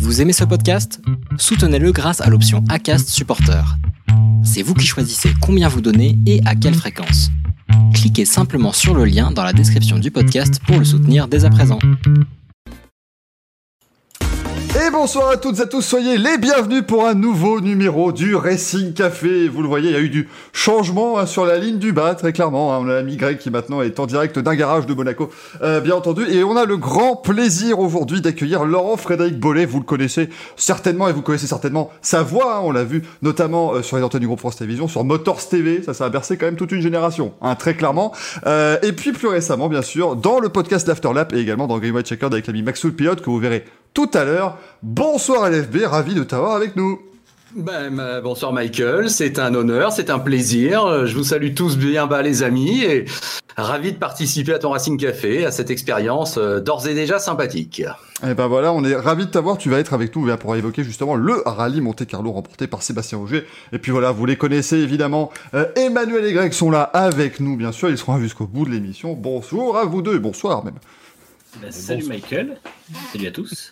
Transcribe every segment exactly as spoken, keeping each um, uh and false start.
Vous aimez ce podcast ? Soutenez-le grâce à l'option Acast Supporter. C'est vous qui choisissez combien vous donnez et à quelle fréquence. Cliquez simplement sur le lien dans la description du podcast pour le soutenir dès à présent. Et bonsoir à toutes et à tous, soyez les bienvenus pour un nouveau numéro du Racing Café. Vous le voyez, il y a eu du changement hein, sur la ligne du bas, très clairement. Hein. On a l'ami Greg qui maintenant est en direct d'un garage de Monaco, euh, bien entendu. Et on a le grand plaisir aujourd'hui d'accueillir Laurent-Frédéric Bollet. Vous le connaissez certainement et vous connaissez certainement sa voix. Hein. On l'a vu notamment euh, sur les antennes du groupe France Télévisions, sur Motors T V. Ça, ça a bercé quand même toute une génération, hein, très clairement. Euh, et puis plus récemment, bien sûr, dans le podcast l'Afterlap et également dans Game White Checkered avec l'ami Maxoul Pilote que vous verrez tout à l'heure. Bonsoir L F B, ravi de t'avoir avec nous. Ben, euh, bonsoir Michael, c'est un honneur, c'est un plaisir. Je vous salue tous bien bas les amis et ravi de participer à ton Racing Café, à cette expérience euh, d'ores et déjà sympathique. Et ben voilà, on est ravi de t'avoir, tu vas être avec nous pour évoquer justement le rallye Monte-Carlo remporté par Sébastien Ogier. Et puis voilà, vous les connaissez évidemment, euh, Emmanuel et Greg sont là avec nous bien sûr, ils seront là jusqu'au bout de l'émission. Bonjour à vous deux, bonsoir même. Bah, salut bonsoir. Michael, salut à tous.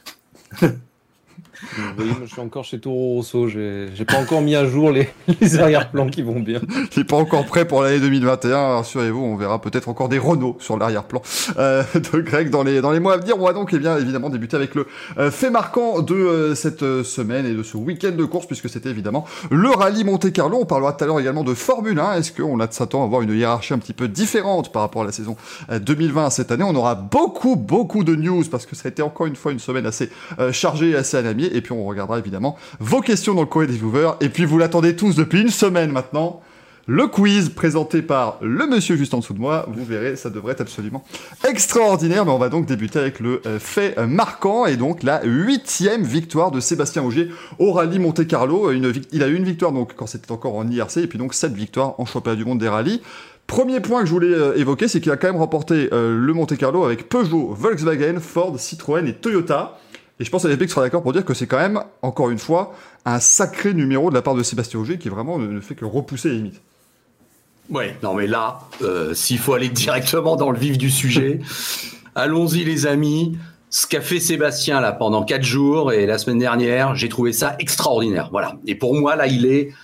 Oui, moi je suis encore chez Toro Rosso, j'ai, j'ai pas encore mis à jour les, les arrière-plans qui vont bien. Il n'est pas encore prêt pour l'année deux mille vingt et un, rassurez-vous, on verra peut-être encore des Renault sur l'arrière-plan euh, de Greg dans les, dans les mois à venir. On va donc eh bien, évidemment débuter avec le euh, fait marquant de euh, cette euh, semaine et de ce week-end de course, puisque c'était évidemment le rallye Monte-Carlo. On parlera tout à l'heure également de Formule un. Est-ce qu'on a de s'attendre à avoir une hiérarchie un petit peu différente par rapport à la saison euh, deux mille vingt cette année? On aura beaucoup, beaucoup de news, parce que ça a été encore une fois une semaine assez euh, chargée et assez anamiée. Et puis on regardera évidemment vos questions dans le courrier des viewers. Et puis vous l'attendez tous depuis une semaine maintenant. Le quiz présenté par le monsieur juste en dessous de moi. Vous verrez, ça devrait être absolument extraordinaire. Mais on va donc débuter avec le euh, fait euh, marquant et donc la huitième victoire de Sébastien Ogier au rallye Monte-Carlo. Une, il a eu une victoire donc quand c'était encore en I R C et puis donc sept victoires en championnat du monde des rallyes. Premier point que je voulais euh, évoquer, c'est qu'il a quand même remporté euh, le Monte-Carlo avec Peugeot, Volkswagen, Ford, Citroën et Toyota. Et je pense que L F B sera d'accord pour dire que c'est quand même, encore une fois, un sacré numéro de la part de Sébastien Ogier qui vraiment ne fait que repousser les limites. Ouais, non mais là, euh, s'il faut aller directement dans le vif du sujet, allons-y les amis. Ce qu'a fait Sébastien là pendant quatre jours et la semaine dernière, j'ai trouvé ça extraordinaire. Voilà. Et pour moi là, il est,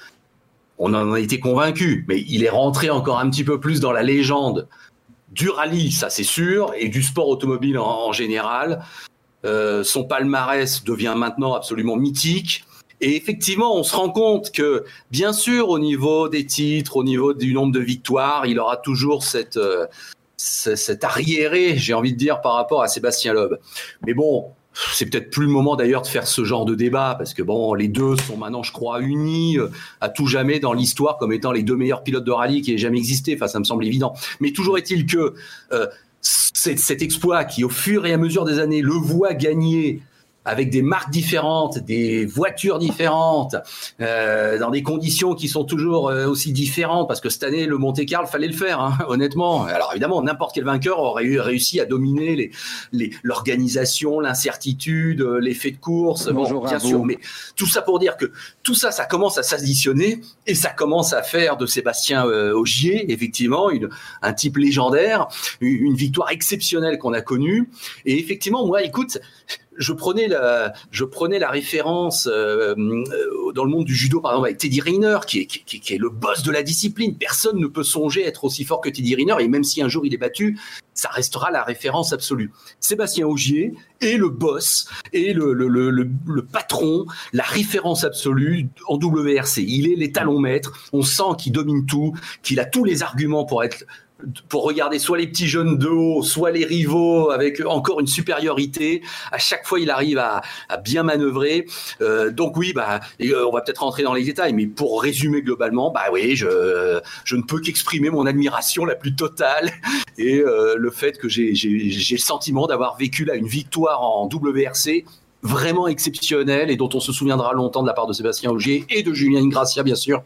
on en a été convaincus, mais il est rentré encore un petit peu plus dans la légende du rallye, ça c'est sûr, et du sport automobile en, en général. Euh, son palmarès devient maintenant absolument mythique. Et effectivement, on se rend compte que, bien sûr, au niveau des titres, au niveau du nombre de victoires, il aura toujours cette, euh, cette arriéré, j'ai envie de dire, par rapport à Sébastien Loeb. Mais bon, c'est peut-être plus le moment d'ailleurs de faire ce genre de débat, parce que bon, les deux sont maintenant, je crois, unis euh, à tout jamais dans l'histoire comme étant les deux meilleurs pilotes de rallye qui aient jamais existé. Enfin, ça me semble évident. Mais toujours est-il que euh, c'est cet exploit qui, au fur et à mesure des années, le voit gagner avec des marques différentes, des voitures différentes, euh, dans des conditions qui sont toujours euh, aussi différentes, parce que cette année, le Monte-Carlo, fallait le faire, hein, honnêtement. Alors évidemment, n'importe quel vainqueur aurait eu, réussi à dominer les, les, l'organisation, l'incertitude, l'effet de course, bon, bien sûr. Mais tout ça pour dire que tout ça, ça commence à s'additionner et ça commence à faire de Sébastien euh, Ogier, effectivement, une, un type légendaire, une, une victoire exceptionnelle qu'on a connue. Et effectivement, moi, écoute, je prenais la, je prenais la référence euh, dans le monde du judo, par exemple, avec Teddy Riner, qui est, qui, qui est le boss de la discipline. Personne ne peut songer être aussi fort que Teddy Riner, et même si un jour il est battu, ça restera la référence absolue. Sébastien Ogier est le boss, est le, le, le, le, le patron, la référence absolue en W R C. Il est les talons maîtres, on sent qu'il domine tout, qu'il a tous les arguments pour être... pour regarder soit les petits jeunes de haut, soit les rivaux avec encore une supériorité. À chaque fois, il arrive à, à bien manœuvrer. Euh, donc oui, bah, et, euh, on va peut-être rentrer dans les détails, mais pour résumer globalement, bah oui, je, je ne peux qu'exprimer mon admiration la plus totale et euh, le fait que j'ai, j'ai, j'ai le sentiment d'avoir vécu là une victoire en W R C vraiment exceptionnelle et dont on se souviendra longtemps de la part de Sébastien Ogier et de Julien Ingrassia, bien sûr.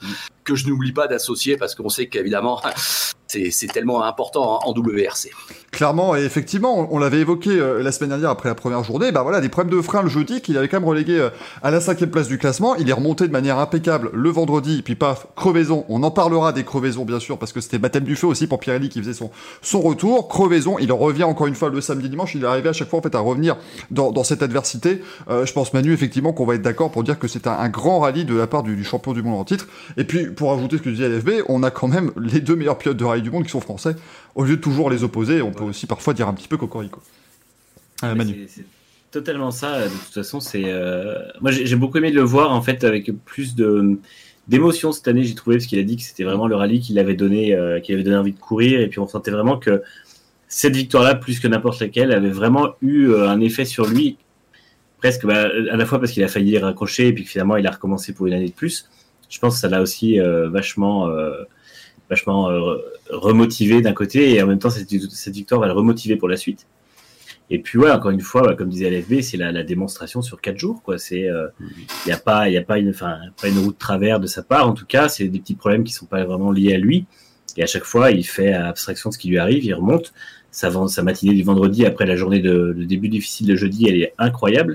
que je n'oublie pas d'associer parce qu'on sait qu'évidemment c'est, c'est tellement important en W R C. Clairement, et effectivement, on, on l'avait évoqué euh, la semaine dernière après la première journée, bah voilà, des problèmes de frein le jeudi, qu'il avait quand même relégué euh, à la cinquième place du classement. Il est remonté de manière impeccable le vendredi, puis paf, crevaison. On en parlera des crevaisons, bien sûr, parce que c'était baptême du feu aussi pour Pirelli qui faisait son, son retour. Crevaison, il revient encore une fois le samedi dimanche, il est arrivé à chaque fois en fait à revenir dans, dans cette adversité. Euh, je pense, Manu, effectivement, qu'on va être d'accord pour dire que c'est un, un grand rallye de la part du, du champion du monde en titre. Et puis, pour ajouter ce que disait L F B, on a quand même les deux meilleurs pilotes de rallye du monde qui sont français. Au lieu de toujours les opposer, on peut aussi parfois dire un petit peu cocorico. Euh, Manu. C'est, c'est totalement ça. De toute façon, c'est. Euh... Moi, j'ai, j'ai beaucoup aimé de le voir en fait avec plus de d'émotion cette année. J'ai trouvé parce qu'il a dit que c'était vraiment le rallye qui l'avait donné, euh, qui avait donné envie de courir. Et puis on sentait vraiment que cette victoire-là, plus que n'importe laquelle, avait vraiment eu euh, un effet sur lui. Presque, bah, à la fois parce qu'il a failli raccrocher et puis que finalement il a recommencé pour une année de plus. Je pense que ça l'a aussi euh, vachement. Euh, vachement euh, remotivé d'un côté et en même temps cette, cette victoire va le remotiver pour la suite. Et puis ouais, encore une fois, bah, comme disait L F B, c'est la, la démonstration sur quatre jours, quoi. C'est il euh, y a pas il y a pas une enfin pas une route de travers de sa part, en tout cas, c'est des petits problèmes qui sont pas vraiment liés à lui. Et à chaque fois, il fait abstraction de ce qui lui arrive, il remonte. Sa, sa matinée du vendredi après la journée de, de début difficile de jeudi, elle est incroyable.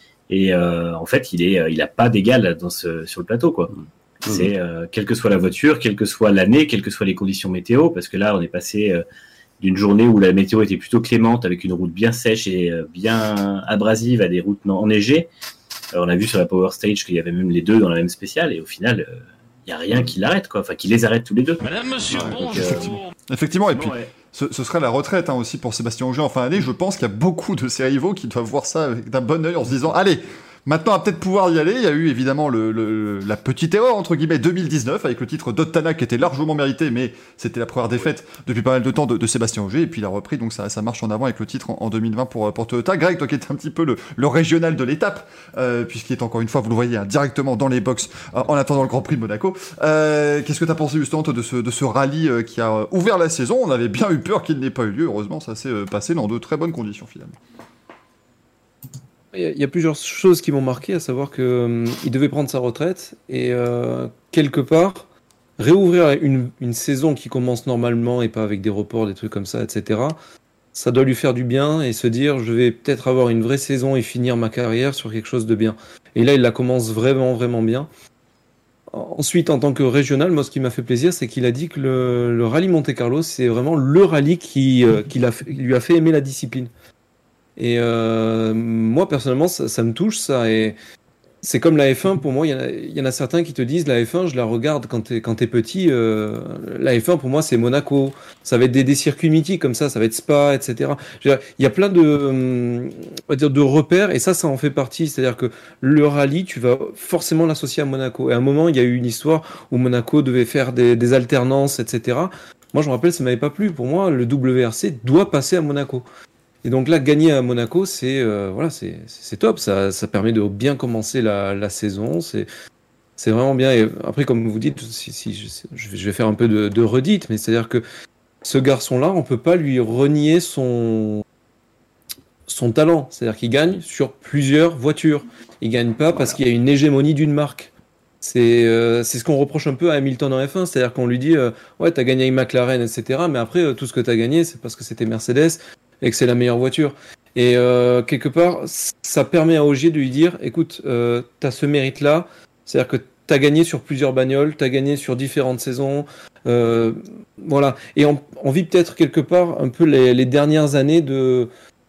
Et euh, en fait, il est il a pas d'égal dans ce sur le plateau, quoi. C'est euh, quelle que soit la voiture, quelle que soit l'année, quelles que soient les conditions météo, parce que là on est passé euh, d'une journée où la météo était plutôt clémente avec une route bien sèche et euh, bien abrasive à des routes enneigées. Alors, on a vu sur la Power Stage qu'il y avait même les deux dans la même spéciale et au final il euh, y a rien qui l'arrête, quoi, enfin qui les arrête tous les deux. Madame, monsieur, ouais, bonjour. donc, euh, effectivement. effectivement et puis ouais. ce, ce serait la retraite hein, aussi pour Sébastien Ogier en fin d'année. Je pense qu'il y a beaucoup de ses rivaux qui doivent voir ça avec d'un bon œil en se disant allez. Maintenant, on va peut-être pouvoir y aller. Il y a eu évidemment le, le, la petite erreur, entre guillemets, deux mille dix-neuf, avec le titre d'Ottana qui était largement mérité, mais c'était la première défaite depuis pas mal de temps de, de Sébastien Ogier. Et puis il a repris, donc ça, ça marche en avant avec le titre en, en deux mille vingt pour, pour Toyota. Greg, toi qui étais un petit peu le, le régional de l'étape, euh, puisqu'il est encore une fois, vous le voyez, hein, directement dans les box euh, en attendant le Grand Prix de Monaco. Euh, qu'est-ce que tu as pensé justement de ce, de ce rallye euh, qui a ouvert la saison? On avait bien eu peur qu'il n'ait pas eu lieu. Heureusement, ça s'est euh, passé dans de très bonnes conditions finalement. Il y a plusieurs choses qui m'ont marqué, à savoir qu'il euh, devait prendre sa retraite et euh, quelque part réouvrir une, une saison qui commence normalement et pas avec des reports, des trucs comme ça, et cetera. Ça doit lui faire du bien et se dire je vais peut-être avoir une vraie saison et finir ma carrière sur quelque chose de bien. Et là, il la commence vraiment, vraiment bien. Ensuite, en tant que régional, moi, ce qui m'a fait plaisir, c'est qu'il a dit que le, le rallye Monte-Carlo, c'est vraiment le rallye qui, euh, qui l'a, lui a fait aimer la discipline. Et euh, moi personnellement ça, ça me touche ça et c'est comme la F un pour moi, il y, en a, il y en a certains qui te disent la F un je la regarde quand t'es, quand t'es petit, euh, la F un pour moi c'est Monaco, ça va être des, des circuits mythiques comme ça, ça va être Spa, et cetera. Il y a plein de, on va dire, de repères et ça ça en fait partie, c'est-à-dire que le rallye tu vas forcément l'associer à Monaco et à un moment il y a eu une histoire où Monaco devait faire des, des alternances, et cetera. Moi je me rappelle ça m'avait pas plu, pour moi le W R C doit passer à Monaco. Et donc là, gagner à Monaco, c'est euh, voilà, c'est c'est top. Ça ça permet de bien commencer la la saison. C'est c'est vraiment bien. Et après, comme vous dites, si, si je, je vais faire un peu de, de redite, mais c'est-à-dire que ce garçon-là, on peut pas lui renier son son talent. C'est-à-dire qu'il gagne sur plusieurs voitures. Il gagne pas parce qu'il y a une hégémonie d'une marque. C'est euh, c'est ce qu'on reproche un peu à Hamilton en F un, c'est-à-dire qu'on lui dit euh, ouais, t'as gagné avec McLaren, et cetera. Mais après, euh, tout ce que t'as gagné, c'est parce que c'était Mercedes et que c'est la meilleure voiture. Et euh, quelque part, ça permet à Ogier de lui dire, écoute, euh, t'as ce mérite-là, c'est-à-dire que t'as gagné sur plusieurs bagnoles, t'as gagné sur différentes saisons, euh, voilà. Et on, on vit peut-être quelque part un peu les, les dernières années de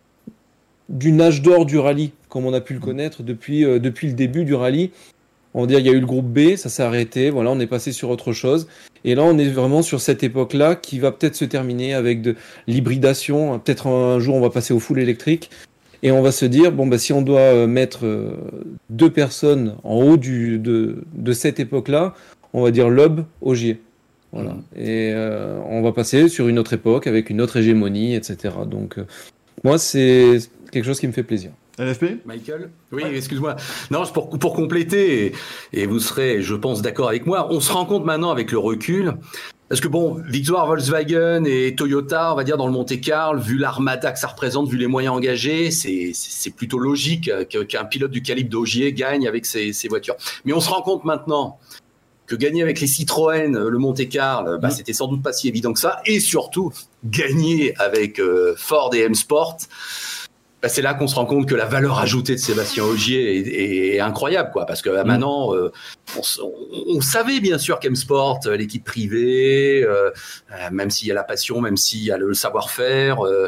du âge d'or du rallye, comme on a pu le connaître depuis euh, depuis le début du rallye. On va dire, il y a eu le groupe B, ça s'est arrêté, voilà, on est passé sur autre chose. Et là, on est vraiment sur cette époque-là qui va peut-être se terminer avec de l'hybridation. Peut-être un jour, on va passer au full électrique. Et on va se dire, bon, bah, si on doit mettre deux personnes en haut du, de, de cette époque-là, on va dire Loeb, Ogier. Voilà. Mmh. Et euh, on va passer sur une autre époque avec une autre hégémonie, et cetera. Donc, euh, moi, c'est quelque chose qui me fait plaisir. L F P Michael ? Oui, ouais. Excuse-moi. Non, pour, pour compléter, et, et vous serez, je pense, d'accord avec moi, on se rend compte maintenant avec le recul, parce que bon, victoire Volkswagen et Toyota, on va dire dans le Monte-Carlo, vu l'armada que ça représente, vu les moyens engagés, c'est, c'est plutôt logique qu'un pilote du calibre d'Ogier gagne avec ses, ses voitures. Mais on se rend compte maintenant que gagner avec les Citroën le Monte-Carlo, bah, mmh. c'était sans doute pas si évident que ça, et surtout gagner avec euh, Ford et M-Sport, bah, c'est là qu'on se rend compte que la valeur ajoutée de Sébastien Ogier est, est incroyable, quoi, parce que bah, mmh. maintenant, euh, on, on, on savait bien sûr qu'M-Sport, l'équipe privée, euh, même s'il y a la passion, même s'il y a le savoir-faire, euh,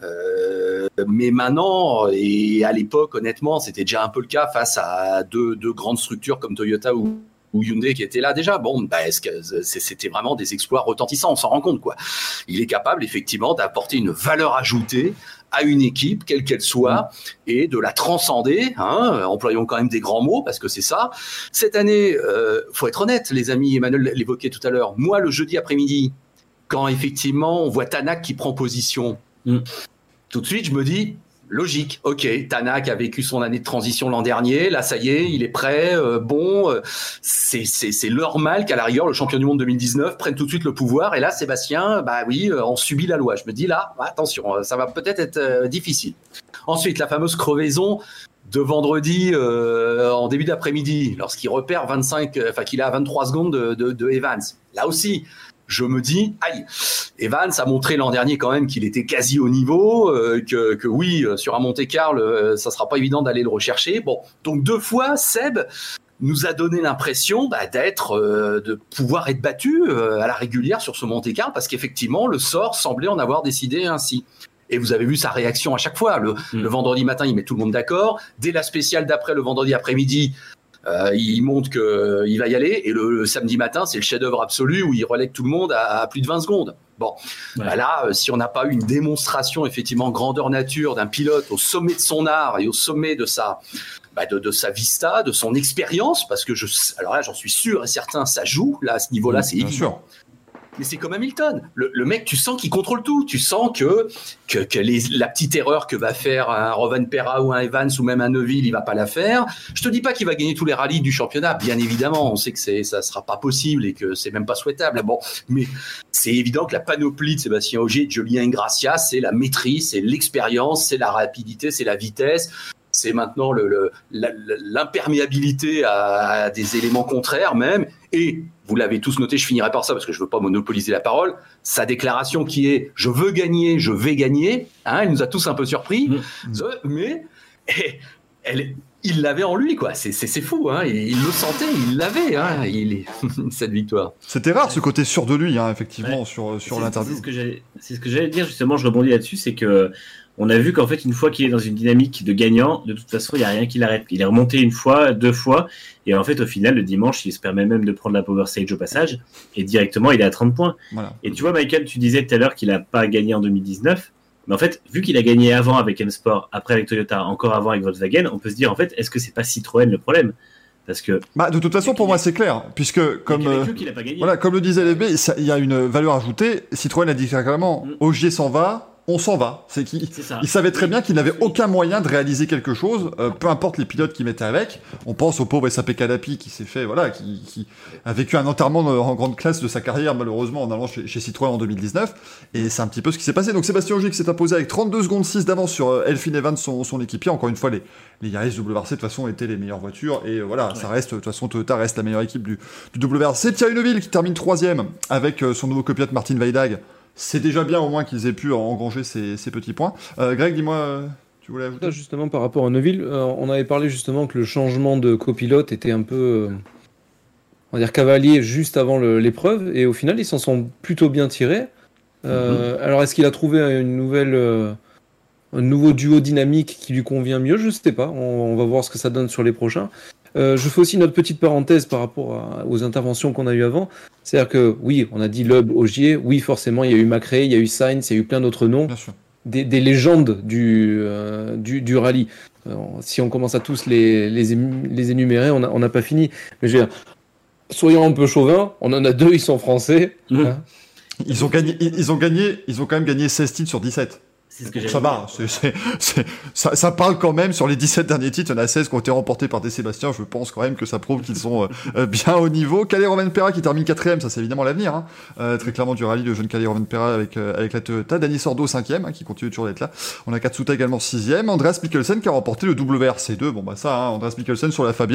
euh, mais maintenant, et à l'époque, honnêtement, c'était déjà un peu le cas face à deux, deux grandes structures comme Toyota ou ou Hyundai qui était là déjà, bon, bah, est-ce que c'était vraiment des exploits retentissants, on s'en rend compte, quoi. Il est capable, effectivement, d'apporter une valeur ajoutée à une équipe, quelle qu'elle soit, et de la transcender, hein, employons quand même des grands mots, parce que c'est ça. Cette année, euh, faut être honnête, les amis, Emmanuel l'évoquait tout à l'heure, moi, le jeudi après-midi, quand, effectivement, on voit Tanak qui prend position, mm. tout de suite, je me dis... Logique, ok, Tanak a vécu son année de transition l'an dernier, là ça y est, il est prêt, euh, bon, euh, c'est, c'est, c'est normal qu'à la rigueur le champion du monde deux mille dix-neuf prenne tout de suite le pouvoir, et là Sébastien, bah oui, euh, on subit la loi, je me dis là, attention, ça va peut-être être euh, difficile. Ensuite, la fameuse crevaison de vendredi euh, en début d'après-midi, lorsqu'il repère vingt-cinq, enfin qu'il est à vingt-trois secondes de, de, de Evans, là aussi, je me dis, aïe, Evans a montré l'an dernier quand même qu'il était quasi au niveau, euh, que, que oui, sur un Monte-Carlo, euh, ça sera pas évident d'aller le rechercher. Bon, donc deux fois, Seb nous a donné l'impression bah, d'être, euh, de pouvoir être battu euh, à la régulière sur ce Monte-Carlo, parce qu'effectivement, le sort semblait en avoir décidé ainsi. Et vous avez vu sa réaction à chaque fois. Le, mmh. le vendredi matin, il met tout le monde d'accord. Dès la spéciale d'après, le vendredi après-midi, Euh, il montre qu'il euh, va y aller, et le, le samedi matin, c'est le chef-d'œuvre absolu où il relègue tout le monde à, à plus de vingt secondes. Bon, ouais. bah là, euh, si on n'a pas eu une démonstration effectivement grandeur nature d'un pilote au sommet de son art et au sommet de sa, bah de, de sa vista, de son expérience, parce que je, alors là, j'en suis sûr et certain, ça joue. Là, à ce niveau-là, c'est Bien évident. Sûr. Mais c'est comme Hamilton. Le, le mec, tu sens qu'il contrôle tout. Tu sens que, que, que les, la petite erreur que va faire un Rovanperä ou un Evans ou même un Neuville, il va pas la faire. Je te dis pas qu'il va gagner tous les rallyes du championnat. Bien évidemment, on sait que c'est, ça sera pas possible et que c'est même pas souhaitable. Bon, mais c'est évident que la panoplie de Sébastien Ogier, de Julien Ingrassia, c'est la maîtrise, c'est l'expérience, c'est la rapidité, c'est la vitesse. C'est maintenant le, le, la, l'imperméabilité à, à des éléments contraires même. Et vous l'avez tous noté, je finirai par ça parce que je ne veux pas monopoliser la parole. Sa déclaration qui est « je veux gagner, je vais gagner hein, », elle nous a tous un peu surpris. Mmh. Mais et, elle, il l'avait en lui, quoi. C'est, c'est, c'est fou. Hein. Il, il le sentait, il l'avait, hein, il, cette victoire. C'était rare ce côté sûr de lui, hein, effectivement, ouais. sur, sur c'est, l'interview. C'est ce, que j'allais, c'est ce que j'allais dire, justement, je rebondis là-dessus, c'est que on a vu qu'en fait, une fois qu'il est dans une dynamique de gagnant, de toute façon, il n'y a rien qui l'arrête. Il est remonté une fois, deux fois, et en fait, au final, le dimanche, il se permet même de prendre la Power Stage au passage, et directement, il est à trente points. Voilà. Et tu vois, Michael, tu disais tout à l'heure qu'il n'a pas gagné en deux mille dix-neuf, mais en fait, vu qu'il a gagné avant avec M-Sport, après avec Toyota, encore avant avec Volkswagen, on peut se dire, en fait, est-ce que c'est pas Citroën le problème ? Parce que bah, de toute façon, pour moi, c'est clair, puisque comme euh, voilà, comme le disait L F B, il y a une valeur ajoutée. Citroën a dit clairement, mm. Ogier s'en va. On s'en va. C'est qu'il c'est il savait très bien qu'il n'avait aucun moyen de réaliser quelque chose, euh, peu importe les pilotes qu'il mettait avec. On pense au pauvre S A P Cadapi qui s'est fait, voilà, qui, qui a vécu un enterrement en grande classe de sa carrière, malheureusement, en allant chez, chez Citroën en deux mille dix-neuf. Et c'est un petit peu ce qui s'est passé. Donc Sébastien Ogier qui s'est imposé avec trente-deux secondes six d'avance sur euh, Elfyn Evans, son, son équipier. Encore une fois, les, les Yaris W R C, de toute façon, étaient les meilleures voitures. Et euh, voilà, ouais. ça reste, de toute façon, Toyota reste la meilleure équipe du, du W R C. Thierry Neuville qui termine troisième avec euh, son nouveau copilote Martin Weidag. C'est déjà bien au moins qu'ils aient pu engranger ces, ces petits points. Euh, Greg, dis-moi, euh, tu voulais ajouter ? Justement, par rapport à Neuville, euh, on avait parlé justement que le changement de copilote était un peu, euh, on va dire, cavalier juste avant le, l'épreuve, et au final, ils s'en sont plutôt bien tirés. Euh, mm-hmm. Alors, est-ce qu'il a trouvé une nouvelle, euh, un nouveau duo dynamique qui lui convient mieux ? Je ne sais pas. On, on va voir ce que ça donne sur les prochains. Euh, je fais aussi notre petite parenthèse par rapport à, aux interventions qu'on a eues avant. C'est-à-dire que, oui, on a dit Loeb, Ogier. Oui, forcément, il y a eu McRae, il y a eu Sainz, il y a eu plein d'autres noms. Des, des légendes du, euh, du, du rallye. Alors, si on commence à tous les, les, les énumérer, on n'a pas fini. Mais je veux dire, soyons un peu chauvins, on en a deux, ils sont français. Mmh. Hein. Ils ont gagné, ils ont gagné, ils ont quand même gagné seize titres sur dix-sept. C'est ce que ça va, c'est, c'est, c'est, ça, ça parle quand même sur les dix-sept derniers titres, il y en a seize qui ont été remportés par des Sébastien, je pense quand même que ça prouve qu'ils sont euh, bien au niveau. Kalle Rovanperä qui termine quatrième, ça c'est évidemment l'avenir, hein. euh, très clairement du rallye de jeune Kalle Rovanperä avec, euh, avec la Toyota. Dani Sordo cinquième, hein, qui continue toujours d'être là. On a Katsuta également sixième. Andreas Mikkelsen qui a remporté le W R C deux, bon bah ça, hein, Andreas Mikkelsen sur la Fabia,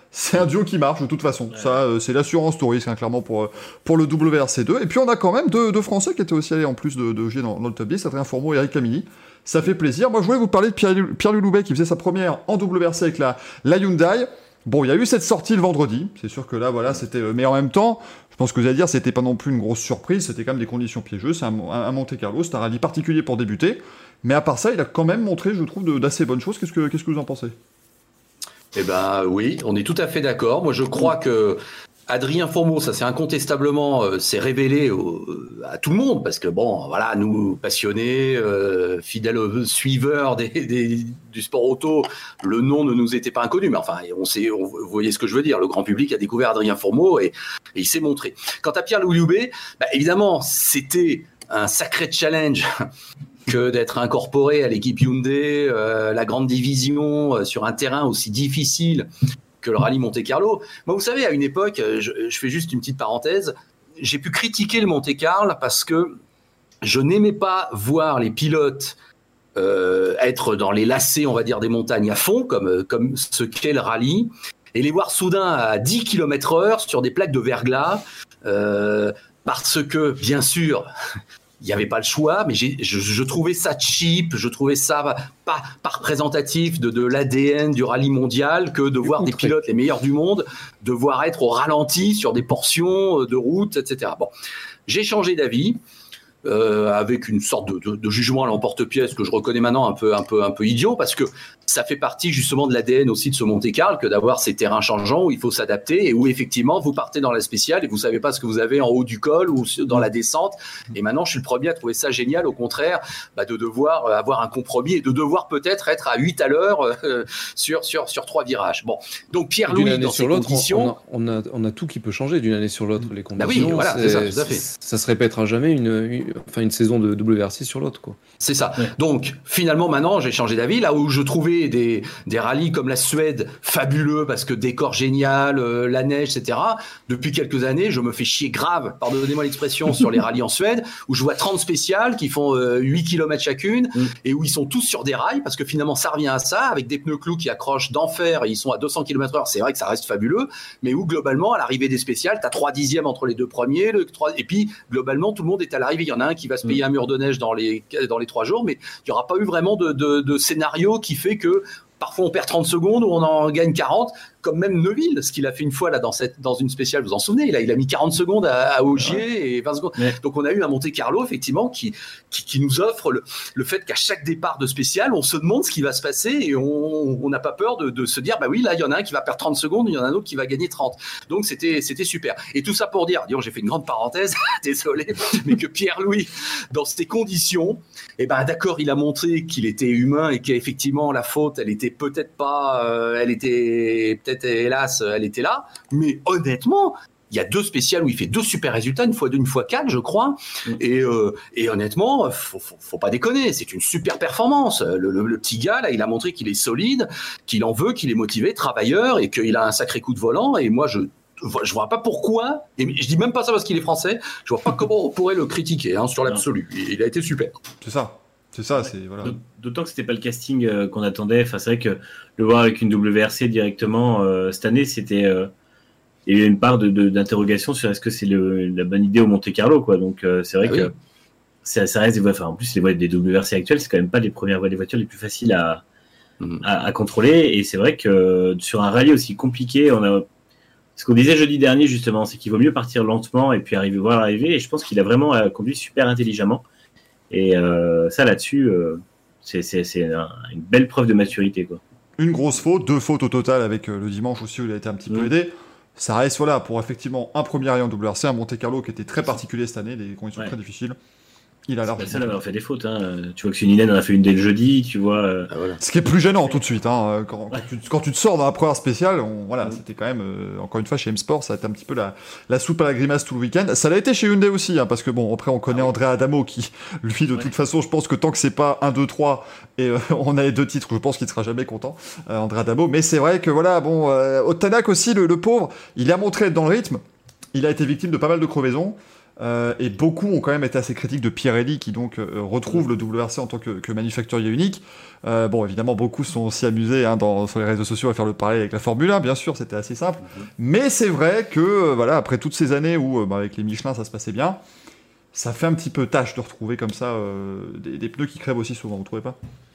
c'est un duo qui marche de toute façon. Ouais. Ça, euh, c'est l'assurance tout risque, hein, clairement, pour, pour le W R C deux. Et puis, on a quand même deux, deux Français qui étaient aussi allés en plus de, de G dans, dans le top dix, Adrien Fourmeau et Eric Camilli. Ça fait plaisir. Moi, je voulais vous parler de Pierre, Pierre-Louis Loubet qui faisait sa première en W R C avec la, la Hyundai. Bon, il y a eu cette sortie le vendredi. C'est sûr que là, voilà, c'était. Mais en même temps, je pense que vous allez dire, c'était pas non plus une grosse surprise. C'était quand même des conditions piégeuses. C'est un, un, un Monte-Carlo. C'est un rallye particulier pour débuter. Mais à part ça, il a quand même montré, je trouve, de, d'assez bonnes choses. Qu'est-ce que, qu'est-ce que vous en pensez ? Eh ben oui, on est tout à fait d'accord. Moi, je crois que Adrien Fourmeau, ça c'est incontestablement, euh, s'est révélé au, à tout le monde parce que bon, voilà, nous passionnés, euh, fidèles suiveurs des, des, du sport auto, le nom ne nous était pas inconnu, mais enfin, on sait, on, vous voyez ce que je veux dire. Le grand public a découvert Adrien Fourmeau et, et il s'est montré. Quant à Pierre-Louis Loubet, bah, évidemment, c'était un sacré challenge. Que d'être incorporé à l'équipe Hyundai, euh, la grande division, euh, sur un terrain aussi difficile que le rallye Monte-Carlo. Moi, vous savez, à une époque, je, je fais juste une petite parenthèse, j'ai pu critiquer le Monte-Carlo parce que je n'aimais pas voir les pilotes euh, être dans les lacets, on va dire, des montagnes à fond, comme, comme ce qu'est le rallye, et les voir soudain à dix kilomètres heure sur des plaques de verglas, euh, parce que, bien sûr... Il n'y avait pas le choix, mais j'ai, je, je trouvais ça cheap, je trouvais ça pas, pas représentatif de, de l'A D N du rallye mondial que de voir des pilotes les meilleurs du monde devoir être au ralenti sur des portions de route, et cetera. Bon, j'ai changé d'avis. Euh, avec une sorte de, de, de jugement à l'emporte-pièce que je reconnais maintenant un peu, un peu, un peu idiot, parce que ça fait partie justement de l'A D N aussi de ce Monte-Carlo que d'avoir ces terrains changeants où il faut s'adapter et où effectivement vous partez dans la spéciale et vous savez pas ce que vous avez en haut du col ou dans la descente. Et maintenant, je suis le premier à trouver ça génial, au contraire, bah, de devoir avoir un compromis et de devoir peut-être être à huit à l'heure euh, sur, sur, sur trois virages. Bon, donc Pierre-Louis, dans ces conditions... On a, on, a, on a tout qui peut changer d'une année sur l'autre, les conditions. Bah oui, voilà, c'est, c'est ça, tout à fait. Ça se répétera jamais une, une, enfin, une saison de W R C sur l'autre, quoi. C'est ça. Ouais. Donc, finalement, maintenant, j'ai changé d'avis. Là où je trouvais des, des rallyes comme la Suède fabuleux parce que décor génial, euh, la neige, et cetera. Depuis quelques années, je me fais chier grave, pardonnez-moi l'expression, sur les rallyes en Suède, où je vois trente spéciales qui font euh, huit kilomètres chacune mm. et où ils sont tous sur des rails parce que finalement, ça revient à ça, avec des pneus clous qui accrochent d'enfer et ils sont à deux cents kilomètres heure. C'est vrai que ça reste fabuleux, mais où globalement, à l'arrivée des spéciales, t'as trois dixièmes entre les deux premiers, le, trois, et puis globalement, tout le monde est à l'arrivée. Il y en a un qui va se payer mm. un mur de neige dans les, dans les trois jours, mais il n'y aura pas eu vraiment de, de, de scénario qui fait que parfois on perd trente secondes ou on en gagne quarante, comme même Neuville, ce qu'il a fait une fois là dans, cette, dans une spéciale, vous vous en souvenez, là, il a mis quarante secondes à, à Ogier ouais. et vingt secondes. Ouais. Donc on a eu un Monte-Carlo effectivement qui, qui, qui nous offre le, le fait qu'à chaque départ de spéciale, on se demande ce qui va se passer et on n'a pas peur de, de se dire, bah oui, là il y en a un qui va perdre trente secondes, il y en a un autre qui va gagner trente. Donc c'était, c'était super. Et tout ça pour dire, disons, j'ai fait une grande parenthèse, désolé, mais que Pierre-Louis, dans ces conditions, eh ben d'accord, il a montré qu'il était humain et qu'effectivement la faute, elle était peut-être pas, euh, elle était peut-être, hélas, elle était là, mais honnêtement, il y a deux spéciales où il fait deux super résultats, une fois deux, une fois quatre, je crois, mmh. et, euh, et honnêtement, faut, faut, faut pas déconner, c'est une super performance. Le, le, le petit gars, là, il a montré qu'il est solide, qu'il en veut, qu'il est motivé, travailleur, et qu'il a un sacré coup de volant, et moi, je je vois pas pourquoi, et je dis même pas ça parce qu'il est français, je vois pas comment on pourrait le critiquer hein, sur l'absolu. Il a été super. C'est ça. C'est ça, c'est voilà. D'autant que c'était pas le casting euh, qu'on attendait. Enfin, c'est vrai que le voir avec une W R C directement euh, cette année, c'était euh, il y a eu une part de, de, d'interrogation sur est-ce que c'est le, la bonne idée au Monte-Carlo, quoi. Donc euh, c'est vrai ah, que oui. ça, ça reste des voies. Enfin, en plus les voies des W R C actuelles, c'est quand même pas les premières voies des voitures les plus faciles à, mm-hmm. à, à contrôler. Et c'est vrai que sur un rallye aussi compliqué, on a ce qu'on disait jeudi dernier justement, c'est qu'il vaut mieux partir lentement et puis arriver voir l'arrivée. Et je pense qu'il a vraiment euh, conduit super intelligemment. Et euh, ça là-dessus, euh, c'est, c'est, c'est un, une belle preuve de maturité, quoi. Une grosse faute, deux fautes au total avec euh, le dimanche aussi où il a été un petit mmh. peu aidé. Ça reste voilà pour effectivement un premier rallye en W R C, un Monte-Carlo qui était très particulier cette année, des conditions ouais. très difficiles. Il a l'air. Personne n'avait fait des fautes. Hein. Tu vois que Suninen en a fait une dès le jeudi, tu vois. Euh... Ah, voilà. Ce qui est plus gênant tout de suite, hein, quand, quand, tu, quand tu te sors dans la première spéciale, on, voilà, mmh. c'était quand même euh, encore une fois chez M-Sport, ça a été un petit peu la, la soupe à la grimace tout le week-end. Ça l'a été chez Hyundai aussi, hein, parce que bon, après on connaît ah, oui. André Adamo qui, lui, de ouais. toute façon, je pense que tant que c'est pas un, deux, trois et euh, on a les deux titres, je pense qu'il sera jamais content, euh, André Adamo. Mais c'est vrai que voilà, bon, euh, Otanak aussi, le, le pauvre, il a montré être dans le rythme. Il a été victime de pas mal de crevaisons. Euh, et beaucoup ont quand même été assez critiques de Pirelli, qui donc euh, retrouve le W R C en tant que, que manufacturier unique. Euh, bon, évidemment, beaucoup sont aussi amusés hein, dans, sur les réseaux sociaux à faire le parallèle avec la Formule un, bien sûr, c'était assez simple. Mm-hmm. Mais c'est vrai que, euh, voilà, après toutes ces années où, euh, bah, avec les Michelin, ça se passait bien, ça fait un petit peu tâche de retrouver comme ça euh, des, des pneus qui crèvent aussi souvent, vous trouvez pas ?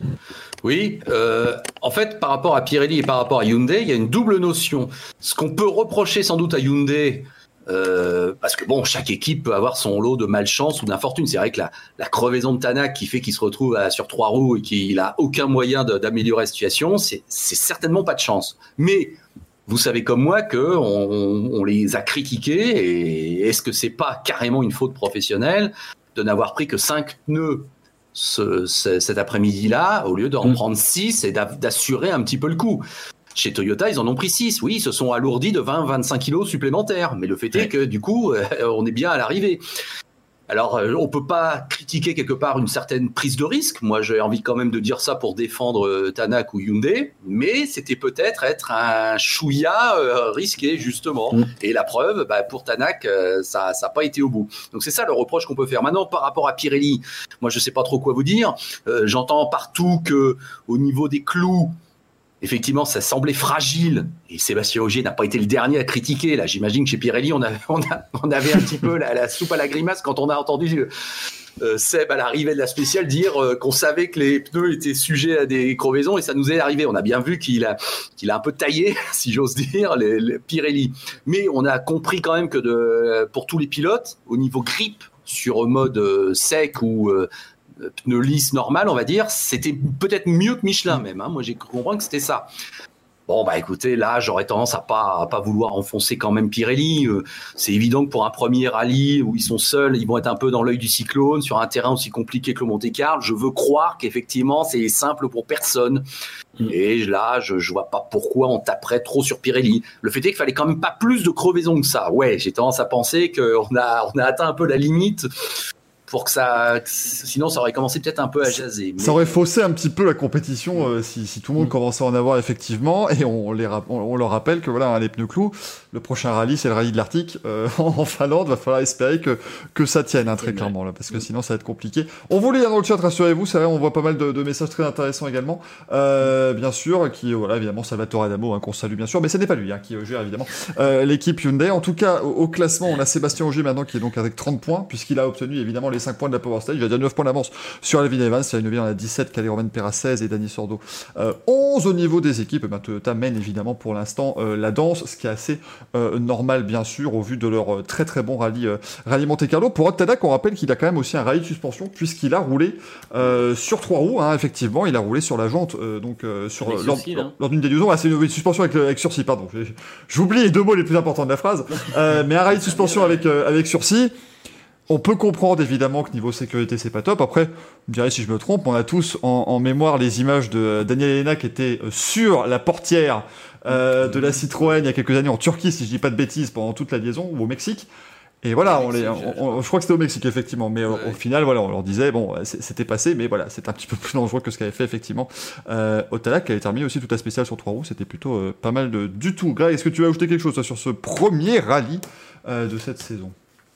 Oui, euh, en fait, par rapport à Pirelli et par rapport à Hyundai, il y a une double notion. Ce qu'on peut reprocher sans doute à Hyundai, euh, parce que bon, chaque équipe peut avoir son lot de malchance ou d'infortune. C'est vrai que la, la crevaison de Tanak qui fait qu'il se retrouve à, sur trois roues et qu'il n'a aucun moyen de, d'améliorer la situation, c'est, c'est certainement pas de chance. Mais vous savez comme moi qu'on on, on les a critiqués, et est-ce que c'est pas carrément une faute professionnelle de n'avoir pris que cinq pneus ce, ce, cet après-midi-là, au lieu d'en mmh. prendre six et d'assurer un petit peu le coup. Chez Toyota, ils en ont pris six. Oui, ils se sont alourdis de vingt à vingt-cinq kilos supplémentaires. Mais le fait est que, du coup, euh, on est bien à l'arrivée. Alors, euh, on peut pas critiquer quelque part une certaine prise de risque. Moi, j'ai envie quand même de dire ça pour défendre euh, Tanak ou Hyundai. Mais c'était peut-être être un chouïa euh, risqué, justement. Mmh. Et la preuve, bah, pour Tanak, euh, ça n'a pas été au bout. Donc, c'est ça le reproche qu'on peut faire. Maintenant, par rapport à Pirelli, moi, je sais pas trop quoi vous dire. Euh, j'entends partout que au niveau des clous, effectivement, ça semblait fragile. Et Sébastien Ogier n'a pas été le dernier à critiquer. Là, j'imagine que chez Pirelli, on, a, on, a, on avait un petit peu la, la soupe à la grimace quand on a entendu euh, Seb à l'arrivée de la spéciale dire euh, qu'on savait que les pneus étaient sujets à des crevaisons, et ça nous est arrivé. On a bien vu qu'il a, qu'il a un peu taillé, si j'ose dire, les, les Pirelli. Mais on a compris quand même que de, pour tous les pilotes, au niveau grip, sur mode euh, sec ou euh, pneu lisse normal, on va dire, c'était peut-être mieux que Michelin même. Hein. Moi, j'ai compris que c'était ça. Bon, bah écoutez, là, j'aurais tendance à pas, à pas vouloir enfoncer quand même Pirelli. Euh, c'est évident que pour un premier rallye où ils sont seuls, ils vont être un peu dans l'œil du cyclone, sur un terrain aussi compliqué que le Monte-Carlo. Je veux croire qu'effectivement, c'est simple pour personne. Mmh. Et là, je, je vois pas pourquoi on taperait trop sur Pirelli. Le fait est qu'il fallait quand même pas plus de crevaisons que ça. Ouais, j'ai tendance à penser qu'on a, on a atteint un peu la limite. Pour que ça, sinon ça aurait commencé peut-être un peu à jaser. Mais... Ça aurait faussé un petit peu la compétition euh, si, si tout le monde mmh. commençait à en avoir effectivement. Et on, les ra- on, on leur rappelle que voilà, hein, les pneus clous, le prochain rallye c'est le rallye de l'Arctique euh, en Finlande. Va falloir espérer que que ça tienne hein, très c'est clairement là, parce que mmh. sinon ça va être compliqué. On vous lit dans le chat, rassurez-vous, c'est vrai, on voit pas mal de, de messages très intéressants également. Euh, bien sûr, qui voilà évidemment Salvatore Adamo hein, qu'on salue bien sûr, mais ce n'est pas lui hein, qui gère évidemment euh, l'équipe Hyundai. En tout cas, au, au classement, on a Sébastien Ogier maintenant qui est donc avec trente points puisqu'il a obtenu évidemment les cinq points de la Power Stage. Il a déjà neuf points d'avance sur Alvin Evans, il y a une neuvième à dix-sept, Kalle Rovanperä seize et Dani Sordo euh, onze au niveau des équipes. Ben, Toyota mène évidemment pour l'instant euh, la danse, ce qui est assez euh, normal bien sûr au vu de leur euh, très très bon rallye, euh, rallye Monte-Carlo. Pour Rod Tanak, on rappelle qu'il a quand même aussi un rallye de suspension puisqu'il a roulé euh, sur trois roues, hein, effectivement, il a roulé sur la jante euh, donc euh, sur euh, lors, sursis, lors, lors d'une des deux ans. Ah, c'est une, une suspension avec, avec sursis, pardon. J'oublie les deux mots les plus importants de la phrase, euh, mais un rallye de suspension avec euh, avec sursis. On peut comprendre évidemment que niveau sécurité c'est pas top. Après, vous me direz si je me trompe, on a tous en, en mémoire les images de Daniel Elena qui était sur la portière euh, de la Citroën il y a quelques années en Turquie, si je dis pas de bêtises, pendant toute la liaison, ou au Mexique. Et voilà, on les, on, on, je crois que c'était au Mexique effectivement, mais ouais. au, au final, voilà, on leur disait bon, c'était passé, mais voilà, c'est un petit peu plus dangereux que ce qu'avait fait effectivement euh, Otanak, qui avait terminé aussi tout à spécial sur trois roues. C'était plutôt euh, pas mal de, du tout. Greg, est-ce que tu veux ajouter quelque chose toi, sur ce premier rallye euh, de cette saison?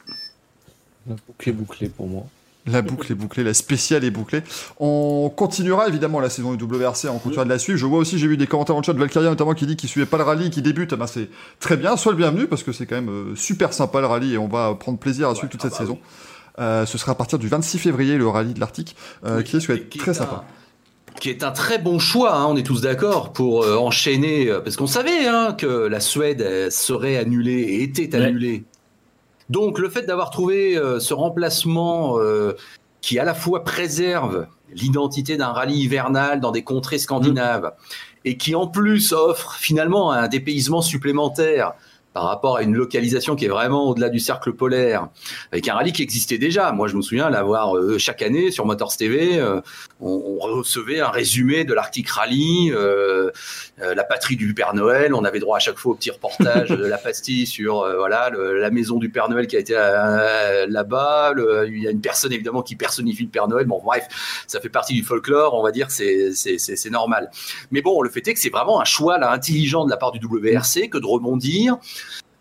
La boucle est bouclée pour moi. La boucle est bouclée, la spéciale est bouclée. On continuera évidemment la saison du W R C, on continuera de la suivre. Je vois aussi, j'ai vu des commentaires dans le chat de Valkyria notamment qui dit qu'il suivait pas le rallye, qui débute. Ben c'est très bien, sois le bienvenu parce que c'est quand même euh, super sympa le rallye et on va prendre plaisir à suivre ouais, toute ah cette bah saison. Oui. Euh, ce sera à partir du vingt-six février le rallye de l'Arctique, euh, oui, qui est, être très sympa. Un... qui est un très bon choix, hein, on est tous d'accord, pour euh, enchaîner, euh, parce qu'on savait hein, que la Suède euh, serait annulée et était annulée. Ouais. Donc le fait d'avoir trouvé euh, ce remplacement euh, qui à la fois préserve l'identité d'un rallye hivernal dans des contrées scandinaves mmh. et qui en plus offre finalement un dépaysement supplémentaire par rapport à une localisation qui est vraiment au-delà du cercle polaire, avec un rallye qui existait déjà. Moi, je me souviens l'avoir euh, chaque année sur Motors T V, euh, on, on recevait un résumé de l'Arctic Rally, euh, euh, la patrie du Père Noël. On avait droit à chaque fois au petit reportage de la pastille sur euh, voilà le, la maison du Père Noël qui a été euh, là-bas. Le, il y a une personne évidemment qui personnifie le Père Noël. Bon, bref, ça fait partie du folklore, on va dire, c'est, c'est, c'est, c'est normal. Mais bon, le fait est que c'est vraiment un choix là, intelligent de la part du W R C que de rebondir.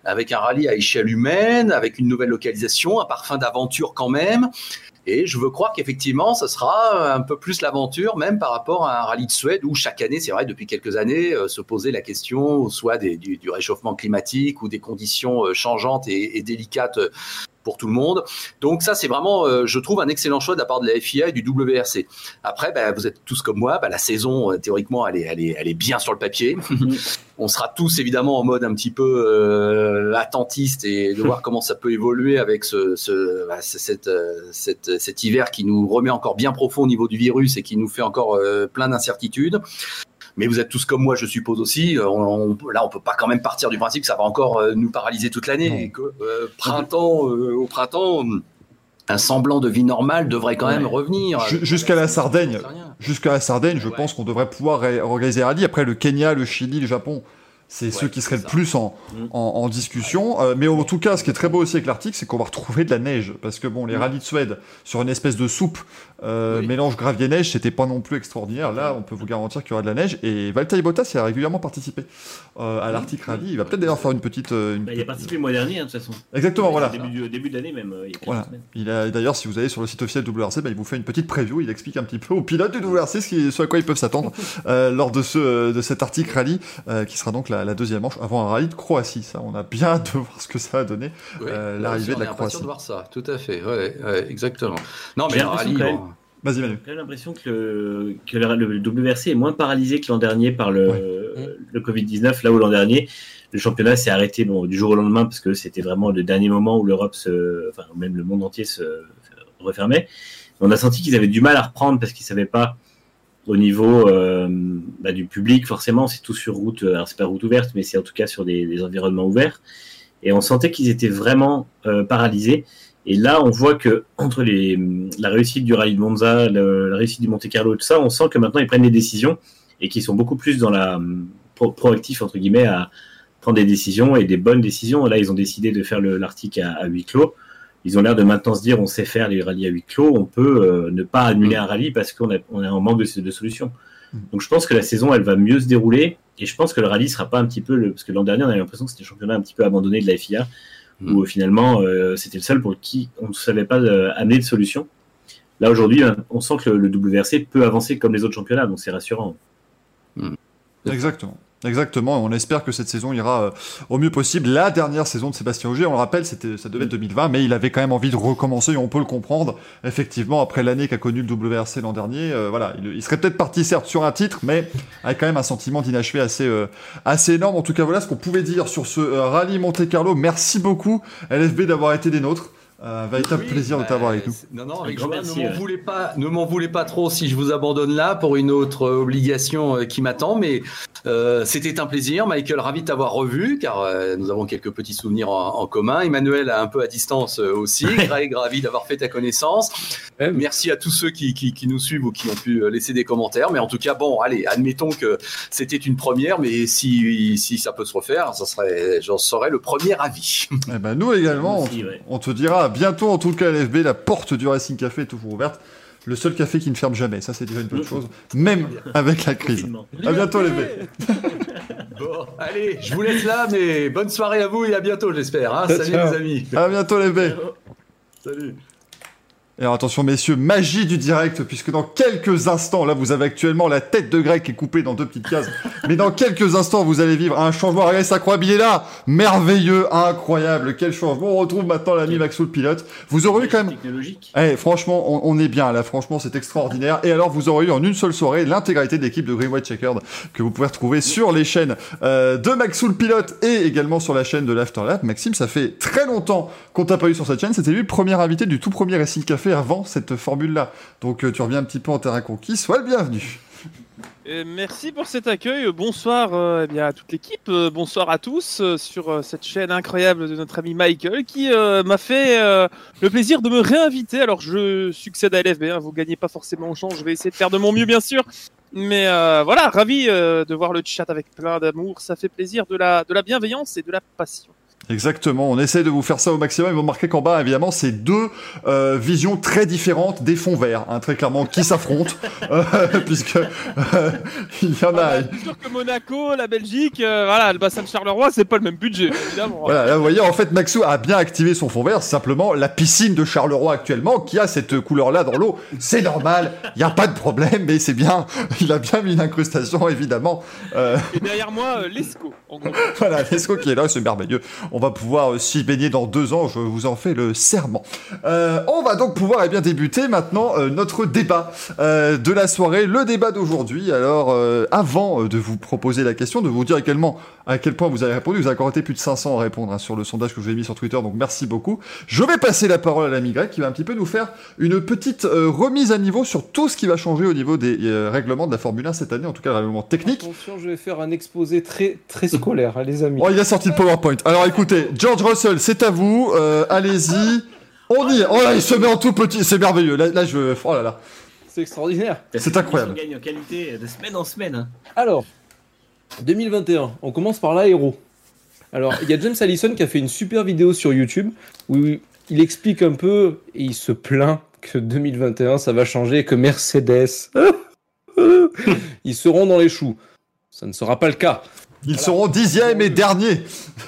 avec un rallye à échelle humaine, avec une nouvelle localisation, un parfum d'aventure quand même. Et je veux croire qu'effectivement, ça sera un peu plus l'aventure, même par rapport à un rallye de Suède où chaque année, c'est vrai, depuis quelques années, euh, se posait la question soit des, du, du réchauffement climatique ou des conditions euh, changeantes et, et délicates euh, pour tout le monde. Donc ça, c'est vraiment, euh, je trouve, un excellent choix de la part de la F I A et du W R C. Après, bah, vous êtes tous comme moi, bah, la saison, euh, théoriquement, elle est, elle, est, elle est bien sur le papier. On sera tous évidemment en mode un petit peu euh, attentiste et de voir comment ça peut évoluer avec ce, ce, bah, cette, cette, cet hiver qui nous remet encore bien profond au niveau du virus et qui nous fait encore euh, plein d'incertitudes. Mais vous êtes tous comme moi, je suppose aussi. On, on, là, on peut pas quand même partir du principe que ça va encore euh, nous paralyser toute l'année. Et que euh, printemps, euh, au printemps, un semblant de vie normale devrait quand même ouais. revenir. Jusqu'à la Sardaigne, jusqu'à la Sardaigne, je ouais. pense qu'on devrait pouvoir ré- organiser un rallye. Après, le Kenya, le Chili, le Japon, c'est ouais, ceux qui seraient le plus en, mmh. en, en discussion. Euh, mais en tout cas, ce qui est très beau aussi avec l'Arctique, c'est qu'on va retrouver de la neige. Parce que bon, les mmh. rallyes de Suède, sur une espèce de soupe, euh, oui. mélange gravier-neige, c'était pas non plus extraordinaire. Là, on peut vous garantir qu'il y aura de la neige. Et Valtteri Bottas y a régulièrement participé euh, à l'Arctic mmh. Rally. Il va peut-être d'ailleurs faire une petite... Une bah, petite... Il a participé le mois dernier, hein, de toute façon. Exactement, voilà. Au début, du, début de l'année même. Il y a voilà. Il a, d'ailleurs, si vous allez sur le site officiel W R C, bah, il vous fait une petite preview. Il explique un petit peu aux pilotes du W R C ce, qui, ce à quoi ils peuvent s'attendre euh, lors de, ce, de cet Arctic Rally, euh, qui sera donc la, la deuxième manche avant un rallye de Croatie. Ça, on a bien hâte de voir ce que ça va donner, oui, euh, l'arrivée de la Croatie. On est impatient de voir ça, tout à fait. Ouais, ouais, exactement. Non, mais le rallye... Même... Vas-y, Manu. J'ai l'impression que, le, que le, le W R C est moins paralysé que l'an dernier par le, ouais. le covid dix-neuf, là où l'an dernier, le championnat s'est arrêté bon, du jour au lendemain, parce que c'était vraiment le dernier moment où l'Europe, se, enfin même le monde entier se refermait. On a senti qu'ils avaient du mal à reprendre parce qu'ils ne savaient pas au niveau euh, bah, du public, forcément, c'est tout sur route, alors c'est pas route ouverte, mais c'est en tout cas sur des, des environnements ouverts. Et on sentait qu'ils étaient vraiment euh, paralysés. Et là, on voit que entre les, la réussite du rallye de Monza, le, la réussite du Monte-Carlo, tout ça, on sent que maintenant ils prennent des décisions et qu'ils sont beaucoup plus dans la pro, proactifs entre guillemets à prendre des décisions et des bonnes décisions. Là, ils ont décidé de faire le, l'Arctique à, à huis clos. Ils ont l'air de maintenant se dire, on sait faire les rallyes à huis clos, on peut euh, ne pas annuler un rallye parce qu'on a, on a un manque de, de solutions. Donc je pense que la saison, elle va mieux se dérouler et je pense que le rallye sera pas un petit peu le, parce que l'an dernier, on avait l'impression que c'était le championnat un petit peu abandonné de la F I A. Mmh. Où finalement euh, c'était le seul pour qui on ne savait pas euh, amener de solution. Là aujourd'hui, on sent que le, le W R C peut avancer comme les autres championnats, donc c'est rassurant. Mmh. Exactement. Exactement, on espère que cette saison ira euh, au mieux possible. La dernière saison de Sébastien Ogier, on le rappelle, c'était, ça devait être deux mille vingt, mais il avait quand même envie de recommencer, et on peut le comprendre. Effectivement, après l'année qu'a connu le W R C l'an dernier, euh, voilà, il, il serait peut-être parti certes sur un titre, mais avec quand même un sentiment d'inachevé assez, euh, assez énorme. En tout cas, voilà ce qu'on pouvait dire sur ce euh, rallye Monte-Carlo. Merci beaucoup, L F B, d'avoir été des nôtres. Un véritable oui, plaisir bah, de t'avoir avec nous. Non, non, avec joie. Ne m'en voulez pas, ne m'en voulez pas trop si je vous abandonne là pour une autre obligation qui m'attend, mais euh, c'était un plaisir. Michael, ravi de t'avoir revu, car euh, nous avons quelques petits souvenirs en, en commun. Emmanuel, un peu à distance euh, aussi. Greg, ravi d'avoir fait ta connaissance. Ouais, mais... Merci à tous ceux qui, qui, qui nous suivent ou qui ont pu laisser des commentaires. Mais en tout cas, bon, allez, admettons que c'était une première, mais si, si ça peut se refaire, ça serait, j'en serais le premier avis. Eh ben, nous également, aussi, on, ouais. on te dira bientôt, en tout cas, L F B, la porte du Racing Café est toujours ouverte. Le seul café qui ne ferme jamais, ça c'est déjà une bonne chose, même avec la crise. À bientôt, L F B. Bon, allez, je vous laisse là, mais bonne soirée à vous et à bientôt, j'espère. Hein. Salut les amis. À bientôt, L F B. Salut. Et alors attention messieurs, magie du direct, puisque dans quelques instants, là vous avez actuellement la tête de Greg qui est coupée dans deux petites cases, mais dans quelques instants vous allez vivre un changement, regardez c'est incroyable, il est là, merveilleux, incroyable, quel changement, on retrouve maintenant l'ami Maxou le pilote, vous aurez eu quand même, eh, franchement on, on est bien là, franchement c'est extraordinaire, et alors vous aurez eu en une seule soirée l'intégralité de l'équipe de Green White Checkered, que vous pouvez retrouver sur les chaînes euh, de Maxou le pilote, et également sur la chaîne de l'Afterlap. Maxime, ça fait très longtemps qu'on t'a pas eu sur cette chaîne, c'était lui le premier invité du tout premier Racing Café avant cette formule-là. Donc euh, tu reviens un petit peu en terrain conquis. Sois le bienvenu. Euh, merci pour cet accueil. Bonsoir euh, eh bien, à toute l'équipe. Euh, bonsoir à tous euh, sur euh, cette chaîne incroyable de notre ami Michael qui euh, m'a fait euh, le plaisir de me réinviter. Alors je succède à L F B. Hein, vous gagnez pas forcément au champ. Je vais essayer de faire de mon mieux, bien sûr. Mais euh, voilà, ravi euh, de voir le chat avec plein d'amour. Ça fait plaisir, de la, de la bienveillance et de la passion. Exactement, on essaie de vous faire ça au maximum. Et vous remarquez qu'en bas, évidemment, c'est deux euh, visions très différentes des fonds verts, hein, très clairement, qui s'affrontent, euh, puisque euh, il y en a... Ah bah, c'est sûr que Monaco, la Belgique, euh, voilà, le bassin de Charleroi, c'est pas le même budget, évidemment. Voilà, là, vous voyez, en fait, Maxou a bien activé son fond vert, c'est simplement la piscine de Charleroi actuellement, qui a cette couleur-là dans l'eau. C'est normal, il n'y a pas de problème, mais c'est bien, il a bien mis une incrustation, évidemment. Euh... Et derrière moi, euh, l'Esco, en gros. Voilà, l'Esco qui est là, c'est merveilleux. On va pouvoir euh, s'y baigner dans deux ans, je vous en fais le serment. Euh, on va donc pouvoir eh bien, débuter maintenant euh, notre débat euh, de la soirée, le débat d'aujourd'hui. Alors, euh, avant de vous proposer la question, de vous dire également à quel point vous avez répondu, vous avez encore été plus de cinq cents à répondre hein, sur le sondage que je vous ai mis sur Twitter, donc merci beaucoup. Je vais passer la parole à l'ami Greg qui va un petit peu nous faire une petite euh, remise à niveau sur tout ce qui va changer au niveau des euh, règlements de la Formule un cette année, en tout cas le règlement technique. Attention, je vais faire un exposé très, très scolaire, hein, les amis. Oh, il a sorti le PowerPoint. Alors écoutez, George Russell, c'est à vous, euh, allez-y. On y est. Oh là, il se met en tout petit, c'est merveilleux. Là, là je... Oh là là. C'est extraordinaire. C'est incroyable. On gagne en qualité de semaine en semaine. Hein. Alors, deux mille vingt et un, on commence par l'aéro. Alors, il y a James Allison qui a fait une super vidéo sur YouTube où il explique un peu et il se plaint que deux mille vingt et un, ça va changer, que Mercedes, ils seront dans les choux. Ça ne sera pas le cas. Ils voilà. seront dixième et dernier.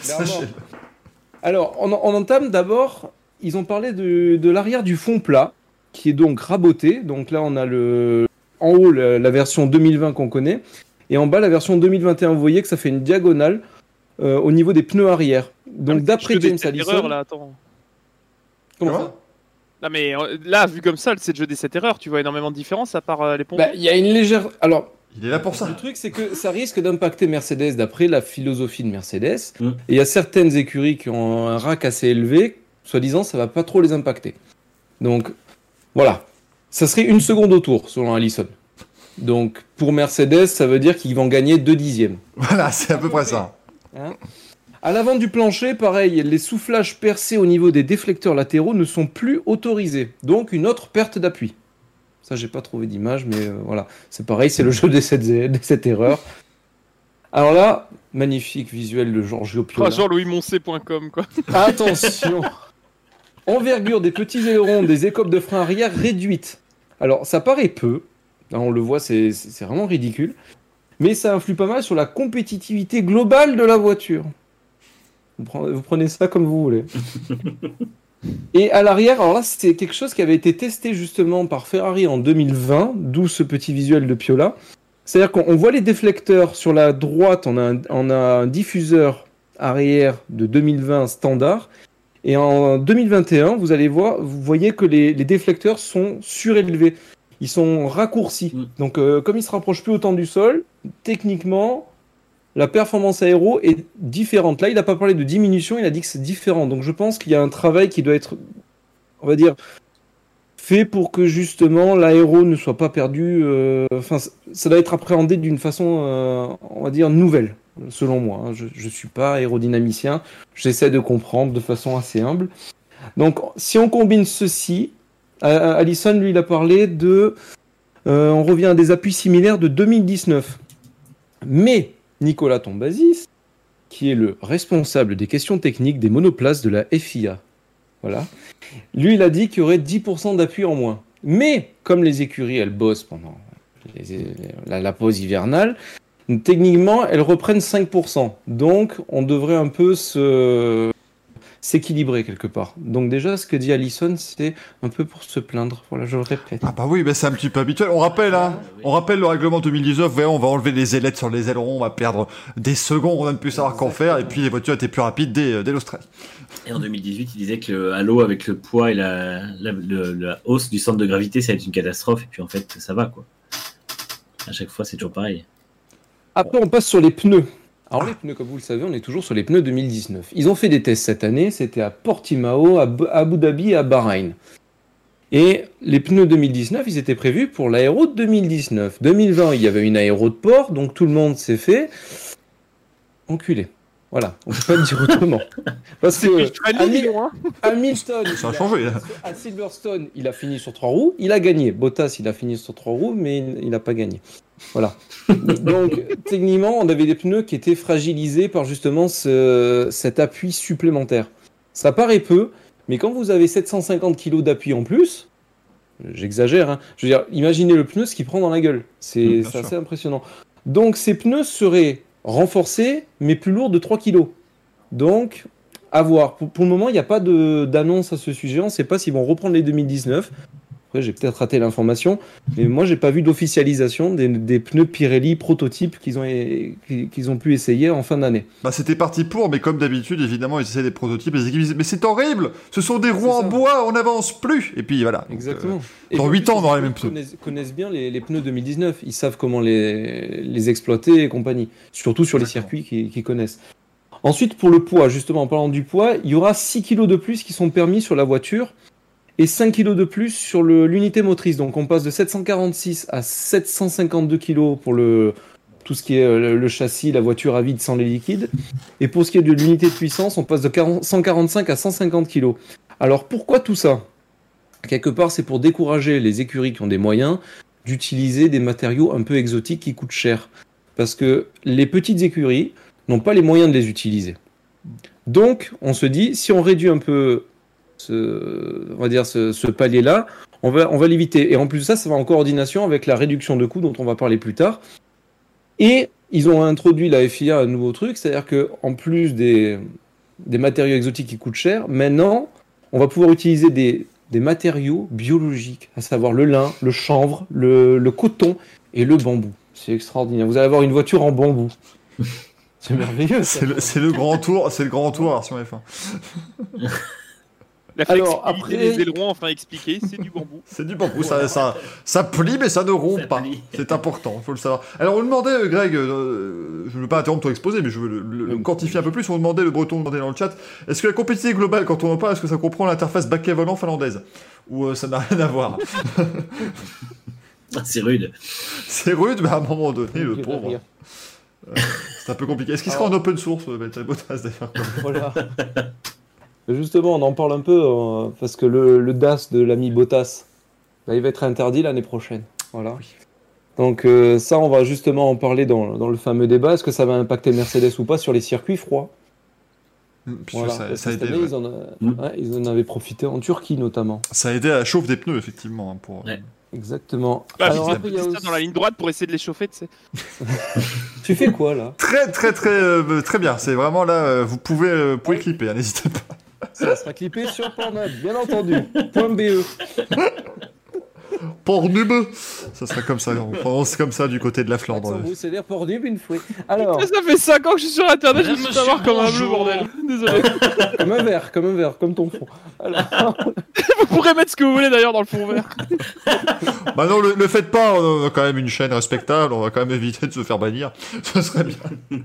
Alors, on, on entame d'abord, ils ont parlé de, de l'arrière du fond plat, qui est donc raboté. Donc là, on a le, en haut la, la version deux mille vingt qu'on connaît, et en bas la version deux mille vingt et un. Vous voyez que ça fait une diagonale euh, au niveau des pneus arrière. Donc d'après James Allison... Erreur, là, attends. Comment ça ? Non mais là, vu comme ça, c'est le jeu des sept erreurs. Tu vois énormément de différences à part euh, les pompes. Bah, il y a une légère... Alors... Il est là pour ça. Le truc, c'est que ça risque d'impacter Mercedes d'après la philosophie de Mercedes. Mmh. Et il y a certaines écuries qui ont un rack assez élevé. Soi-disant, ça va pas trop les impacter. Donc, voilà. Ça serait une seconde au tour, selon Allison. Donc, pour Mercedes, ça veut dire qu'ils vont gagner deux dixièmes. Voilà, c'est à peu près ça. Hein ? À l'avant du plancher, pareil, les soufflages percés au niveau des déflecteurs latéraux ne sont plus autorisés. Donc, une autre perte d'appui. Ça, j'ai pas trouvé d'image, mais euh, voilà. C'est pareil, c'est le jeu des sept erreurs. Alors là, magnifique visuel de Giorgio Piola. Oh, Jean-Louis Moncé point com, quoi. Attention. Envergure des petits ailerons, des écopes de frein arrière réduites. Alors, ça paraît peu. Là, on le voit, c'est, c'est vraiment ridicule. Mais ça influe pas mal sur la compétitivité globale de la voiture. Vous prenez, vous prenez ça comme vous voulez. Et à l'arrière, alors là, c'est quelque chose qui avait été testé justement par Ferrari en deux mille vingt, d'où ce petit visuel de Piola. C'est-à-dire qu'on voit les déflecteurs sur la droite, on a un, on a un diffuseur arrière de deux mille vingt standard, et en deux mille vingt et un, vous allez voir, vous voyez que les, les déflecteurs sont surélevés, ils sont raccourcis. Mmh. Donc, euh, comme ils se rapprochent plus autant du sol, techniquement, la performance aéro est différente. Là, il n'a pas parlé de diminution, il a dit que c'est différent. Donc, je pense qu'il y a un travail qui doit être, on va dire, fait pour que justement l'aéro ne soit pas perdu. Enfin, euh, ça doit être appréhendé d'une façon, euh, on va dire, nouvelle, selon moi. Hein. Je ne suis pas aérodynamicien, j'essaie de comprendre de façon assez humble. Donc, si on combine ceci, euh, Allison, lui, il a parlé de... Euh, on revient à des appuis similaires de deux mille dix-neuf. Mais... Nicolas Tombazis, qui est le responsable des questions techniques des monoplaces de la F I A. Voilà. Lui, il a dit qu'il y aurait dix pour cent d'appui en moins. Mais, comme les écuries, elles bossent pendant les, la, la pause hivernale, techniquement, elles reprennent cinq pour cent. Donc, on devrait un peu se... s'équilibrer quelque part. Donc déjà, ce que dit Allison, c'est un peu pour se plaindre. Voilà, je le répète. Ah bah oui, bah c'est un petit peu habituel. On rappelle, hein, ah, oui. on rappelle le règlement deux mille dix-neuf. Ouais, on va enlever les ailettes sur les ailerons, on va perdre des secondes, on va ne plus savoir qu'en faire, et puis les voitures étaient plus rapides dès, dès l'Australie. Et en deux mille dix-huit, il disait que le halo avec le poids et la, la, le, la hausse du centre de gravité, ça va être une catastrophe. Et puis en fait, ça va quoi. À chaque fois, c'est toujours pareil. Après, on passe sur les pneus. Alors les pneus, comme vous le savez, on est toujours sur les pneus deux mille dix-neuf. Ils ont fait des tests cette année, c'était à Portimao, à Abu Dhabi et à Bahreïn. Et les pneus deux mille dix-neuf, ils étaient prévus pour l'aéro de deux mille dix-neuf. deux mille vingt, il y avait une aéro de port, donc tout le monde s'est fait enculer. Voilà, on peut pas le dire autrement. Parce C'est que plus friendly, dis donc, hein. Hamilton, Ça a il changé, là. à Silverstone, il a fini sur trois roues, il a gagné. Bottas, il a fini sur trois roues, mais il n'a pas gagné. Voilà. Donc, techniquement, on avait des pneus qui étaient fragilisés par justement ce, cet appui supplémentaire. Ça paraît peu, mais quand vous avez sept cent cinquante kilos d'appui en plus, j'exagère, hein, je veux dire, imaginez le pneu, ce qu'il prend dans la gueule. C'est Mmh, bien c'est sûr. assez impressionnant. Donc, ces pneus seraient renforcés, mais plus lourds de trois kilos. Donc, à voir. Pour, pour le moment, il n'y a pas de- d'annonce à ce sujet. On ne sait pas s'ils vont reprendre les deux mille dix-neuf. Après, j'ai peut-être raté l'information, mais moi, j'ai pas vu d'officialisation des, des pneus Pirelli prototypes qu'ils ont, qu'ils ont pu essayer en fin d'année. Bah, c'était parti pour, mais comme d'habitude, évidemment, ils essaient des prototypes, les équipes disent, mais c'est horrible, ce sont des roues C'est en ça. bois, on n'avance plus. Et puis voilà. Donc, Exactement. euh, Et dans en huit plus, ans, on aura les ils mêmes pneus. Connaissent, connaissent bien les, les pneus deux mille dix-neuf. Ils savent comment les, les exploiter et compagnie. Surtout sur les D'accord. circuits qu'ils qu'ils connaissent. Ensuite, pour le poids, justement, en parlant du poids, il y aura six kilos de plus qui sont permis sur la voiture et cinq kilos de plus sur le- l'unité motrice. Donc, on passe de sept cent quarante-six à sept cent cinquante-deux kilos pour le, tout ce qui est euh, le, le châssis, la voiture à vide sans les liquides. Et pour ce qui est de l'unité de puissance, on passe de quarante cent quarante-cinq à cent cinquante kilos. Alors, pourquoi tout ça ? Quelque part, c'est pour décourager les écuries qui ont des moyens d'utiliser des matériaux un peu exotiques qui coûtent cher. Parce que les petites écuries n'ont pas les moyens de les utiliser. Donc, on se dit, si on réduit un peu ce, on va dire ce, ce palier-là, on va, on va l'éviter. Et en plus de ça, ça va en coordination avec la réduction de coûts dont on va parler plus tard. Et ils ont introduit la F I A un nouveau truc, c'est-à-dire qu'en plus des, des matériaux exotiques qui coûtent cher, maintenant, on va pouvoir utiliser des, des matériaux biologiques, à savoir le lin, le chanvre, le, le coton et le bambou. C'est extraordinaire. Vous allez avoir une voiture en bambou. C'est merveilleux. ça. C'est le, c'est le grand tour, c'est le grand tour version F un. La Alors, flexibilité après- des ailerons, enfin expliqué, c'est du bambou. C'est du bambou, ça, ça, ça plie mais ça ne rompt Ça pas. plie. C'est important, il faut le savoir. Alors on demandait, euh, Greg, euh, je ne veux pas interrompre ton exposé, mais je veux le, le- le Oui. quantifier un peu plus. On demandait, le breton demandait dans le chat, est-ce que la compétitivité globale, quand on en parle, est-ce que ça comprend l'interface baquet volant finlandaise ? Ou euh, ça n'a rien à voir ? Ah, c'est rude. C'est rude, mais à un moment donné, le Je dirais pauvre, rien. euh, c'est un peu compliqué. Est-ce qu'il sera en open source, euh, Valtteri Bottas, d'ailleurs ? Voilà. Justement, on en parle un peu euh, parce que le, le D A S de l'ami Bottas, là, il va être interdit l'année prochaine. Voilà. Donc euh, ça, on va justement en parler dans, dans le fameux débat. Est-ce que ça va impacter Mercedes ou pas sur les circuits froids ? Puisque Voilà. ça, Parce ça, a que aidé, cette année, ouais. ils, en a- Mm. ouais, ils en avaient profité en Turquie notamment. Ça a aidé à la chauffe des pneus, effectivement. Hein, pour... Ouais. Exactement. Ah, Alors, puis après, il y a ça aussi- dans la ligne droite pour essayer de les chauffer, tu sais. Tu fais quoi là ? Très, très, très, euh, très bien. C'est vraiment là, euh, vous pouvez, euh, vous pouvez clipper, hein, n'hésitez pas. Ça sera clippé sur Pornhub, bien entendu. Point .be. Pornhub, ça serait comme ça, on prononce comme ça du côté de la Flandre. Accent bruxellaire, Pornhub une fois. Alors, Ça fait cinq ans que je suis sur internet, je me suis Monsieur, savoir comme un bleu, bonjour. bordel. Désolé. comme un verre, comme un verre, comme ton fond. Alors, Vous pourrez mettre ce que vous voulez d'ailleurs dans le fond vert. Bah non, le, le faites pas, on a quand même une chaîne respectable, on va quand même éviter de se faire bannir, ce serait bien.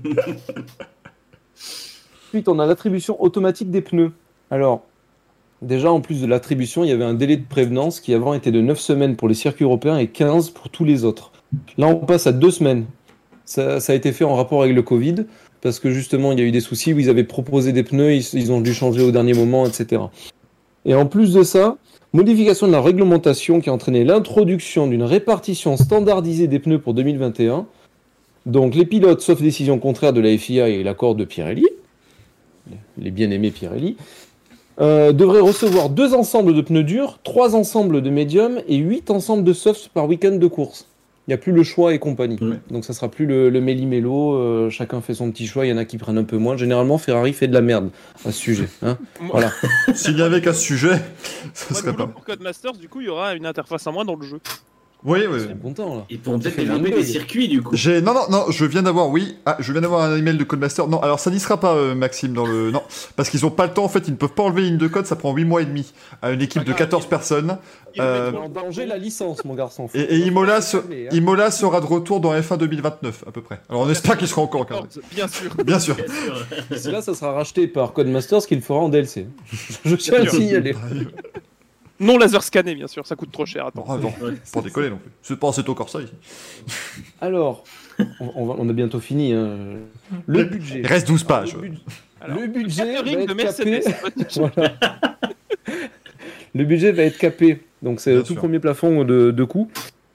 ensuite, on a l'attribution automatique des pneus. Alors, déjà, en plus de l'attribution, il y avait un délai de prévenance qui avant était de neuf semaines pour les circuits européens et quinze pour tous les autres. Là, on passe à deux semaines. Ça, ça a été fait en rapport avec le Covid, parce que justement, il y a eu des soucis où ils avaient proposé des pneus, ils, ils ont dû changer au dernier moment, et cetera. Et en plus de ça, modification de la réglementation qui a entraîné l'introduction d'une répartition standardisée des pneus pour deux mille vingt et un. Donc, les pilotes, sauf décision contraire de la F I A et l'accord de Pirelli, les bien-aimés Pirelli, euh, devraient recevoir deux ensembles de pneus durs, trois ensembles de médium et huit ensembles de soft par week-end de course. Il n'y a plus le choix et compagnie. Ouais. Donc ça sera plus le, le méli-mélo, euh, chacun fait son petit choix, il y en a qui prennent un peu moins. Généralement, Ferrari fait de la merde à ce sujet. Hein. Moi- Voilà. S'il n'y avait qu'à ce sujet, ça Moi, serait du coup, pas. pour Codemasters, du coup, il y aura une interface en moins dans le jeu. Oui, oui, Ils oui. sont contents là. Ils pourront peut-être fait développer vingt-deux. des circuits du coup. J'ai non non non, je viens d'avoir oui, ah, je viens d'avoir un email de Codemaster. Non, alors ça n'y sera pas euh, Maxime dans le non parce qu'ils ont pas le temps en fait, ils ne peuvent pas enlever une ligne de code, ça prend huit mois et demi à une équipe de quatorze personnes. Ils Euh, mettront En danger la licence, mon garçon. Et, et Imola, se- Hein. Imola sera de retour dans F un deux mille vingt-neuf à peu près. Alors on espère qu'ils seront encore encadrés. Bien sûr. Bien sûr. Bien sûr. D'ici là, ça sera racheté par Codemasters qui le fera en D L C. Je tiens à le signaler. Non laser scanné, bien sûr, ça coûte trop cher. Attends. Bon, ah, bon, Ouais. pour décoller non plus. C'est pas assez tôt encore ça ici. Alors, on, on, va- on a bientôt fini. Hein. Le budget. Il reste douze pages. Le, bud- Alors, le budget va catering de être Mercedes. capé. Voilà. Le budget va être capé. Donc c'est Bien le tout sûr. premier plafond de, de coût.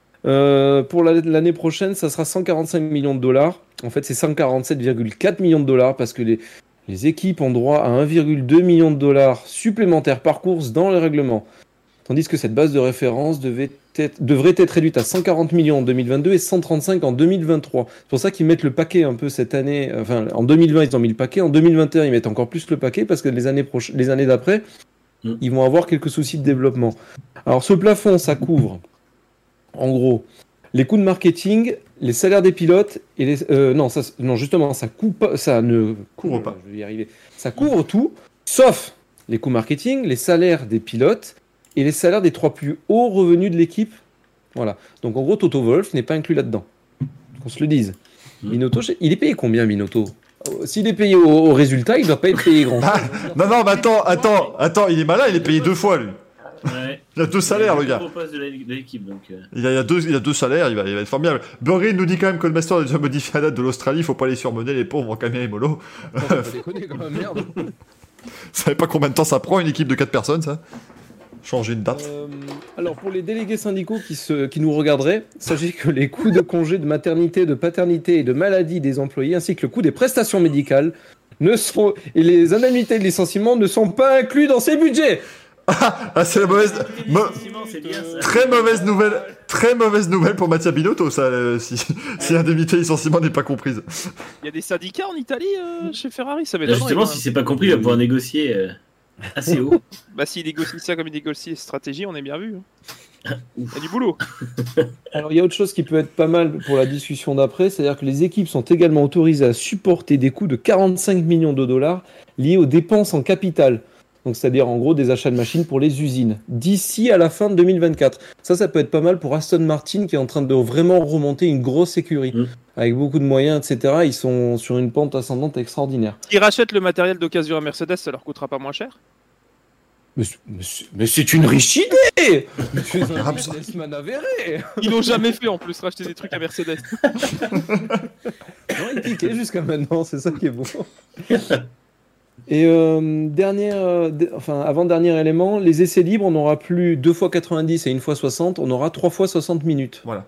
Euh, pour la- l'année prochaine, ça sera cent quarante-cinq millions de dollars. En fait, c'est cent quarante-sept virgule quatre millions de dollars parce que les, les équipes ont droit à un virgule deux million de dollars supplémentaires par course dans le règlement. Tandis que cette base de référence devait être, devrait être réduite à cent quarante millions en deux mille vingt-deux et cent trente-cinq en deux mille vingt-trois. C'est pour ça qu'ils mettent le paquet un peu cette année. Enfin, en deux mille vingt, ils ont mis le paquet. En deux mille vingt et un, ils mettent encore plus le paquet parce que les années, proche- les années d'après, Mm. ils vont avoir quelques soucis de développement. Alors, ce plafond, ça couvre, en gros, les coûts de marketing, les salaires des pilotes et les. euh, non, ça, non, justement, ça coupe, ça ne Couvre pas. Je vais y arriver. Ça couvre tout, sauf les coûts marketing, les salaires des pilotes et les salaires des trois plus hauts revenus de l'équipe. Voilà. Donc en gros, Toto Wolff n'est pas inclus là-dedans. Qu'on se le dise. Mm. Binotto, je- il est payé combien, Binotto? Euh, S'il est payé au, au résultat, il ne doit pas être payé grand. Ah, non, non, mais attends, attends, attends, il est malin, il est payé deux fois, lui. Ouais. Il a deux salaires, le Il gars. propose de la- de l'équipe, donc. euh, Il a, il a deux, il a deux salaires, il va, il va être formidable. Burry nous dit quand même que le Master a déjà modifié la date de l'Australie, faut pas les surmener, les pauvres en Camille et Molo. Attends, faut pas déconner, quand même, merde. Vous savez pas combien de temps ça prend une équipe de quatre personnes, ça? Changer une date. Euh, alors pour les délégués syndicaux qui, se, qui nous regarderaient, sachez que les coûts de congé de maternité, de paternité et de maladie des employés, ainsi que le coût des prestations médicales, ne sont, et les indemnités de licenciement ne sont pas inclus dans ces budgets. Ah, c'est la mauvaise. mo- C'est bien ça. Très mauvaise nouvelle, très mauvaise nouvelle pour Mattia Binotto, ça, euh, si, si l'indemnité licenciement n'est pas comprise. Il y a des syndicats en Italie euh, chez Ferrari, ça Là, m'étonnerait. justement, quand si même. c'est pas compris, il va pouvoir négocier euh, assez haut. Bah, s'il négocie ça comme il négocie stratégie, on est bien vu. hein. Il y a du boulot. Alors il y a autre chose qui peut être pas mal pour la discussion d'après, c'est-à-dire que les équipes sont également autorisées à supporter des coûts de quarante-cinq millions de dollars liés aux dépenses en capital. Donc c'est-à-dire en gros des achats de machines pour les usines, d'ici à la fin de deux mille vingt-quatre. Ça, ça peut être pas mal pour Aston Martin qui est en train de vraiment remonter une grosse écurie. Mm. Avec beaucoup de moyens, et cetera. Ils sont sur une pente ascendante extraordinaire. S'ils rachètent le matériel d'occasion à Mercedes, ça leur coûtera pas moins cher. Mais, c'est- mais c'est- mais c'est une riche idée. Mais tu es un Ah, businessman avéré. Ils l'ont jamais fait en plus, racheter des trucs à Mercedes. Non, il piquait jusqu'à maintenant, c'est ça qui est beau. Et euh, dernière, euh, d- enfin, avant-dernier élément, les essais libres, on n'aura plus deux fois quatre-vingt-dix et une fois soixante, on aura trois fois soixante minutes. Voilà.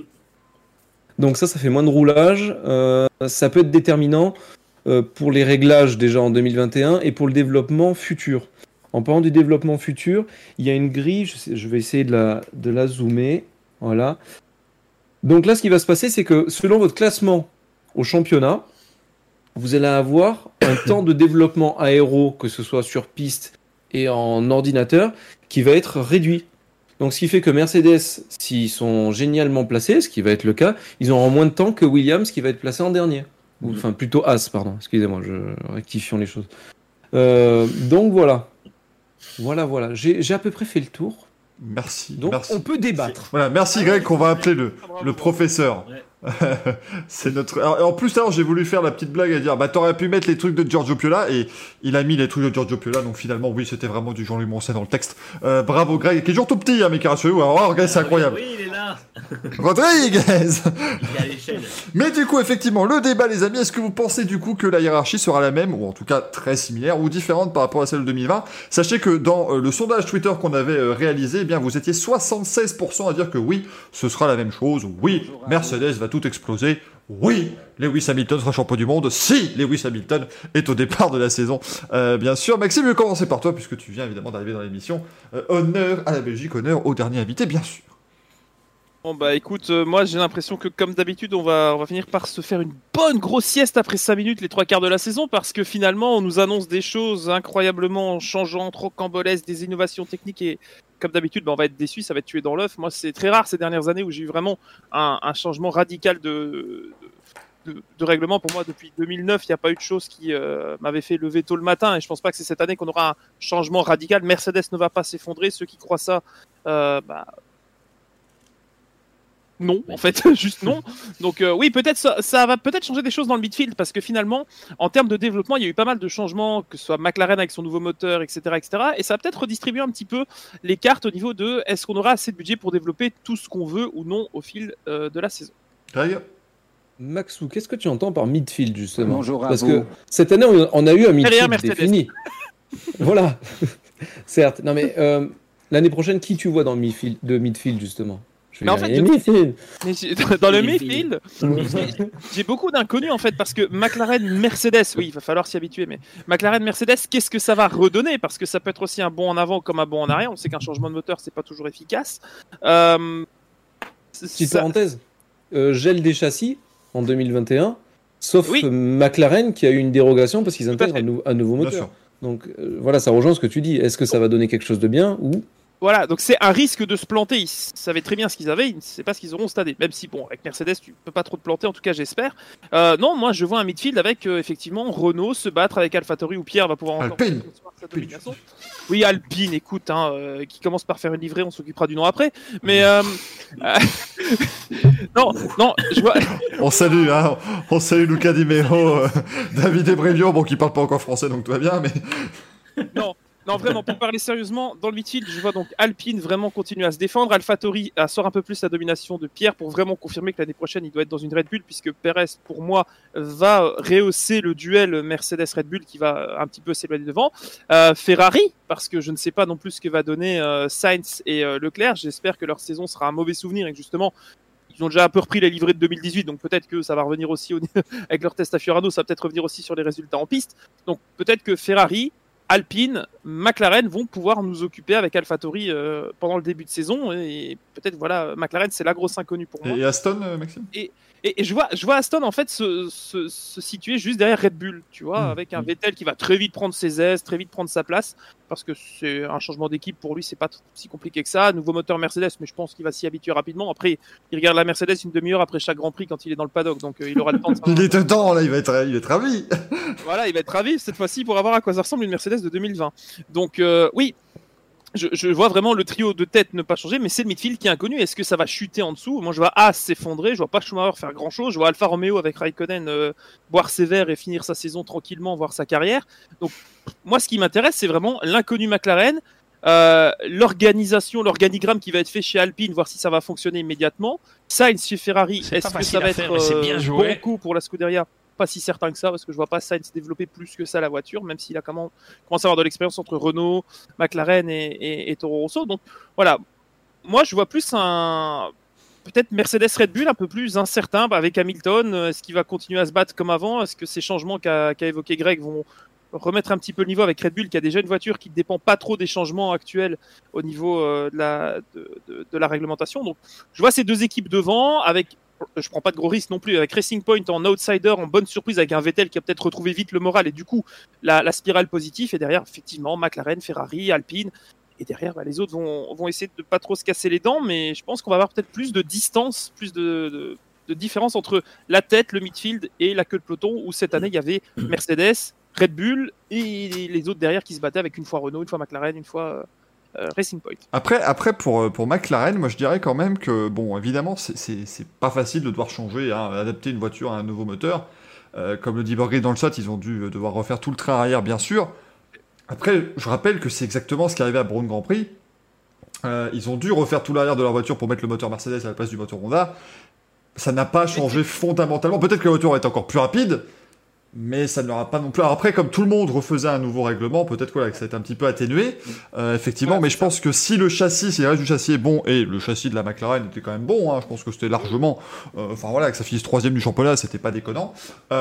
Donc ça, ça fait moins de roulage. Euh, ça peut être déterminant euh, pour les réglages déjà en deux mille vingt et un et pour le développement futur. En parlant du développement futur, il y a une grille, je, sais- je vais essayer de la, de la zoomer. Voilà. Donc là, ce qui va se passer, c'est que selon votre classement au championnat, vous allez avoir un temps de développement aéro, que ce soit sur piste et en ordinateur, qui va être réduit. Donc ce qui fait que Mercedes, s'ils sont génialement placés, ce qui va être le cas, ils auront moins de temps que Williams qui va être placé en dernier. Ou, enfin plutôt As, pardon, excusez-moi, je rectifions les choses. Euh, donc voilà. Voilà, voilà. J'ai j'ai à peu près fait le tour. Merci. Donc merci. on peut débattre. Voilà, merci Greg, qu'on va appeler le, le professeur. Ouais. C'est notre. Alors, en plus, alors j'ai voulu faire la petite blague à dire, bah t'aurais pu mettre les trucs de Giorgio Piola et il a mis les trucs de Giorgio Piola, donc finalement oui, c'était vraiment du Jean-Louis Moncey dans le texte. Euh, bravo Greg, qui est toujours tout petit, hein, mais qui rassurez-vous. Alors, oh, regardez, c'est incroyable. Oui, il est là. Rodriguez. Il est à l'échelle. Mais du coup, effectivement, le débat, les amis, est-ce que vous pensez du coup que la hiérarchie sera la même, ou en tout cas très similaire, ou différente par rapport à celle de deux mille vingt? Sachez que dans euh, le sondage Twitter qu'on avait euh, réalisé, eh bien, vous étiez soixante-seize pour cent à dire que oui, ce sera la même chose, oui, Mercedes va tout exploser, oui, Lewis Hamilton sera champion du monde, si Lewis Hamilton est au départ de la saison. Euh, bien sûr, Maxime, je vais commencer par toi, puisque tu viens évidemment d'arriver dans l'émission. Euh, honneur à la Belgique, honneur au dernier invité, bien sûr. Bon bah écoute, euh, moi j'ai l'impression que comme d'habitude on va, on va finir par se faire une bonne grosse sieste après cinq minutes les trois quarts de la saison parce que finalement on nous annonce des choses incroyablement changeantes, rocambolesques, des innovations techniques et comme d'habitude bah, on va être déçus, ça va être tué dans l'œuf. Moi c'est très rare ces dernières années où j'ai eu vraiment un, un changement radical de, de, de, de règlement. Pour moi depuis deux mille neuf il n'y a pas eu de chose qui euh, m'avait fait lever tôt le matin et je pense pas que c'est cette année qu'on aura un changement radical. Mercedes ne va pas s'effondrer, ceux qui croient ça... Euh, bah, non, en fait, juste non. Donc euh, oui, peut-être ça, ça va peut-être changer des choses dans le midfield parce que finalement, en termes de développement, il y a eu pas mal de changements, que ce soit McLaren avec son nouveau moteur, et cetera, et cetera. Et ça va peut-être redistribuer un petit peu les cartes au niveau de est-ce qu'on aura assez de budget pour développer tout ce qu'on veut ou non au fil euh, de la saison. Greg? Maxou, qu'est-ce que tu entends par midfield justement? Bonjour à Parce vous. que cette année, on, on a eu un midfield Mercedes. défini. Voilà, certes. Non mais euh, l'année prochaine, qui tu vois dans le midfield, de midfield justement? Je vais Mais en dire, fait, il y a je- midfield. Mais j'ai- dans le Midfield. midfield, j'ai- j'ai beaucoup d'inconnus en fait parce que McLaren, Mercedes, oui, il va falloir s'y habituer, mais McLaren, Mercedes, qu'est-ce que ça va redonner? Parce que ça peut être aussi un bond en avant comme un bond en arrière. On sait qu'un changement de moteur, c'est pas toujours efficace. Euh, Petite ça- parenthèse, euh, gel des châssis en deux mille vingt et un, sauf Oui. euh, McLaren qui a eu une dérogation parce qu'ils Tout à intègrent fait. un, nou- un nouveau Bien moteur. sûr. Donc euh, voilà, ça rejoint ce que tu dis. Est-ce que ça va donner quelque chose de bien ou Voilà, donc c'est un risque de se planter. Ils savaient très bien ce qu'ils avaient, ils ne savaient pas ce qu'ils auront cette année. Même si, bon, avec Mercedes, tu peux pas trop te planter, en tout cas, j'espère. Euh, non, moi, je vois un midfield avec, euh, effectivement, Renault se battre avec AlphaTauri où Pierre va pouvoir encore Alpine. faire sa domination. Oui, Alpine, écoute, hein, euh, qui commence par faire une livrée, on s'occupera du nom après. Mais, euh, euh, non, non, je vois. On salue, hein, on salue Luca Di Meo, euh, David Ebrelio, bon, qui parle pas encore français, donc tout va bien, mais Non, non, vraiment, pour parler sérieusement, dans le midfield, je vois donc Alpine vraiment continuer à se défendre. AlphaTauri euh, sort un peu plus la domination de Pierre pour vraiment confirmer que l'année prochaine, il doit être dans une Red Bull, puisque Perez, pour moi, va rehausser le duel Mercedes-Red Bull qui va un petit peu s'éloigner devant. Euh, Ferrari, parce que je ne sais pas non plus ce que va donner euh, Sainz et euh, Leclerc. J'espère que leur saison sera un mauvais souvenir et que justement, ils ont déjà un peu repris les livrées de deux mille dix-huit, donc peut-être que ça va revenir aussi au... avec leur test à Fiorano, ça va peut-être revenir aussi sur les résultats en piste. Donc peut-être que Ferrari, Alpine, McLaren vont pouvoir nous occuper avec AlphaTauri euh, pendant le début de saison et peut-être voilà, McLaren c'est la grosse inconnue pour moi. et Aston, euh, Maxime. Et, et je vois, je vois Aston en fait se, se, se situer juste derrière Red Bull, tu vois, Mmh. avec un Vettel qui va très vite prendre ses aises, très vite prendre sa place, parce que c'est un changement d'équipe pour lui, c'est pas t- si compliqué que ça. Nouveau moteur Mercedes, mais je pense qu'il va s'y habituer rapidement. Après, il regarde la Mercedes une demi-heure après chaque Grand Prix quand il est dans le paddock, donc euh, il aura le temps de Il savoir- est dedans, là, il va être, il va être ravi. Voilà, il va être ravi cette fois-ci pour avoir à quoi ça ressemble une Mercedes de deux mille vingt. Donc euh, oui, je, je vois vraiment le trio de tête ne pas changer, mais c'est le midfield qui est inconnu. Est-ce que ça va chuter en dessous? Moi, je vois Haas s'effondrer, je vois pas Schumacher faire grand-chose, je vois Alfa Romeo avec Raikkonen euh, boire ses verres et finir sa saison tranquillement, voir sa carrière. Donc moi, ce qui m'intéresse, c'est vraiment l'inconnu McLaren, euh, l'organisation, l'organigramme qui va être fait chez Alpine, voir si ça va fonctionner immédiatement. Sainz chez Ferrari, C'est est-ce pas que facile ça va à être faire, mais c'est bien euh, joué. bon coup pour la Scuderia? Pas si certain que ça, parce que je vois pas Sainz développer plus que ça la voiture, même s'il a comment, commencé à avoir de l'expérience entre Renault, McLaren et, et, et Toro Rosso. Donc voilà, moi je vois plus un peut-être Mercedes Red Bull un peu plus incertain bah, avec Hamilton. Est-ce qu'il va continuer à se battre comme avant? Est-ce que ces changements qu'a qu'a évoqué Greg vont remettre un petit peu le niveau avec Red Bull qui a déjà une voiture qui ne dépend pas trop des changements actuels au niveau euh, de, la, de, de, de la réglementation. Donc je vois ces deux équipes devant avec je prends pas de gros risques non plus avec Racing Point en outsider, en bonne surprise avec un Vettel qui a peut-être retrouvé vite le moral et du coup la, la spirale positive et derrière effectivement McLaren, Ferrari, Alpine et derrière bah, les autres vont, vont essayer de pas trop se casser les dents mais je pense qu'on va avoir peut-être plus de distance, plus de, de, de différence entre la tête, le midfield et la queue de peloton où cette année il y avait Mercedes, Red Bull et les autres derrière qui se battaient avec une fois Renault, une fois McLaren, une fois euh, Racing Point. Après, après pour, pour McLaren, moi je dirais quand même que, bon, évidemment, c'est- c'est c'est pas facile de devoir changer, hein, adapter une voiture à un nouveau moteur. Euh, comme le dit Borgé dans le chat, ils ont dû devoir refaire tout le train arrière, bien sûr. Après, je rappelle que c'est exactement ce qui est arrivé à Braun Grand Prix. Euh, ils ont dû refaire tout l'arrière de leur voiture pour mettre le moteur Mercedes à la place du moteur Honda. Ça n'a pas changé fondamentalement. Peut-être que la voiture va être encore plus rapide, mais ça ne l'aura pas non plus. Alors après, comme tout le monde refaisait un nouveau règlement, peut-être voilà, que ça a été un petit peu atténué, euh, effectivement, Ouais, mais c'est je pense que si le châssis, si le reste du châssis est bon, et le châssis de la McLaren était quand même bon, hein, je pense que c'était largement, euh, enfin voilà, que ça finisse troisième du championnat, c'était pas déconnant,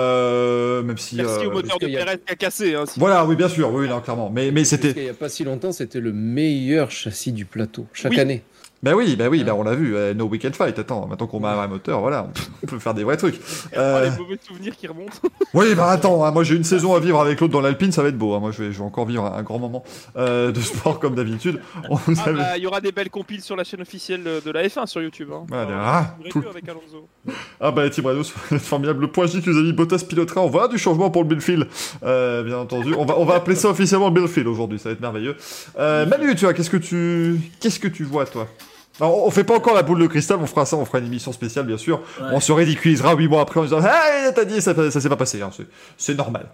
euh, même si... Merci euh, au moteur de qu'il y a- Perez qui a cassé. Hein, si- Voilà, oui, bien sûr, oui, non, clairement, mais, mais Parce c'était... qu'il y a pas si longtemps, c'était le meilleur châssis du plateau chaque Oui. année. Ben oui, ben oui, ben on l'a vu, euh, no weekend fight, attends, maintenant qu'on met un vrai moteur, voilà, on peut faire des vrais trucs. Oh, Euh, les mauvais souvenirs qui remontent. Oui, bah attends, hein, moi j'ai une saison à vivre avec l'autre dans l'Alpine, ça va être beau. Hein. Moi je vais, je vais encore vivre un, un grand moment euh, de sport comme d'habitude. On vous Ah avait- bah, il y aura des belles compiles sur la chaîne officielle de la F un sur YouTube. Hein. Voilà, des- Euh, ah, vous verrez tout- que avec Alonso. Ah bah Tim Renault, formidable. Le point J que nous a mis Bottas pilotera. On voit du changement pour le Billfield, euh, bien entendu. On va, on va appeler ça officiellement le Billfield aujourd'hui, ça va être merveilleux. Euh, Manu, tu vois, qu'est-ce que tu, qu'est-ce que tu vois toi? Alors, on fait pas encore la boule de cristal, on fera ça, on fera une émission spéciale bien sûr. Ouais. On se ridiculisera huit mois après en disant hey, t'as dit ça, ça s'est pas passé, hein. c'est, c'est normal.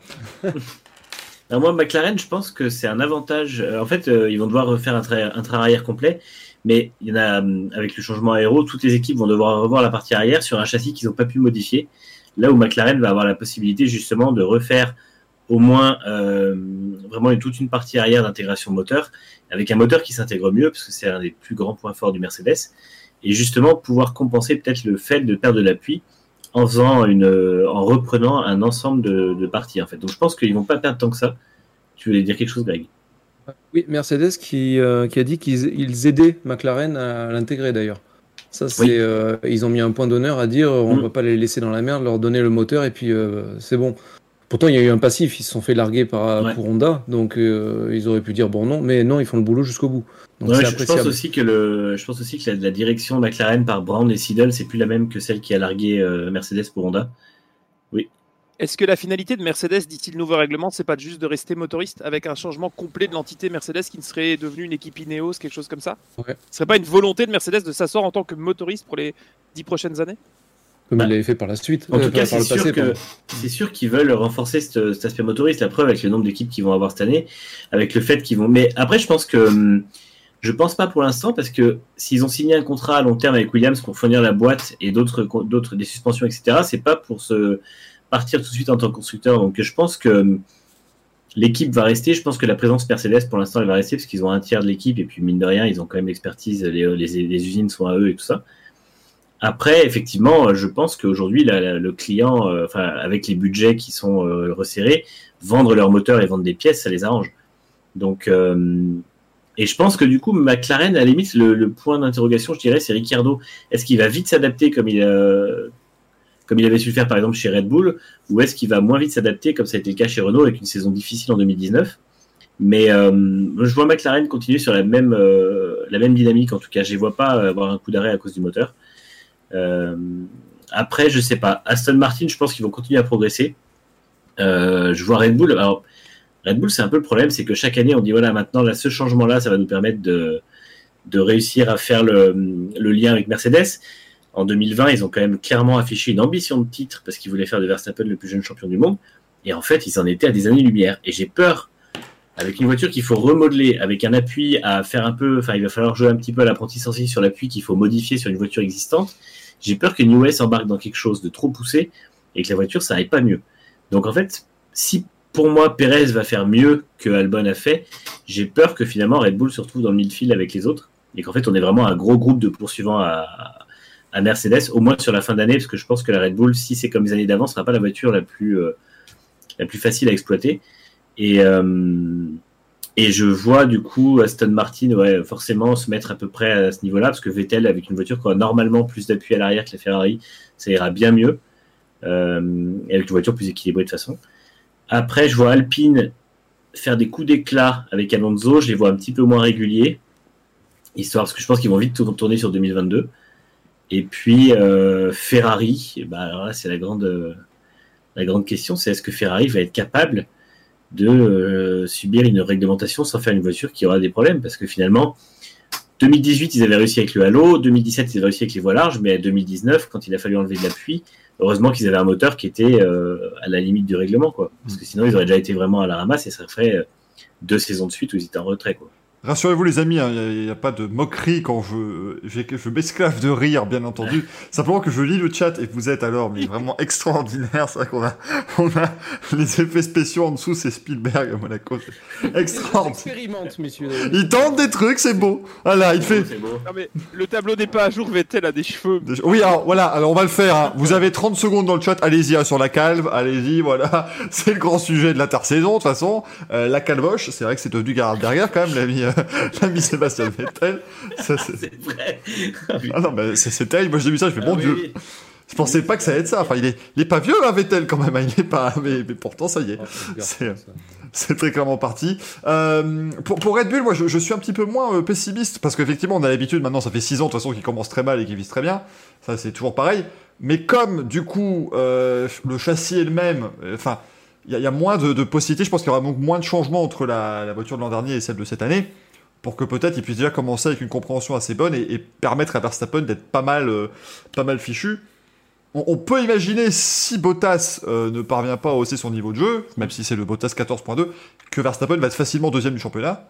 Alors moi, McLaren, je pense que c'est un avantage. Euh, En fait, euh, ils vont devoir refaire un train, un train arrière complet. Mais il y en a, avec le changement aéro, toutes les équipes vont devoir revoir la partie arrière sur un châssis qu'ils n'ont pas pu modifier. Là où McLaren va avoir la possibilité justement de refaire au moins euh, vraiment une, toute une partie arrière d'intégration moteur, avec un moteur qui s'intègre mieux, parce que c'est un des plus grands points forts du Mercedes, et justement pouvoir compenser peut-être le fait de perdre de l'appui en faisant une, en reprenant un ensemble de, de parties en fait. Donc je pense qu'ils vont pas perdre tant que ça. Tu voulais dire quelque chose, Greg? Oui, Mercedes qui, euh, qui a dit qu'ils ils aidaient McLaren à l'intégrer d'ailleurs. Ça, c'est, Oui. euh, ils ont mis un point d'honneur à dire on ne Mm. va pas les laisser dans la merde, leur donner le moteur et puis euh, c'est bon. Pourtant, il y a eu un passif, ils se sont fait larguer par, Ouais. pour Honda, donc euh, ils auraient pu dire bon non, mais non, ils font le boulot jusqu'au bout. Donc Ouais, c'est je, je pense appréciable. aussi que le, je pense aussi que la, la direction McLaren par Brown et Seidel, c'est plus la même que celle qui a largué euh, Mercedes pour Honda. Est-ce que la finalité de Mercedes, dit-il le nouveau règlement, c'est pas juste de rester motoriste avec un changement complet de l'entité Mercedes qui ne serait devenue une équipe Ineos, quelque chose comme ça? Ouais. Ce serait pas une volonté de Mercedes de s'asseoir en tant que motoriste pour les dix prochaines années? Comme Bah, il l'avait fait par la suite. En euh, tout cas, par c'est le sûr passé, que pardon. c'est sûr qu'ils veulent renforcer cet, cet aspect motoriste. La preuve avec le nombre d'équipes qu'ils vont avoir cette année, avec le fait qu'ils vont. Mais après, je pense que hum, je pense pas pour l'instant parce que s'ils ont signé un contrat à long terme avec Williams pour fournir la boîte et d'autres, d'autres des suspensions, et cetera, c'est pas pour se partir tout de suite en tant que constructeur. Donc, je pense que hum, l'équipe va rester. Je pense que la présence Mercedes, pour l'instant, elle va rester parce qu'ils ont un tiers de l'équipe et puis mine de rien, ils ont quand même l'expertise. Les, les, les usines sont à eux et tout ça. Après, effectivement, je pense qu'aujourd'hui, la, la, le client, euh, enfin, avec les budgets qui sont euh, resserrés, vendre leur moteur et vendre des pièces, ça les arrange. Donc, euh, et je pense que du coup, McLaren, à la limite, le, le point d'interrogation, je dirais, c'est Ricciardo. Est-ce qu'il va vite s'adapter comme il, euh, comme il avait su le faire, par exemple, chez Red Bull, ou est-ce qu'il va moins vite s'adapter, comme ça a été le cas chez Renault, avec une saison difficile en deux mille dix-neuf? Mais euh, je vois McLaren continuer sur la même, euh, la même dynamique, en tout cas. Je ne les vois pas avoir un coup d'arrêt à cause du moteur. Euh, après, je sais pas. Aston Martin, je pense qu'ils vont continuer à progresser. Euh, je vois Red Bull. Alors, Red Bull, c'est un peu le problème, c'est que chaque année, on dit voilà, maintenant, là, ce changement-là, ça va nous permettre de, de réussir à faire le, le lien avec Mercedes. En deux mille vingt, ils ont quand même clairement affiché une ambition de titre parce qu'ils voulaient faire de Verstappen le plus jeune champion du monde. Et en fait, ils en étaient à des années-lumière. Et j'ai peur, avec une voiture qu'il faut remodeler, avec un appui à faire un peu, enfin, il va falloir jouer un petit peu à l'apprenti sorcier sur l'appui qu'il faut modifier sur une voiture existante. J'ai peur que New West embarque dans quelque chose de trop poussé et que la voiture, ça aille pas mieux. Donc, en fait, si pour moi, Perez va faire mieux que Albon a fait, j'ai peur que finalement Red Bull se retrouve dans le midfield avec les autres et qu'en fait, on est vraiment un gros groupe de poursuivants à, à Mercedes, au moins sur la fin d'année, parce que je pense que la Red Bull, si c'est comme les années d'avant, sera pas la voiture la plus, euh, la plus facile à exploiter. Et, euh, et je vois du coup Aston Martin ouais, forcément se mettre à peu près à ce niveau-là, parce que Vettel, avec une voiture qui a normalement plus d'appui à l'arrière que la Ferrari, ça ira bien mieux, euh, et avec une voiture plus équilibrée de toute façon. Après, je vois Alpine faire des coups d'éclat avec Alonso, je les vois un petit peu moins réguliers, histoire, parce que je pense qu'ils vont vite tourner sur deux mille vingt-deux. Et puis euh, Ferrari, bah, alors là, c'est la grande, euh, la grande question, c'est est-ce que Ferrari va être capable de euh, subir une réglementation sans faire une voiture qui aura des problèmes, parce que finalement deux mille dix-huit ils avaient réussi avec le halo, deux mille dix-sept ils avaient réussi avec les voies larges, mais deux mille dix-neuf quand il a fallu enlever de l'appui, heureusement qu'ils avaient un moteur qui était euh, à la limite du règlement, quoi, parce que sinon ils auraient déjà été vraiment à la ramasse et ça ferait euh, deux saisons de suite où ils étaient en retrait, quoi. Rassurez-vous les amis, il hein, n'y a, a pas de moquerie quand je, je, je m'esclave de rire, bien entendu. Simplement que je lis le chat et vous êtes alors mais vraiment extraordinaire. C'est vrai qu'on a, on a les effets spéciaux en dessous, c'est Spielberg à Monaco. Extraordinaire. Expérimente, messieurs. Il tente des trucs, c'est beau. Voilà, il fait. C'est beau. Non mais le tableau n'est pas à jour, Vettel a des cheveux. Oui, alors voilà, alors on va le faire. Hein. Vous avez trente secondes dans le chat, allez-y hein, sur la calve, allez-y, voilà. C'est le grand sujet de l'intersaison, de toute façon. Euh, la calvoche, c'est vrai que c'est devenu Gerhard Berger quand même, l'ami. Euh... L'ami Sébastien Vettel, ça c'est... c'est vrai. Ah non, mais c'est, c'est terrible. Moi j'ai vu ça, je fais Ah, mon oui, Dieu. oui. Je pensais pas que ça allait être ça. Enfin, il est, il est pas vieux, hein, Vettel quand même. Hein. Il est pas, mais, mais pourtant ça y est. C'est, c'est très clairement parti. Euh, pour, pour Red Bull, moi je, je suis un petit peu moins euh, pessimiste parce qu'effectivement on a l'habitude. Maintenant, ça fait six ans de toute façon qu'ils commencent très mal et qu'ils visent très bien. Ça c'est toujours pareil. Mais comme du coup euh, le châssis est le même, enfin. Euh, il y, y a moins de, de possibilités. Je pense qu'il y aura donc moins de changements entre la, la voiture de l'an dernier et celle de cette année, pour que peut-être il puisse déjà commencer avec une compréhension assez bonne et, et permettre à Verstappen d'être pas mal, euh, pas mal fichu. On, on peut imaginer, si Bottas euh, ne parvient pas à hausser son niveau de jeu, même si c'est le Bottas quatorze point deux, que Verstappen va être facilement deuxième du championnat.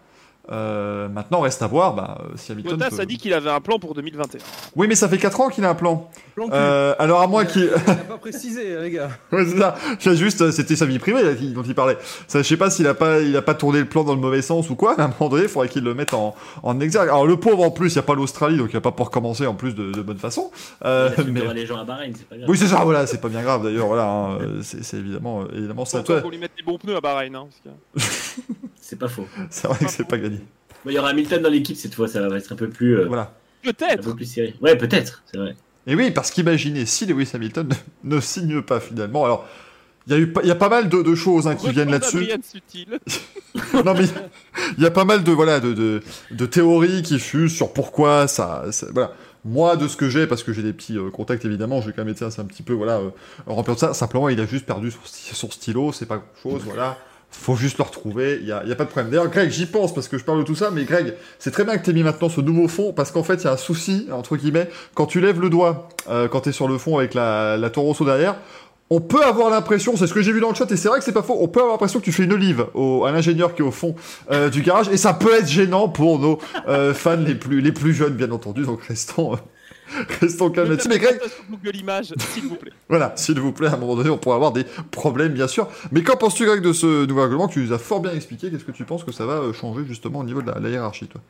Euh, maintenant, reste à voir bah, si Hamilton. Bottas peut... a dit qu'il avait un plan pour deux mille vingt et un. Oui, mais ça fait quatre ans qu'il a un plan. Plan cul. Euh, alors à moins qu'il. Il n'a pas précisé, les gars. Ouais, c'est ça. C'est juste, c'était sa vie privée là, dont il parlait. Ça, je sais pas s'il a pas, il a pas tourné le plan dans le mauvais sens ou quoi. Mais à un moment donné, il faudrait qu'il le mette en, en exergue. Alors le pauvre en plus, il y a pas l'Australie, donc il y a pas pour commencer en plus de, de bonne façon. Euh, Il mais... les gens à Bahreïn, c'est pas grave. Oui, c'est ça. Voilà, c'est pas bien grave d'ailleurs. Voilà, hein, c'est, c'est évidemment, évidemment ça. Toi, pour lui mettre des bons pneus à Bahreïn. Hein, parce que... C'est pas faux. C'est vrai que c'est pas gagné. Bon, il y aura Hamilton dans l'équipe cette fois, ça va être un peu plus. Euh, voilà. Peut-être. Un peu plus serré. Ouais, peut-être, c'est vrai. Et oui, parce qu'imaginez si Lewis Hamilton ne, ne signe pas finalement. Alors, il y a eu, il y a pas mal de, de choses hein, qui Retour viennent là-dessus. d'Adrien Sutil. Non mais il y a pas mal de voilà de, de, de théories qui fusent sur pourquoi ça, ça voilà. Moi de ce que j'ai parce que j'ai des petits euh, contacts évidemment, j'ai quand même été un petit peu voilà euh, rempli de ça. Simplement il a juste perdu son, sti- son stylo, c'est pas grand chose voilà. Faut juste le retrouver, il y a, y a pas de problème. D'ailleurs Greg, j'y pense parce que je parle de tout ça, mais Greg, c'est très bien que t'aies mis maintenant ce nouveau fond parce qu'en fait il y a un souci entre guillemets quand tu lèves le doigt euh, quand t'es sur le fond avec la, la Toro Rosso derrière. On peut avoir l'impression, c'est ce que j'ai vu dans le chat, et c'est vrai que c'est pas faux, on peut avoir l'impression que tu fais une olive au, à l'ingénieur qui est au fond euh, du garage, et ça peut être gênant pour nos euh, fans les plus, les plus jeunes, bien entendu, donc restons, euh, restons calmes là-dessus. Mais Greg, Google Images, s'il vous plaît. voilà, s'il vous plaît, à un moment donné, on pourrait avoir des problèmes, bien sûr. Mais qu'en penses-tu, Greg, de ce nouveau règlement que tu nous as fort bien expliqué? Qu'est-ce que tu penses que ça va changer, justement, au niveau de la, la hiérarchie, toi?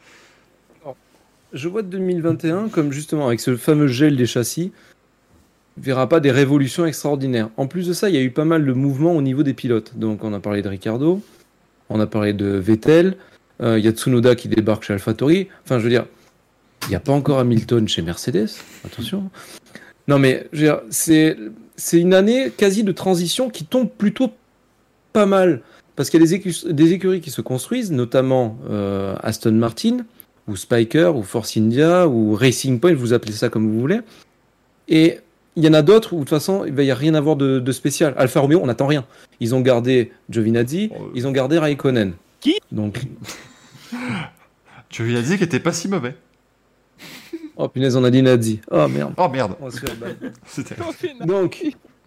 Je vois deux mille vingt et un comme justement avec ce fameux gel des châssis, verra pas des révolutions extraordinaires. En plus de ça, il y a eu pas mal de mouvements au niveau des pilotes. Donc on a parlé de Ricciardo, on a parlé de Vettel, euh, il y a Tsunoda qui débarque chez AlphaTauri. Enfin, je veux dire, il n'y a pas encore Hamilton chez Mercedes. Attention. Non mais, je veux dire, c'est, c'est une année quasi de transition qui tombe plutôt pas mal. Parce qu'il y a des, écu- des écuries qui se construisent, notamment euh, Aston Martin, ou Spiker, ou Force India, ou Racing Point, vous appelez ça comme vous voulez. Et il y en a d'autres où de toute façon il va y a rien à voir de, de spécial. Alfa Romeo, on n'attend rien. Ils ont gardé Giovinazzi, Oh, euh... ils ont gardé Raikkonen. Qui Donc Giovinazzi qui était pas si mauvais. oh punaise, on a dit Nazzi. Oh merde. Oh merde. On va se faire battre. C'était... Donc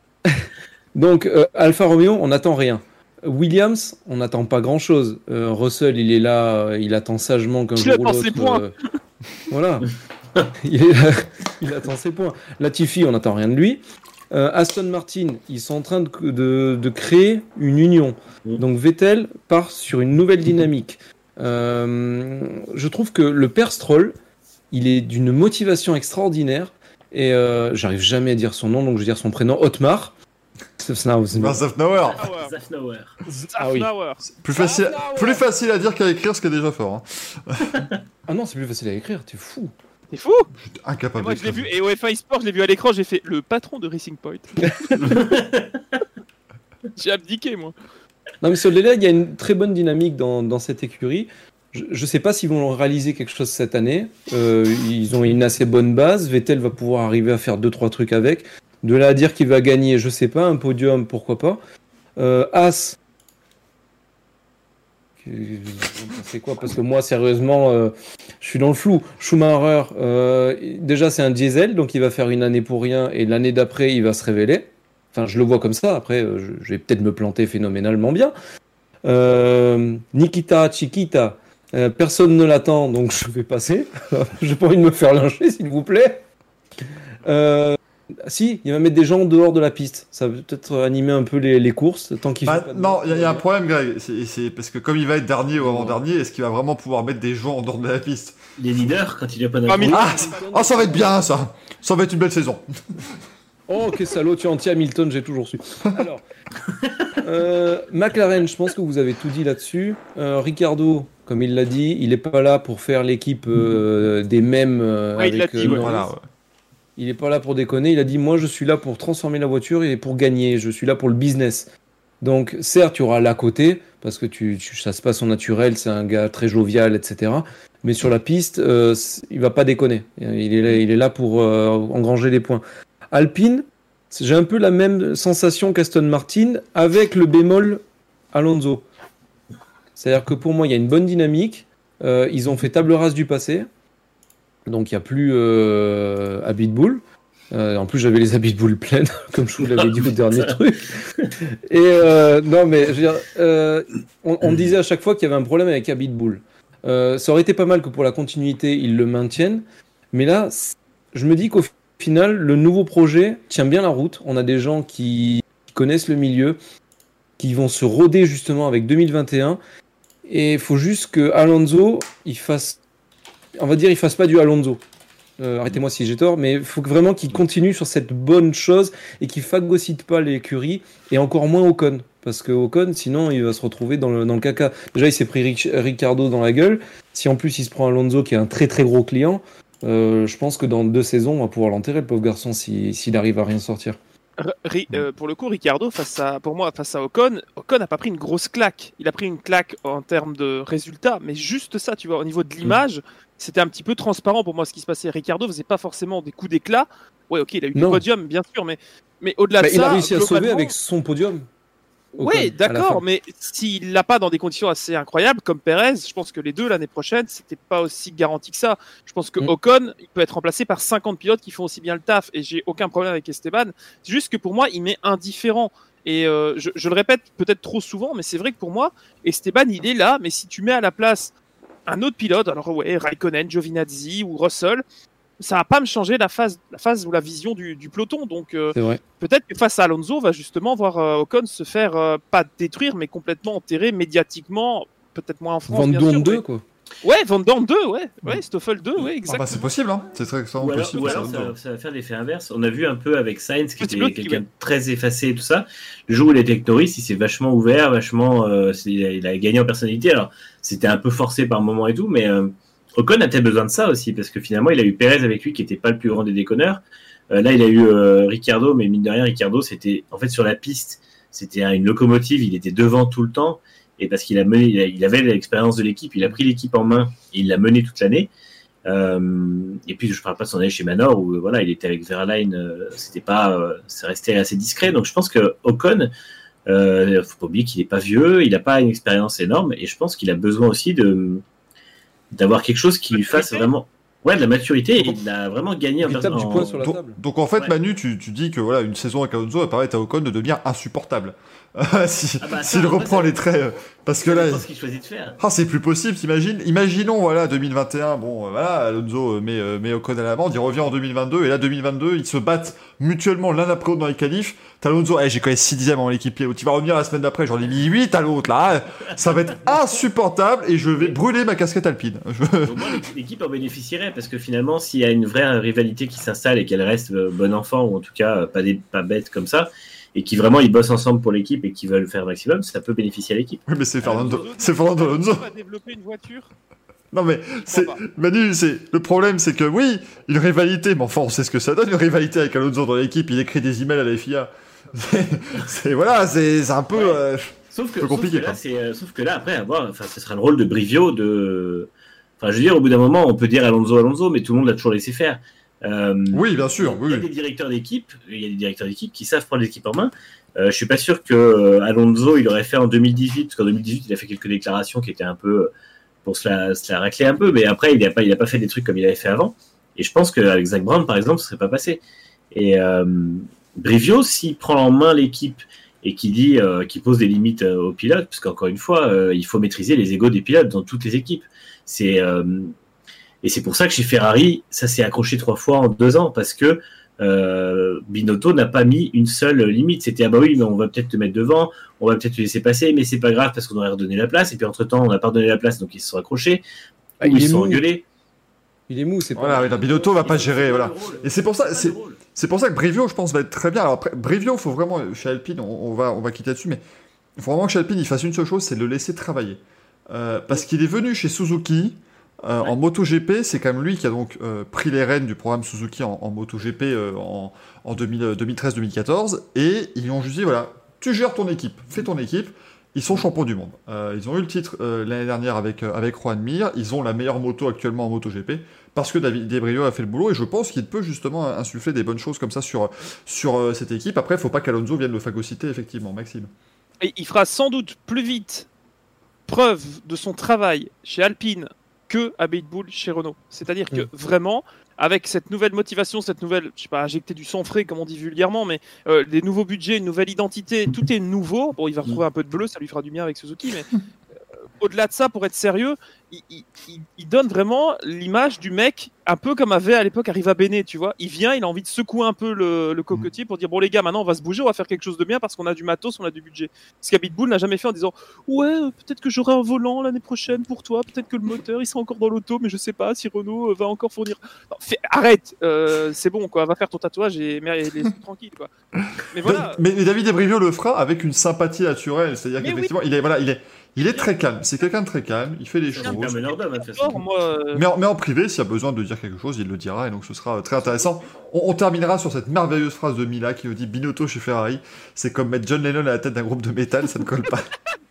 donc euh, Alfa Romeo, on n'attend rien. Williams, on n'attend pas grand chose. Euh, Russell, il est là, euh, il attend sagement qu'un Il jour ou attend l'autre. ses points. euh, voilà. il, est là, il attend ses points. Latifi, on n'attend rien de lui. Euh, Aston Martin, ils sont en train de, de, de créer une union. Mm. Donc Vettel part sur une nouvelle dynamique. Euh, je trouve que le père Stroll, il est d'une motivation extraordinaire. Et euh, j'arrive jamais à dire son nom, donc je vais dire son prénom, Otmar. Zafnauer. Zafnauer. Ah oui. Zafnauer. Plus facile, Zafnauer. plus facile à dire qu'à écrire, ce qui est déjà fort. Hein. Ah non, c'est plus facile à écrire, t'es fou. C'est fou. J'étais Et incapable moi je l'ai d'écrire. vu, et au F un eSport, je l'ai vu à l'écran, j'ai fait le patron de Racing Point. J'ai abdiqué, moi. Non mais sur le délai, il y a une très bonne dynamique dans, dans cette écurie. Je ne sais pas s'ils vont réaliser quelque chose cette année. Euh, ils ont une assez bonne base. Vettel va pouvoir arriver à faire deux trois trucs avec. De là à dire qu'il va gagner, je sais pas, un podium, pourquoi pas. Euh, As. C'est quoi? Parce que moi, sérieusement, euh, je suis dans le flou. Schumacher, euh, déjà c'est un diesel, donc il va faire une année pour rien, et l'année d'après, il va se révéler. Enfin, je le vois comme ça. Après, euh, je, je vais peut-être me planter phénoménalement bien. Euh, Nikita Chiquita, euh, personne ne l'attend, donc je vais passer. J'ai pas envie de me faire lyncher, s'il vous plaît. Euh, si, il va mettre des gens en dehors de la piste. Ça va peut-être animer un peu les, les courses, tant qu'il Bah, fait pas de- non, il y, y a un problème, Greg. C'est, c'est parce que comme il va être dernier ou avant-dernier, est-ce qu'il va vraiment pouvoir mettre des gens en dehors de la piste? Les leaders, quand il n'y a pas Ah, mais- d'infos. Ah, ça- oh, ça va être bien, ça. Ça va être une belle saison. Oh, quel salaud, tu es anti-Hamilton, j'ai toujours su. Alors, euh, McLaren, je pense que vous avez tout dit là-dessus. Euh, Ricardo, comme il l'a dit, il n'est pas là pour faire l'équipe euh, des mêmes euh, Ouais, il avec l'a dit, euh, ouais. Norris. Voilà. Ouais. Il n'est pas là pour déconner. Il a dit, moi, je suis là pour transformer la voiture et pour gagner. Je suis là pour le business. Donc, certes, tu auras l'à côté, parce que tu, tu, ça se passe au naturel, c'est un gars très jovial, et cetera. Mais sur la piste, euh, il va pas déconner. Il est là, il est là pour euh, engranger des points. Alpine, j'ai un peu la même sensation qu'Aston Martin, avec le bémol Alonso. C'est-à-dire que pour moi, il y a une bonne dynamique. Euh, ils ont fait table rase du passé. Donc, il n'y a plus euh, habit de boule. Euh, en plus, j'avais les habits de boule pleines, comme je vous l'avais dit au dernier truc. Et euh, non, mais je veux dire, euh, on, on disait à chaque fois qu'il y avait un problème avec habit de boule. Euh, ça aurait été pas mal que pour la continuité, ils le maintiennent. Mais là, c- je me dis qu'au final, le nouveau projet tient bien la route. On a des gens qui connaissent le milieu, qui vont se roder justement avec deux mille vingt et un. Et il faut juste que Alonso, il fasse, on va dire, il fasse pas du Alonso. Euh, arrêtez-moi si j'ai tort, mais il faut que vraiment qu'il continue sur cette bonne chose et qu'il phagocyte pas l'écurie et encore moins Ocon. Parce que Ocon, sinon, il va se retrouver dans le, dans le caca. Déjà, il s'est pris Ric- Ricardo dans la gueule. Si en plus il se prend Alonso, qui est un très très gros client, euh, je pense que dans deux saisons, on va pouvoir l'enterrer, le pauvre garçon, si- s'il arrive à rien sortir. R- Ri- euh, pour le coup, Ricardo, face à, pour moi, face à Ocon, Ocon n'a pas pris une grosse claque. Il a pris une claque en termes de résultats, mais juste ça, tu vois, au niveau de l'image, c'était un petit peu transparent pour moi ce qui se passait. Ricardo faisait pas forcément des coups d'éclat. Ouais, ok, il a eu Non. du podium, bien sûr, mais, mais au-delà Bah, de il ça, a réussi à sauver globalement- avec son podium. Ocon, Oui, à la d'accord, fin. mais s'il l'a pas dans des conditions assez incroyables, comme Perez, je pense que les deux l'année prochaine, c'était pas aussi garanti que ça. Je pense que Mm. Ocon, il peut être remplacé par cinquante pilotes qui font aussi bien le taf, et j'ai aucun problème avec Esteban. C'est juste que pour moi, il m'est indifférent. Et euh, je, je le répète peut-être trop souvent, mais c'est vrai que pour moi, Esteban, il est là, mais si tu mets à la place un autre pilote, alors ouais, Raikkonen, Giovinazzi ou Russell, ça va pas me changer la phase, la phase ou la vision du, du peloton. Donc euh, C'est vrai. peut-être que face à Alonso, on va justement voir euh, Ocon se faire euh, pas détruire, mais complètement enterrer médiatiquement, peut-être moins en France. Van bien Dorn sûr, deux, mais- quoi. Ouais, Van Dorn deux, ouais, ouais, Stoffel deux, ouais, Ah bah, exactement. c'est possible, hein. C'est très extrêmement Ou alors, possible. ou ça. alors ça, va- ça va faire l'effet inverse. On a vu un peu avec Sainz, qui C'est était l'autre qui quelqu'un va- de très effacé et tout ça. Le jour où il était avec Norris, il s'est vachement ouvert, vachement, euh, c'est- il, a, il a gagné en personnalité. Alors, c'était un peu forcé par moment et tout, mais euh, Ocon a peut-être besoin de ça aussi, parce que finalement, il a eu Perez avec lui, qui n'était pas le plus grand des déconneurs. Euh, là, il a eu euh, Ricciardo, mais mine de rien, Ricciardo, c'était en fait sur la piste, c'était une locomotive, il était devant tout le temps. Et parce qu'il a mené, il, a- il avait l'expérience de l'équipe, il a pris l'équipe en main, et il l'a mené toute l'année. Euh, et puis je ne parle pas de son année chez Manor où voilà, il était avec Verlaine, euh, c'était pas, euh, c'est resté assez discret. Donc je pense que Ocon, euh, faut pas oublier qu'il est pas vieux, il n'a pas une expérience énorme, et je pense qu'il a besoin aussi de d'avoir quelque chose qui lui fasse vraiment, ouais, de la maturité, et il a vraiment gagné en, Il tape du en- poing sur la Donc, table. donc en fait, Ouais. Manu, tu, tu dis que voilà, une saison avec Alonso va permettre à Ocon de devenir insupportable. si, Ah bah, ça, s'il après, reprend ça- les traits. euh, Parce que Ça là. dépend il- ce qu'il choisit de faire. Ah, c'est plus possible, t'imagines. Imaginons, voilà, deux mille vingt et un, bon, euh, voilà, Alonso euh, met, euh, met Ocon à l'amende, il revient en deux mille vingt-deux, et là, deux mille vingt-deux, ils se battent mutuellement l'un après l'autre dans les qualifs. T'as Alonso, eh, j'ai quand même six dixièmes en l'équipier, tu vas revenir la semaine d'après, j'en ai mis huit à l'autre, là, ah, ça va être insupportable, et je vais brûler ma casquette alpine. Je- Au moins, l'équipe- l'équipe en bénéficierait, parce que finalement, s'il y a une vraie rivalité qui s'installe et qu'elle reste euh, bon enfant, ou en tout cas euh, pas, des, pas bête comme ça, et qui vraiment ils bossent ensemble pour l'équipe et qui veulent faire le maximum, ça peut bénéficier à l'équipe. Oui, mais c'est Fernando, Alonso- c'est Fernando Alonso. va développer une voiture. Non mais c'est pas. Manu, c'est le problème, c'est que oui, une rivalité, mais enfin on sait ce que ça donne, une rivalité avec Alonso dans l'équipe. Il écrit des emails à la F I A. C'est, c'est- voilà, c'est c'est un peu. euh, Sauf que, peu compliqué, sauf que là, quoi. c'est, euh, sauf que là, après, avoir, enfin, ce sera le rôle de Brivio de. Enfin, je veux dire, au bout d'un moment, on peut dire Alonso, Alonso, mais tout le monde l'a toujours laissé faire. Euh, Oui, bien sûr, Il y a oui. des directeurs d'équipe, il y a des directeurs d'équipe qui savent prendre l'équipe en main. Euh, je suis pas sûr que euh, Alonso il aurait fait en deux mille dix-huit, parce qu'en deux mille dix-huit il a fait quelques déclarations qui étaient un peu euh, pour se la, se la racler un peu, mais après il a pas il a pas fait des trucs comme il avait fait avant. Et je pense qu'avec Zach Brown par exemple, ce serait pas passé. Et euh, Brivio, s'il prend en main l'équipe et qui dit, euh, qui pose des limites euh, aux pilotes, parce qu'encore une fois, euh, il faut maîtriser les égos des pilotes dans toutes les équipes. C'est euh, et c'est pour ça que chez Ferrari, ça s'est accroché trois fois en deux ans, parce que euh, Binotto n'a pas mis une seule limite. C'était ah bah oui, mais on va peut-être te mettre devant, on va peut-être te laisser passer, mais c'est pas grave parce qu'on aurait redonné la place. Et puis entre temps, on n'a pas redonné la place, donc ils se sont accrochés, Ah, ou il ils est se sont mou. engueulés. Il est mou, c'est pas. Voilà, oui, la Binotto va pas C'est gérer, le voilà. rôle. Et c'est pour ça, C'est c'est le rôle. c'est pour ça que Brivio, je pense, va être très bien. Alors après, Brivio, faut vraiment chez Alpine, on, on va on va quitter là-dessus, mais il faut vraiment que chez Alpine il fasse une seule chose, c'est de le laisser travailler, euh, parce qu'il est venu chez Suzuki. Euh, Ouais. En MotoGP, c'est quand même lui qui a donc euh, pris les rênes du programme Suzuki en, en MotoGP euh, en, en deux mille deux mille treize deux mille quatorze, et ils lui ont juste dit voilà, tu gères ton équipe, fais ton équipe. Ils sont champions du monde. Euh, ils ont eu le titre euh, l'année dernière avec euh, avec Juan Mir. Ils ont la meilleure moto actuellement en MotoGP parce que David Debrio a fait le boulot, et je pense qu'il peut justement insuffler des bonnes choses comme ça sur sur euh, cette équipe. Après, il faut pas qu'Alonso vienne le phagocyter effectivement, Maxime. Et il fera sans doute plus vite preuve de son travail chez Alpine que à Red Bull chez Renault. C'est-à-dire que Mm. vraiment, avec cette nouvelle motivation, cette nouvelle, je sais pas, injecter du sang frais comme on dit vulgairement, mais euh, des nouveaux budgets, une nouvelle identité, tout est nouveau. Bon, il va retrouver un peu de bleu, ça lui fera du bien avec Suzuki, mais euh, au-delà de ça, pour être sérieux, il, il, il, il donne vraiment l'image du mec un peu comme avait à l'époque Arriva Bene, tu vois. Il vient, il a envie de secouer un peu le, le cocotier pour dire bon les gars, maintenant on va se bouger, on va faire quelque chose de bien parce qu'on a du matos, on a du budget. Ce qu'Habitbull n'a jamais fait en disant ouais, euh, peut-être que j'aurai un volant l'année prochaine pour toi, peut-être que le moteur il sera encore dans l'auto, mais je sais pas si Renault va encore fournir. Non, fais, arrête, euh, c'est bon quoi, va faire ton tatouage et laisse tranquille quoi. Mais voilà. Mais, mais David Ebrivio le fera avec une sympathie naturelle, c'est-à-dire Mais qu'effectivement, oui. il est voilà, il est Il est très calme, c'est quelqu'un de très calme, il fait des choses. C'est un meneur d'homme, de toute façon. Or, moi, euh, Mais en, mais en privé, s'il y a besoin de dire quelque chose, il le dira, et donc ce sera très intéressant. On, on terminera sur cette merveilleuse phrase de Mila qui nous dit « Binotto chez Ferrari, c'est comme mettre John Lennon à la tête d'un groupe de métal, ça ne colle pas. »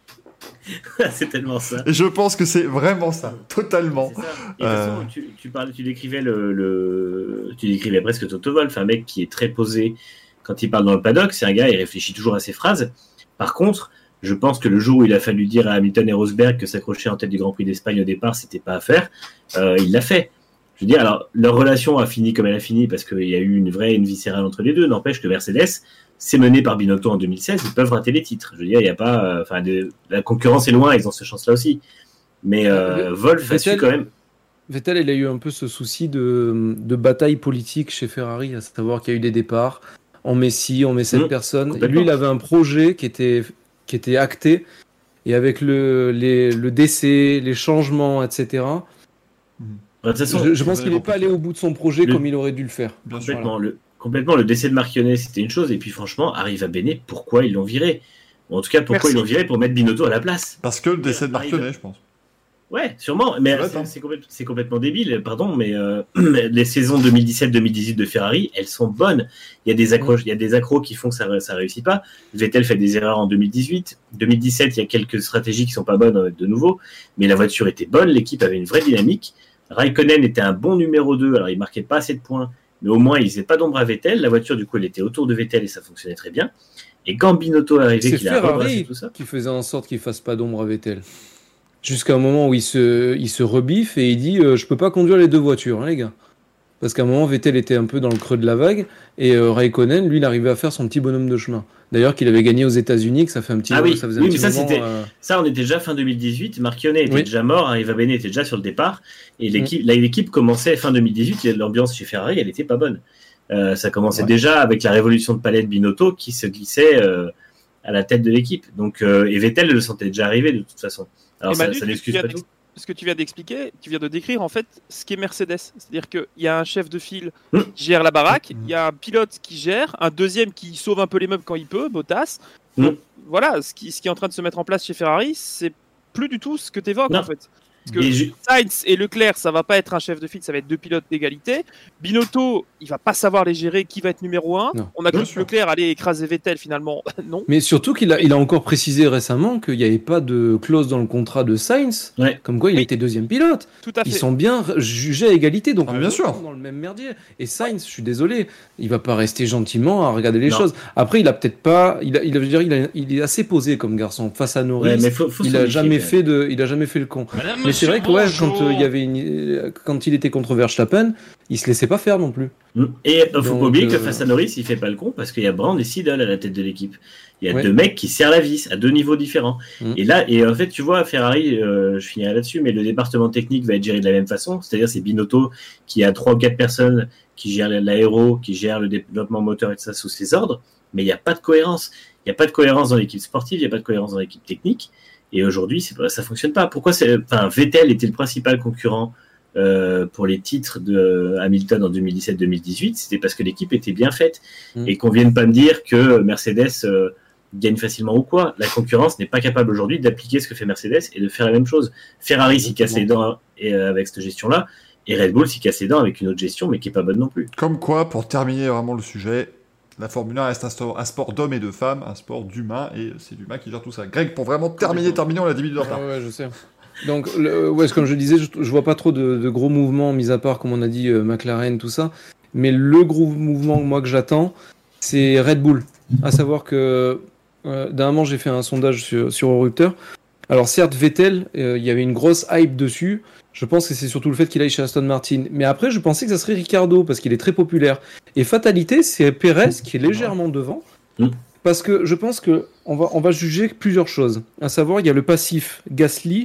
C'est tellement ça. Et je pense que c'est vraiment ça, totalement. C'est ça. Et de toute façon, tu, tu, parlais, tu décrivais le, le, tu décrivais presque Toto Wolff, un mec qui est très posé quand il parle dans le paddock. C'est un gars, il réfléchit toujours à ses phrases. Par contre, je pense que le jour où il a fallu dire à Hamilton et Rosberg que s'accrocher en tête du Grand Prix d'Espagne au départ, c'était pas à faire, euh, il l'a fait. Je veux dire, alors, leur relation a fini comme elle a fini parce qu'il y a eu une vraie, une viscérale entre les deux. N'empêche que Mercedes, c'est mené par Binotto en deux mille seize, ils peuvent rater les titres. Je veux dire, il y a pas, enfin, euh, la concurrence est loin, ils ont cette chance-là aussi. Mais euh, Wolff a su quand même. Vettel, il a eu un peu ce souci de, de bataille politique chez Ferrari, à savoir qu'il y a eu des départs. On met ci, on met cette mmh, personne. Et lui, il avait un projet qui était, qui était acté. Et avec le, les, le décès, les changements, et cetera. Mmh. De toute façon, je, je pense qu'il n'est pas allé au bout de son projet le... comme il aurait dû le faire. Bien complètement. Sûr, le, complètement. Le décès de Marchionnet, c'était une chose. Et puis, franchement, Arriva Bene, pourquoi ils l'ont viré? Ou en tout cas, pourquoi Merci. Ils l'ont viré pour mettre Binotto à la place? Parce que le décès de Marchionnet, je pense. Ouais, sûrement, mais c'est, c'est, c'est, complètement, c'est complètement débile, pardon, mais euh, les saisons deux mille dix-sept deux mille dix-huit de Ferrari, elles sont bonnes. Il y a des accroches, mmh. il y a des accros qui font que ça, ça réussit pas. Vettel fait des erreurs en deux mille dix-huit. deux mille dix-sept, il y a quelques stratégies qui sont pas bonnes de nouveau, mais la voiture était bonne, l'équipe avait une vraie dynamique. Raikkonen était un bon numéro deux, alors il marquait pas assez de points, mais au moins il faisait pas d'ombre à Vettel. La voiture, du coup, elle était autour de Vettel et ça fonctionnait très bien. Et quand Binotto est arrivé, c'est qu'il Ferrari a rebrassé tout ça, qui faisait en sorte qu'il fasse pas d'ombre à Vettel. Jusqu'à un moment où il se, il se rebiffe et il dit euh, je peux pas conduire les deux voitures, hein, les gars. Parce qu'à un moment, Vettel était un peu dans le creux de la vague et euh, Raikkonen, lui, il arrivait à faire son petit bonhomme de chemin. D'ailleurs, qu'il avait gagné aux États-Unis, que ça fait un petit ah moment, oui, ça faisait oui, un petit mais ça, moment. C'était... Euh... Ça, on était déjà fin deux mille dix-huit. Marchionnet était oui. déjà mort, Arriva Bene était déjà sur le départ et l'équipe, mmh. là, l'équipe commençait fin deux mille dix-huit. L'ambiance chez Ferrari, elle était pas bonne. Euh, ça commençait ouais. déjà avec la révolution de palette Binotto qui se glissait euh, à la tête de l'équipe. Donc, euh, et Vettel le sentait déjà arriver de toute façon. Alors, ça, Manu, ça n'excuse pas tout. Ce que tu viens d'expliquer, tu viens de décrire en fait ce qu'est Mercedes. C'est-à-dire qu'il y a un chef de file mmh. qui gère la baraque, il mmh. y a un pilote qui gère, un deuxième qui sauve un peu les meubles quand il peut, Bottas. Mmh. Donc, voilà, ce qui, ce qui est en train de se mettre en place chez Ferrari, c'est plus du tout ce que tu évoques en fait. Parce que je... Sainz et Leclerc, ça va pas être un chef de file, ça va être deux pilotes d'égalité. Binotto, il va pas savoir les gérer, qui va être numéro un. Non. On a cru que Leclerc allait écraser Vettel, finalement, non. Mais surtout qu'il a, il a encore précisé récemment qu'il n'y avait pas de clause dans le contrat de Sainz, ouais. comme quoi il oui. était deuxième pilote. Tout à fait. Ils sont bien jugés à égalité, donc ah, bien sûr. Dans le même merdier. Et Sainz, je suis désolé, il va pas rester gentiment à regarder les non. choses. Après, il a peut-être pas, il a, il a, je veux dire, il, a, il est assez posé comme garçon face à Norris. Ouais, mais faut, faut il a jamais fait ouais. de, il a jamais fait le con. Madame mais c'est vrai que ouais, quand il euh, y avait une... quand il était contre Verstappen, il se laissait pas faire non plus. Et il faut pas oublier que face à Norris, il fait pas le con parce qu'il y a Brand et Seidel à la tête de l'équipe. Il y a ouais. deux mecs qui serrent la vis à deux niveaux différents. Mm. Et là, et en fait, tu vois, Ferrari, euh, je finirai là-dessus, mais le département technique va être géré de la même façon. C'est-à-dire, c'est Binotto qui a trois ou quatre personnes qui gèrent l'aéro, qui gèrent le développement moteur et tout ça sous ses ordres. Mais il n'y a pas de cohérence. Il n'y a pas de cohérence dans l'équipe sportive, il n'y a pas de cohérence dans l'équipe technique. Et aujourd'hui, c'est pas, ça fonctionne pas. Pourquoi c'est, enfin, Vettel était le principal concurrent euh, pour les titres de Hamilton en deux mille dix-sept deux mille dix-huit, c'était parce que l'équipe était bien faite mmh. et qu'on vienne pas me dire que Mercedes euh, gagne facilement ou quoi. La concurrence n'est pas capable aujourd'hui d'appliquer ce que fait Mercedes et de faire la même chose. Ferrari s'y casse les dents et, euh, avec cette gestion-là, et Red Bull s'y casse les dents avec une autre gestion, mais qui est pas bonne non plus. Comme quoi, pour terminer vraiment le sujet. La Formule un reste un sport, un sport d'hommes et de femmes, un sport d'humains, et c'est l'humain qui gère tout ça. Greg, pour vraiment terminer, terminer, on a dix minutes de retard. Ah ouais, je sais. Donc, le, ouais, comme je disais, je, je vois pas trop de, de gros mouvements, mis à part, comme on a dit, euh, McLaren, tout ça. Mais le gros mouvement, moi, que j'attends, c'est Red Bull. À savoir que, euh, d'un moment, j'ai fait un sondage sur, sur Eurorupteur. Alors, certes, Vettel, euh, il y avait une grosse hype dessus. Je pense que c'est surtout le fait qu'il aille chez Aston Martin. Mais après, je pensais que ça serait Ricciardo, parce qu'il est très populaire. Et fatalité, c'est Pérez qui est légèrement devant. Mmh. Parce que je pense qu'on va, on va juger plusieurs choses. À savoir, il y a le passif Gasly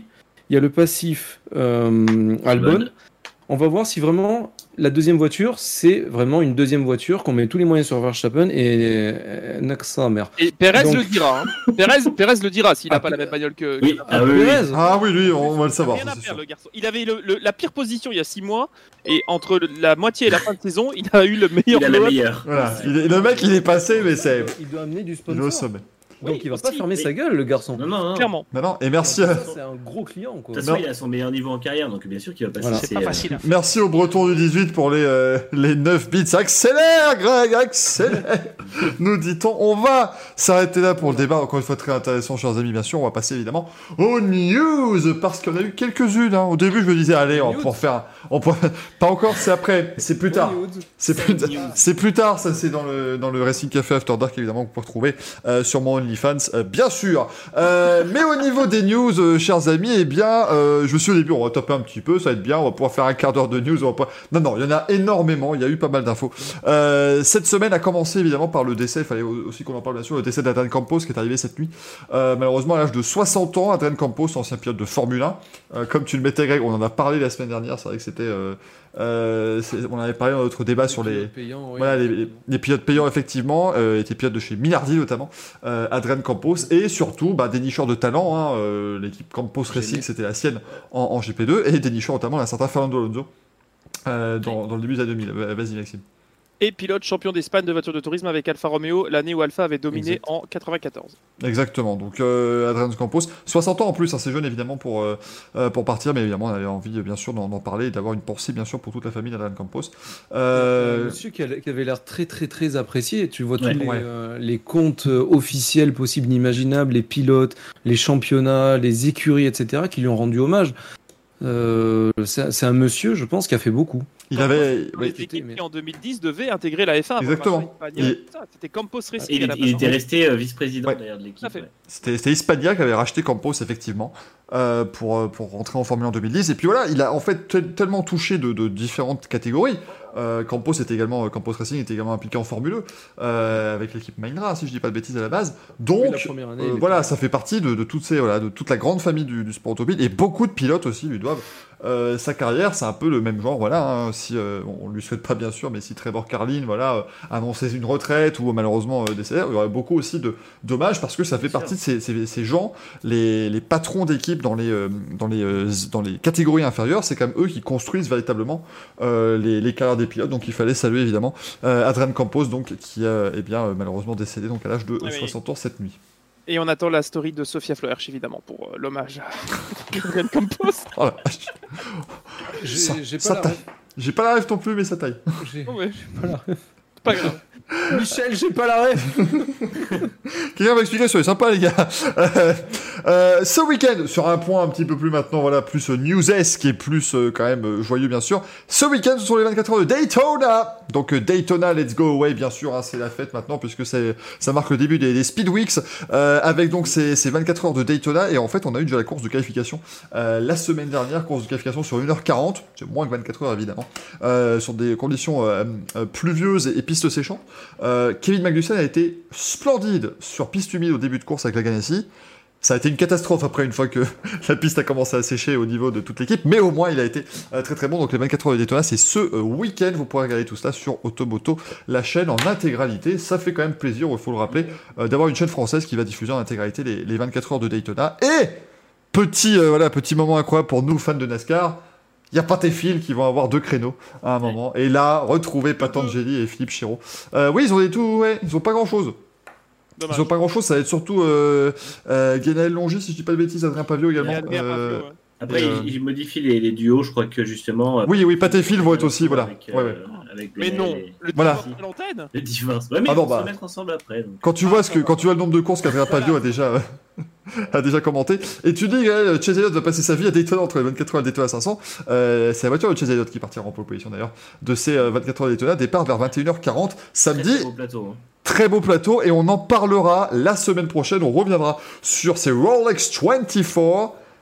il y a le passif euh, Albon. Albon. On va voir si vraiment la deuxième voiture, c'est vraiment une deuxième voiture, qu'on met tous les moyens sur Verstappen et euh, Naxa mère. Et Perez Donc- le dira. Hein. Perez, Perez le dira s'il n'a Ah, pas la même bagnole que. Oui, que ah oui, oui. Perez. Ah oui, lui, on va le savoir. Rien ça, à c'est faire, sûr. le garçon. Il avait le- le- la pire position il y a six mois et entre le- la moitié et la fin de saison, il a eu le meilleur Il a la blow-up. meilleure. Voilà. Il est- le mec, il est passé, mais c'est. Il doit amener du Il est sponsor. au sommet. Donc Oui, il va pas aussi, fermer mais- sa gueule, le garçon. Non, non, non. Clairement. Non, non, et merci, à- Ça, c'est un gros client, quoi. De toute façon, Non. il a son meilleur niveau en carrière, donc bien sûr qu'il va passer. Voilà. C'est ses, pas euh, facile à faire. merci au Breton du dix-huit pour les, euh, les neuf bits. Accélère, Greg, accélère. Nous dit-on, on va s'arrêter là pour le débat. Encore une fois, très intéressant, chers amis. Bien sûr, on va passer évidemment aux news parce qu'on a eu quelques-unes. Hein. Au début, je me disais, allez, on va pouvoir faire. On pourra... Pas encore, c'est après, c'est plus tard. C'est plus, Sad news. c'est plus tard, ça c'est dans le, dans le Racing Café After Dark évidemment que vous pouvez retrouver euh, sur mon OnlyFans, euh, bien sûr. Euh, mais au niveau des news, euh, chers amis, eh bien, euh, je me suis au début, on va taper un petit peu, ça va être bien, on va pouvoir faire un quart d'heure de news. On va pas... Non, non, il y en a énormément, il y a eu pas mal d'infos. Euh, cette semaine a commencé évidemment par le décès, il fallait aussi qu'on en parle bien sûr, le décès d'Adrian Campos qui est arrivé cette nuit. Euh, malheureusement, à l'âge de soixante ans, Adrian Campos, ancien pilote de Formule un, euh, comme tu le mettais, Greg, on en a parlé la semaine dernière, c'est vrai que c'était. Euh, euh, c'est- on avait parlé dans notre débat sur les. Payants, oui. Voilà, les, les- les pilotes payants, effectivement, euh, étaient pilotes de chez Minardi, notamment, euh, Adrian Campos, et surtout, bah, des nicheurs de talent, hein, euh, l'équipe Campos Racing, c'était la sienne en, en G P deux, et des nicheurs, notamment, un certain Fernando Alonso, euh, dans, dans le début des années deux mille. Euh, Vas-y, Maxime. Et pilote champion d'Espagne de voiture de tourisme avec Alfa Romeo, l'année où Alfa avait dominé Exact. en quatre-vingt-quatorze. Exactement, donc euh, Adrian Campos, soixante ans en plus, assez jeune évidemment pour, euh, euh, pour partir, mais évidemment on avait envie bien sûr d'en, d'en parler et d'avoir une pensée bien sûr pour toute la famille d'Adrian Campos. Euh, Euh, Monsieur qui, a- qui avait l'air très très très apprécié. Tu vois tous Ouais. les, Ouais. euh, les comptes euh, officiels possibles, inimaginables, les pilotes, les championnats, les écuries, et cetera, qui lui ont rendu hommage. Euh, c'est c'est un monsieur, je pense, qui a fait beaucoup. il avait... Les oui, équipes mais- qui en deux mille dix devaient intégrer la F un. Exactement. Avant le marché espagnol, Et- tout ça. C'était Campos Racing. Il, à la il base. était resté euh, vice-président Ouais. d'ailleurs de l'équipe. Tout à fait. ouais. C'était, c'était Hispania qui avait racheté Campos, effectivement, euh, pour, euh, pour rentrer en Formule un en deux mille dix. Et puis voilà, il a en fait tel- tellement touché de, de différentes catégories. Euh, Campos était également, euh, Campos Racing était également impliqué en Formule un, euh, avec l'équipe Mahindra, si je dis pas de bêtises à la base. Donc, Oui, la première année, euh, il était- voilà, ça fait partie de, de toutes ces, voilà, de toute la grande famille du, du sport automobile. Et beaucoup de pilotes aussi lui doivent euh, sa carrière. C'est un peu le même genre, voilà. Hein, si euh, on lui souhaite pas bien sûr, mais si Trevor Carlin, voilà, euh, annonçait une retraite ou malheureusement euh, décédé, il y aurait beaucoup aussi de dommages parce que ça fait partie de ces, ces, ces gens, les, les patrons d'équipe dans les, euh, dans, les, euh, dans les catégories inférieures, c'est quand même eux qui construisent véritablement euh, les, les carrières des pilotes. Donc il fallait saluer évidemment euh, Adrian Campos, donc, qui a eh bien, euh, malheureusement décédé donc, à l'âge de euh, Ah oui. soixante ans cette nuit. Et on attend la story de Sofia Floersch, évidemment, pour euh, l'hommage à Adrian Campos. Oh la vache. Ça- J'ai j'ai ça pas, la taille. ref. J'ai pas la rêve non plus, mais ça taille. J'ai- Oh, ouais, j'ai pas la ref. c'est pas grave. Michel, j'ai pas la ref. Quelqu'un va expliquer, soyez sympa les gars. Euh, euh, ce week-end, sur un point un petit peu plus maintenant, voilà, plus euh, newsesque et plus euh, quand même euh, joyeux bien sûr. Ce week-end, ce sont les vingt-quatre heures de Daytona. Donc euh, Daytona, let's go away bien sûr, hein, c'est la fête maintenant puisque c'est, ça marque le début des, des Speed Weeks euh, avec donc ces, ces vingt-quatre heures de Daytona. Et en fait, on a eu déjà la course de qualification euh, la semaine dernière, course de qualification sur une heure quarante, c'est moins que vingt-quatre heures évidemment, euh, sur des conditions euh, euh, pluvieuses et, et pistes séchantes. Euh, Kevin Magnussen a été splendide sur piste humide au début de course avec la Ganassi. Ça a été une catastrophe après une fois que la piste a commencé à sécher au niveau de toute l'équipe, mais au moins il a été euh, très très bon. Donc les vingt-quatre heures de Daytona, c'est ce euh, week-end. Vous pourrez regarder tout cela sur Automoto, la chaîne en intégralité. Ça fait quand même plaisir, il faut le rappeler, euh, d'avoir une chaîne française qui va diffuser en intégralité les, les vingt-quatre heures de Daytona. Et petit euh, voilà petit moment incroyable pour nous fans de NASCAR. Il y a Pat et Phil qui vont avoir deux créneaux à un moment. Et là, retrouver Patangeli et Philippe Chiro. Euh, oui, ils ont des tout, ouais, ils ont pas grand chose. Dommage. Ils ont pas grand chose, ça va être surtout euh, euh, Guénaël Longy, si je dis pas de bêtises, Adrien Pavio également. Et Adrien Euh, Pavio, ouais. Après, Et, euh, il, il modifie les, les duos, je crois que justement. euh, Oui, oui, Pat et Phil vont être aussi, voilà. Avec, Ouais, euh, ouais. avec Mais les- non, les- le Voilà. divorce à l'antenne. Le divorce. Ouais, mais Ah ils non, vont bah. se mettre ensemble après. Donc. Quand tu vois ce que, quand tu vois le nombre de courses qu'Adrien Pavio a déjà, euh, a déjà commenté, et tu dis que Chase Elliott va passer sa vie à Daytona entre les vingt-quatre heures et le Daytona cinq cents, euh, c'est la voiture de Chase Elliott qui partira en pole position d'ailleurs, de ces euh, vingt-quatre heures de Daytona, départ vers vingt et une heures quarante, Très, samedi. très beau plateau. hein. Très beau plateau, et on en parlera la semaine prochaine. On reviendra sur ces Rolex vingt-quatre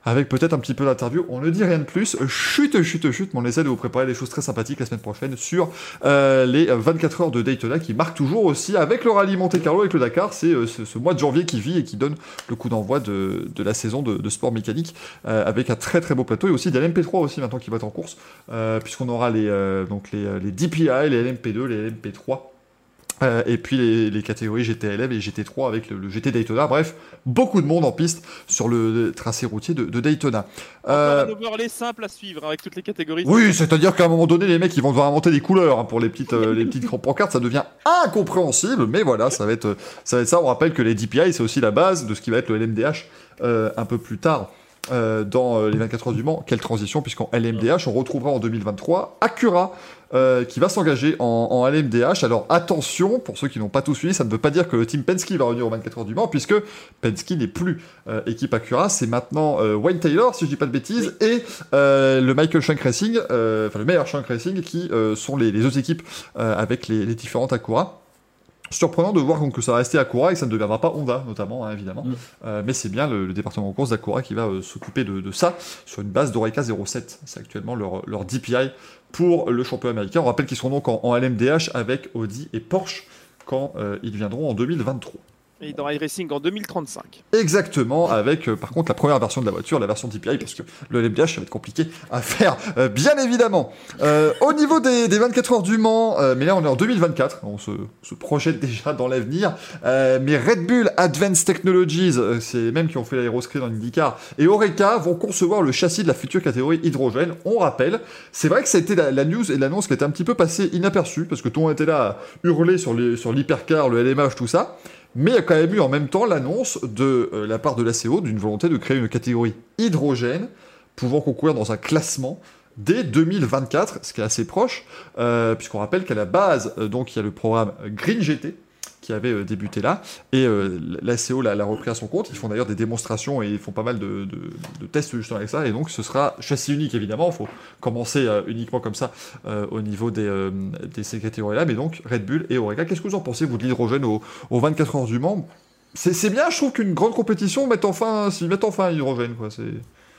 avec peut-être un petit peu d'interview. On ne dit rien de plus. Chute, chute, chute, mais on essaie de vous préparer des choses très sympathiques la semaine prochaine sur euh, les vingt-quatre heures de Daytona qui marquent toujours aussi avec le rallye Monte Carlo, avec le Dakar. C'est euh, ce, ce mois de janvier qui vit et qui donne le coup d'envoi de, de la saison de, de sport mécanique euh, avec un très très beau plateau et aussi des L M P trois aussi maintenant qui va être en course euh, puisqu'on aura les, euh, donc les, les D P I, les L M P deux, les L M P trois. Euh, et puis les, les catégories G T L M et G T trois avec le, le G T Daytona. Bref, beaucoup de monde en piste sur le tracé routier de, de Daytona. Euh... Un overlay simple à suivre avec toutes les catégories. Oui, c'est-à-dire qu'à un moment donné, les mecs ils vont devoir inventer des couleurs hein, pour les petites, euh, les petites pancartes. Ça devient incompréhensible, mais voilà, ça va être ça. Va être ça. On rappelle que les D P I c'est aussi la base de ce qui va être le L M D H euh, un peu plus tard. Euh, dans euh, les vingt-quatre heures du Mans, quelle transition, puisqu'en L M D H, on retrouvera en deux mille vingt-trois Acura euh, qui va s'engager en, en L M D H. Alors attention, pour ceux qui n'ont pas tout suivi, ça ne veut pas dire que le team Penske va revenir aux vingt-quatre heures du Mans, puisque Penske n'est plus euh, équipe Acura, c'est maintenant euh, Wayne Taylor, si je dis pas de bêtises, et euh, le Michael Shank Racing, euh, enfin le meilleur Shank Racing, qui euh, sont les, les autres équipes euh, avec les, les différentes Acura. Surprenant de voir donc, que ça va rester Acura et que ça ne deviendra pas Honda, notamment, hein, évidemment. Mm. Euh, mais c'est bien le, le département de course d'Acura qui va euh, s'occuper de, de ça sur une base d'Oreca zéro sept. C'est actuellement leur, leur D P I pour le championnat américain. On rappelle qu'ils seront donc en, en L M D H avec Audi et Porsche quand euh, ils viendront en deux mille vingt-trois. Et dans iRacing en deux mille trente-cinq. Exactement, avec euh, par contre la première version de la voiture, la version D P I, parce que le L M D H ça va être compliqué à faire, euh, bien évidemment. Euh, au niveau des, des vingt-quatre heures du Mans, euh, mais là on est en deux mille vingt-quatre, on se, se projette déjà dans l'avenir, euh, mais Red Bull Advanced Technologies, euh, c'est même qui ont fait l'aéroscreen dans l'IndyCar, et Oreca vont concevoir le châssis de la future catégorie hydrogène. On rappelle, c'est vrai que ça a été la, la news et l'annonce qui était un petit peu passée inaperçue, parce que tout le monde était là à hurler sur, les, sur l'hypercar, le L M H, tout ça. Mais il y a quand même eu en même temps l'annonce de euh, la part de l'A C O d'une volonté de créer une catégorie hydrogène pouvant concourir dans un classement dès deux mille vingt-quatre, ce qui est assez proche, euh, puisqu'on rappelle qu'à la base, euh, donc, il y a le programme Green G T qui avait euh, débuté là, et euh, l'A C O l'a, l'a repris à son compte. Ils font d'ailleurs des démonstrations et ils font pas mal de, de, de tests justement avec ça, et donc ce sera châssis unique évidemment, il faut commencer euh, uniquement comme ça euh, au niveau des, euh, des ces catégories-là, mais donc Red Bull et Oreca. Qu'est-ce que vous en pensez, vous, de l'hydrogène aux, aux vingt-quatre heures du Mans? c'est, c'est bien, je trouve qu'une grande compétition mette enfin, mette enfin à l'hydrogène, quoi. C'est...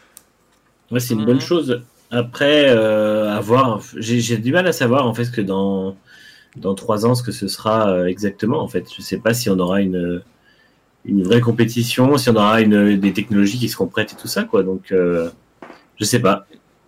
Ouais, c'est une bonne chose. Après, euh, à voir, j'ai, j'ai du mal à savoir en fait que dans dans trois ans ce que ce sera exactement en fait. Je sais pas si on aura une une vraie compétition, si on aura une des technologies qui seront prêtes et tout ça quoi. Donc euh, je sais pas.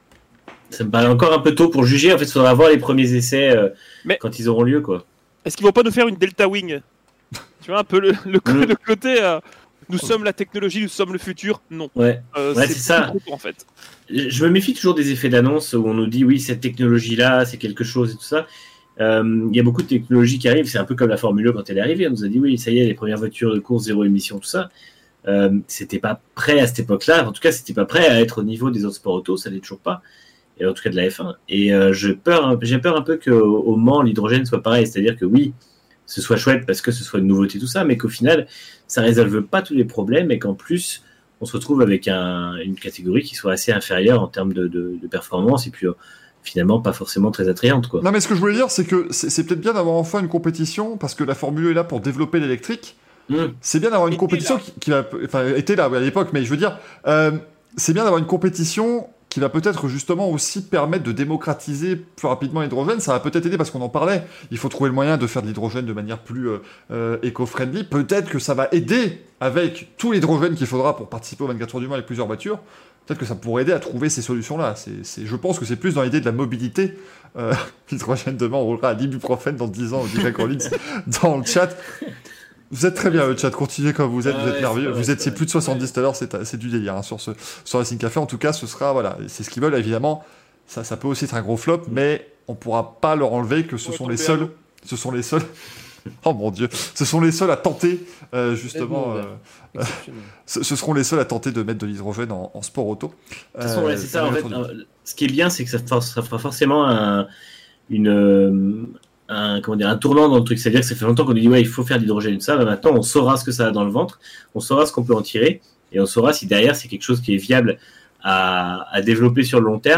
Ça me paraît encore un peu tôt pour juger. En fait, il faudra voir les premiers essais euh, Mais quand ils auront lieu quoi. Est-ce qu'ils vont pas nous faire une Delta Wing? Tu vois un peu le le, mmh. le côté euh, nous sommes la technologie, nous sommes le futur. Non. Ouais. Euh, ouais c'est, c'est ça. Trop, en fait. Je me méfie toujours des effets d'annonce où on nous dit oui cette technologie là c'est quelque chose et tout ça. Il euh, y a beaucoup de technologies qui arrivent, c'est un peu comme la Formule un quand elle est arrivée, on nous a dit oui, ça y est, les premières voitures de course zéro émission, tout ça. Euh, c'était pas prêt à cette époque-là, en tout cas, c'était pas prêt à être au niveau des autres sports auto, ça l'est toujours pas, et en tout cas de la F un. Et euh, je peur, j'ai peur un peu qu'au au Mans, l'hydrogène soit pareil, c'est-à-dire que oui, ce soit chouette parce que ce soit une nouveauté, tout ça, mais qu'au final, ça résolve pas tous les problèmes et qu'en plus, on se retrouve avec un, une catégorie qui soit assez inférieure en termes de, de, de performance, et puis euh, finalement pas forcément très attrayante quoi. Non mais ce que je voulais dire c'est que c'est, c'est peut-être bien d'avoir enfin une compétition parce que la Formule un est là pour développer l'électrique. Mmh. C'est bien d'avoir une était compétition qui, qui va, enfin était là à l'époque, mais je veux dire euh, c'est bien d'avoir une compétition qui va peut-être justement aussi permettre de démocratiser plus rapidement l'hydrogène. Ça va peut-être aider parce qu'on en parlait. Il faut trouver le moyen de faire de l'hydrogène de manière plus euh, euh, éco-friendly. Peut-être que ça va aider avec tout l'hydrogène qu'il faudra pour participer aux vingt-quatre heures du Mans avec plusieurs voitures. Peut-être que ça pourrait aider à trouver ces solutions-là. C'est, c'est, je pense que c'est plus dans l'idée de la mobilité. Euh, l'hydrogène demain, on roulera à l'ibuprofène dans dix ans, dit Greg Rollins dans le chat. Vous êtes très bien, le chat. Continuez comme vous êtes. Ah vous êtes ouais, merveilleux. Vous êtes, c'est plus de soixante-dix tout à l'heure. C'est, c'est du délire hein, sur ce sur Racing Café. En tout cas, ce sera voilà. C'est ce qu'ils veulent évidemment. Ça, ça peut aussi être un gros flop, mais on pourra pas leur enlever que ce ouais, sont les seuls. Ce sont les seuls. Oh mon Dieu, ce sont les seuls à tenter euh, justement. Euh, euh, ce, ce seront les seuls à tenter de mettre de l'hydrogène en, en sport auto. De toute façon, ouais, c'est ça. En fait, euh, ce qui est bien, c'est que ça, for- ça fera forcément un, une, euh, un, comment dire, un tournant dans le truc. C'est-à-dire que ça fait longtemps qu'on nous dit ouais, il faut faire de l'hydrogène. Ça, ben maintenant, on saura ce que ça a dans le ventre, on saura ce qu'on peut en tirer, et on saura si derrière c'est quelque chose qui est viable à, à développer sur le long terme,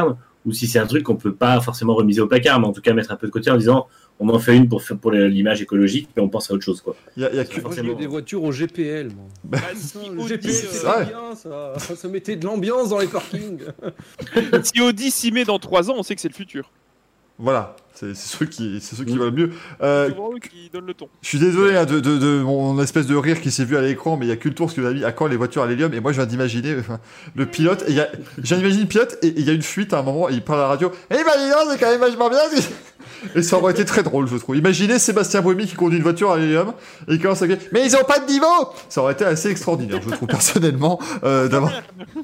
ou si c'est un truc qu'on peut pas forcément remiser au placard, mais en tout cas mettre un peu de côté en disant on en fait une pour, pour l'image écologique, mais on pense à autre chose, quoi. Il y a, il y a que... Moi, j'ai eu des voitures au G P L, moi. Bah, Le G P L, c'est vrai. bien, ça. Ça mettait de l'ambiance dans les parkings. Si Audi s'y met dans trois ans, on sait que c'est le futur. Voilà, c'est, c'est ceux qui, c'est ceux qui valent mieux. Euh, C'est souvent eux qui donnent le ton. je suis désolé hein, de, de, de mon espèce de rire qui s'est vu à l'écran, mais il y a que le tour ce que vous avez mis à quand les voitures à l'hélium. Et moi, je viens d'imaginer enfin, le pilote. Et il y a, je viens d'imaginer le pilote et il y a une fuite à un moment. Et il parle à la radio. Eh ben, dis donc, c'est quand même vachement bien. Et ça aurait été très drôle, je trouve. Imaginez Sébastien Buemi qui conduit une voiture à l'hélium et il commence à dire mais ils ont pas de niveau. Ça aurait été assez extraordinaire, je trouve personnellement. Euh, d'avoir...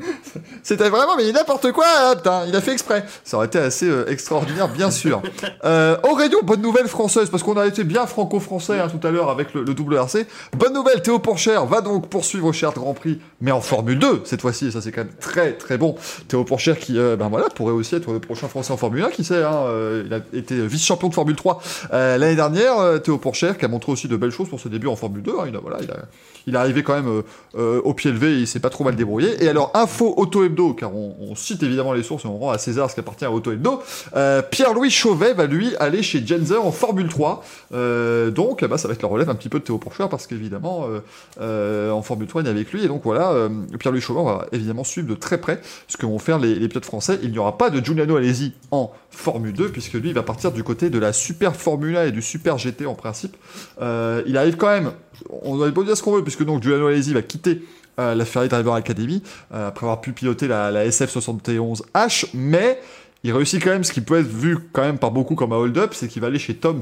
C'était vraiment mais n'importe quoi, hein, putain, il a fait exprès. Ça aurait été assez euh, extraordinaire, bien sûr. Euh, Aurélien, bonne nouvelle française parce qu'on a été bien franco-français hein, tout à l'heure avec le, le W R C. Bonne nouvelle, Théo Pourchaire va donc poursuivre au Chartres Grand Prix, mais en Formule deux cette fois-ci. Et ça c'est quand même très très bon. Théo Pourchaire qui, euh, ben voilà, pourrait aussi être le prochain Français en Formule un, qui sait. Hein, euh, il a été vice champion de Formule trois euh, l'année dernière, euh, Théo Pourchaire qui a montré aussi de belles choses pour ses débuts en Formule deux, hein, il, a, voilà, il, a, il est arrivé quand même euh, euh, au pied levé et il s'est pas trop mal débrouillé. Et alors info Auto Hebdo, car on, on cite évidemment les sources et on rend à César ce qui appartient à Auto Hebdo, euh, Pierre-Louis Chauvet va lui aller chez Genzer en Formule trois, euh, donc bah, ça va être la relève un petit peu de Théo Pourchaire parce qu'évidemment euh, euh, en Formule trois il est avec lui et donc voilà euh, Pierre-Louis Chauvet on va évidemment suivre de très près ce que vont faire les, les pilotes français. Il n'y aura pas de Giuliano Alesi en Formule deux puisque lui il va partir du côté de la Super Formula et du Super G T en principe. Euh, il arrive quand même, on doit pas dire ce qu'on veut puisque donc Giuliano Alesi va quitter euh, la Ferrari Driver Academy euh, après avoir pu piloter la, la S F soixante et onze H, mais il réussit quand même ce qui peut être vu quand même par beaucoup comme un hold-up, c'est qu'il va aller chez Toms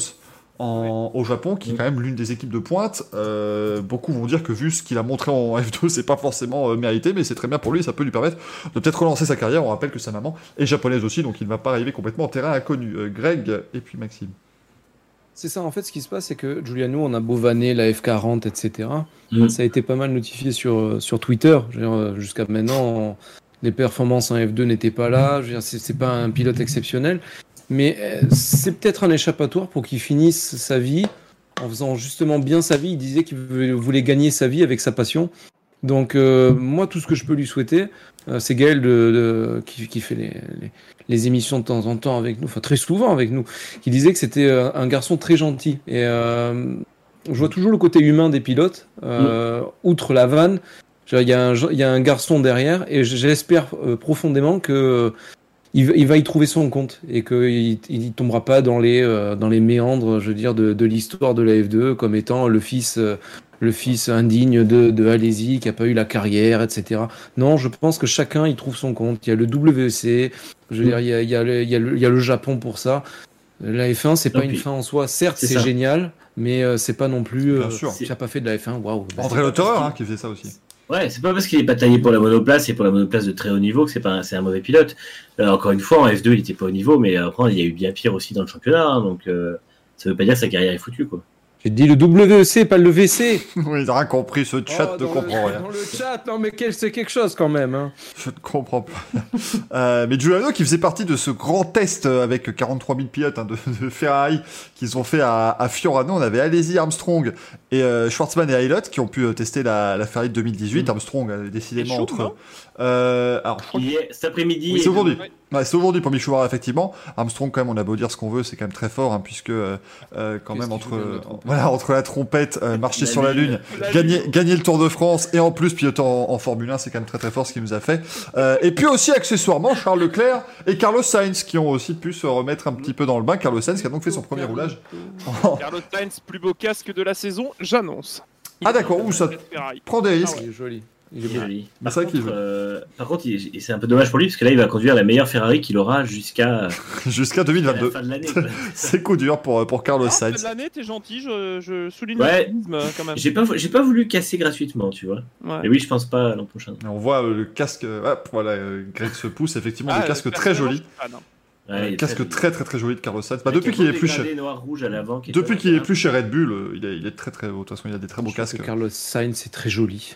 en, au Japon, qui est quand même l'une des équipes de pointe. Euh, beaucoup vont dire que vu ce qu'il a montré en F deux, c'est pas forcément euh, mérité, mais c'est très bien pour lui, ça peut lui permettre de peut-être relancer sa carrière. On rappelle que sa maman est japonaise aussi, donc il ne va pas arriver complètement en terrain inconnu. Euh, Greg et puis Maxime. C'est ça, en fait, ce qui se passe, c'est que Giuliano, on a beau vanner la F quarante, et cetera. Mm. Ça a été pas mal notifié sur, sur Twitter. Je veux dire, jusqu'à maintenant, on- les performances en F deux n'étaient pas là. Je veux dire, c'est, c'est pas un pilote exceptionnel. Mais euh, c'est peut-être un échappatoire pour qu'il finisse sa vie en faisant justement bien sa vie. Il disait qu'il vou- voulait gagner sa vie avec sa passion. Donc, euh, moi, tout ce que je peux lui souhaiter, euh, c'est Gaël de, de- qui, qui fait les, les, les émissions de temps en temps avec nous, enfin très souvent avec nous, qui disait que c'était euh, un garçon très gentil. Et euh, je vois toujours le côté humain des pilotes, euh, outre la vanne. Je veux dire, Il y, a un, il y a un garçon derrière, et j'espère euh, profondément que euh, il, va- il va y trouver son compte et qu'il il tombera pas dans les euh, dans les méandres, je veux dire, de, de l'histoire de la F deux comme étant le fils euh, le fils indigne de, de Alesi qui a pas eu la carrière, et cetera. Non, je pense que chacun y trouve son compte. Il y a le W E C, je veux dire, il y a, il y a le, il y a le, il y a le Japon pour ça. La F un, c'est pas Et une puis, fin en soi. Certes, c'est c'est ça. génial, mais euh, c'est pas non plus. Bien Euh, sûr. Tu n'as pas fait de la F un, waouh. André Lautereur hein, qui faisait ça aussi. Ouais, c'est pas parce qu'il est pas taillé pour la monoplace et pour la monoplace de très haut niveau que c'est pas un, c'est un mauvais pilote. Euh, encore une fois, en F deux, il était pas au niveau, mais après, il y a eu bien pire aussi dans le championnat, hein, donc euh, ça veut pas dire que sa carrière est foutue, quoi. J'ai dit le W E C, pas le V C. Oui, il n'a rien compris, ce chat Oh, ne dans comprend le, rien. Dans le chat, non mais quel, c'est quelque chose quand même. Hein. Je ne comprends pas. euh, mais Giuliano qui faisait partie de ce grand test euh, avec quarante-trois mille pilotes hein, de, de Ferrari qu'ils ont fait à, à Fiorano. On avait Alesi, Armstrong et euh, Schwartzman et Aylott qui ont pu euh, tester la, la Ferrari de deux mille dix-huit. Mm. Armstrong euh, décidément Et Schum, entre... non Euh, alors, je crois que Il est cet après-midi. oui, c'est aujourd'hui. Ouais. Ouais, c'est aujourd'hui pour Mick Schumacher, effectivement. Armstrong, quand même, on a beau dire ce qu'on veut, c'est quand même très fort, hein, puisque euh, euh, quand Qu'est-ce même qu'il entre, fait de la euh, trompette voilà, entre la trompette, euh, marcher La sur la lune. lune, La gagner, lune. gagner le Tour de France et en plus piloter en, en Formule un, c'est quand même très très fort ce qu'il nous a fait. Euh, et puis aussi accessoirement Charles Leclerc et Carlos Sainz qui ont aussi pu se remettre un petit peu dans le bain. Carlos Sainz qui a donc fait son premier roulage. Carlos Sainz, plus beau casque de la saison, j'annonce. Ah, d'accord, où ça Ferrari. prend des risques. Il est joli. Il est Il est beau. joli. Mais Par c'est vrai qu'il contre, veut. euh, par contre, il- et c'est un peu dommage pour lui parce que là, il va conduire la meilleure Ferrari qu'il aura jusqu'à Jusqu'à deux mille la vingt-deux. fin de l'année. quoi. C'est coup dur pour, pour Carlos Ah, fin de Sainz. l'année, t'es gentil, je, je souligne Ouais. le cynisme, quand même. J'ai pas, j'ai pas voulu casser gratuitement, tu vois. Ouais. Mais oui, je pense pas l'an prochain. On voit euh, le casque, euh, hop, voilà, euh, Greg se pousse, effectivement, Ah, le casque euh, très personnellement, joli. je suis fan, hein. Ouais, il Le est casque joli. très très très joli de Carlos Sainz. Bah, Avec depuis un qu'il beau est plus dégradé chez... noir rouge à l'avant. qui est Depuis pas qu'il est mal. plus chez Red Bull, euh, il est, il est très très haut. De toute façon, il a des très beaux Je trouve casques. que Carlos Sainz, c'est très joli.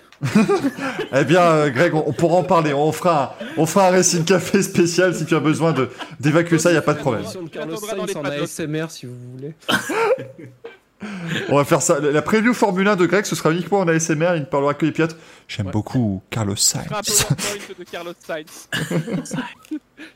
Eh bien, euh, Greg, on, on pourra en parler. On fera, un, on fera un Racing Café spécial si tu as besoin de d'évacuer ça. Il y a pas de problème. L'émission de Tu Carlos attendras dans Sainz les en paddocks. A S M R si vous voulez. On va faire ça. La preview Formule un de Greg, ce sera uniquement en A S M R. Il ne parlera que les pilotes. J'aime Ouais. beaucoup Carlos Ce sera un Sainz. PowerPoint de Carlos Sainz.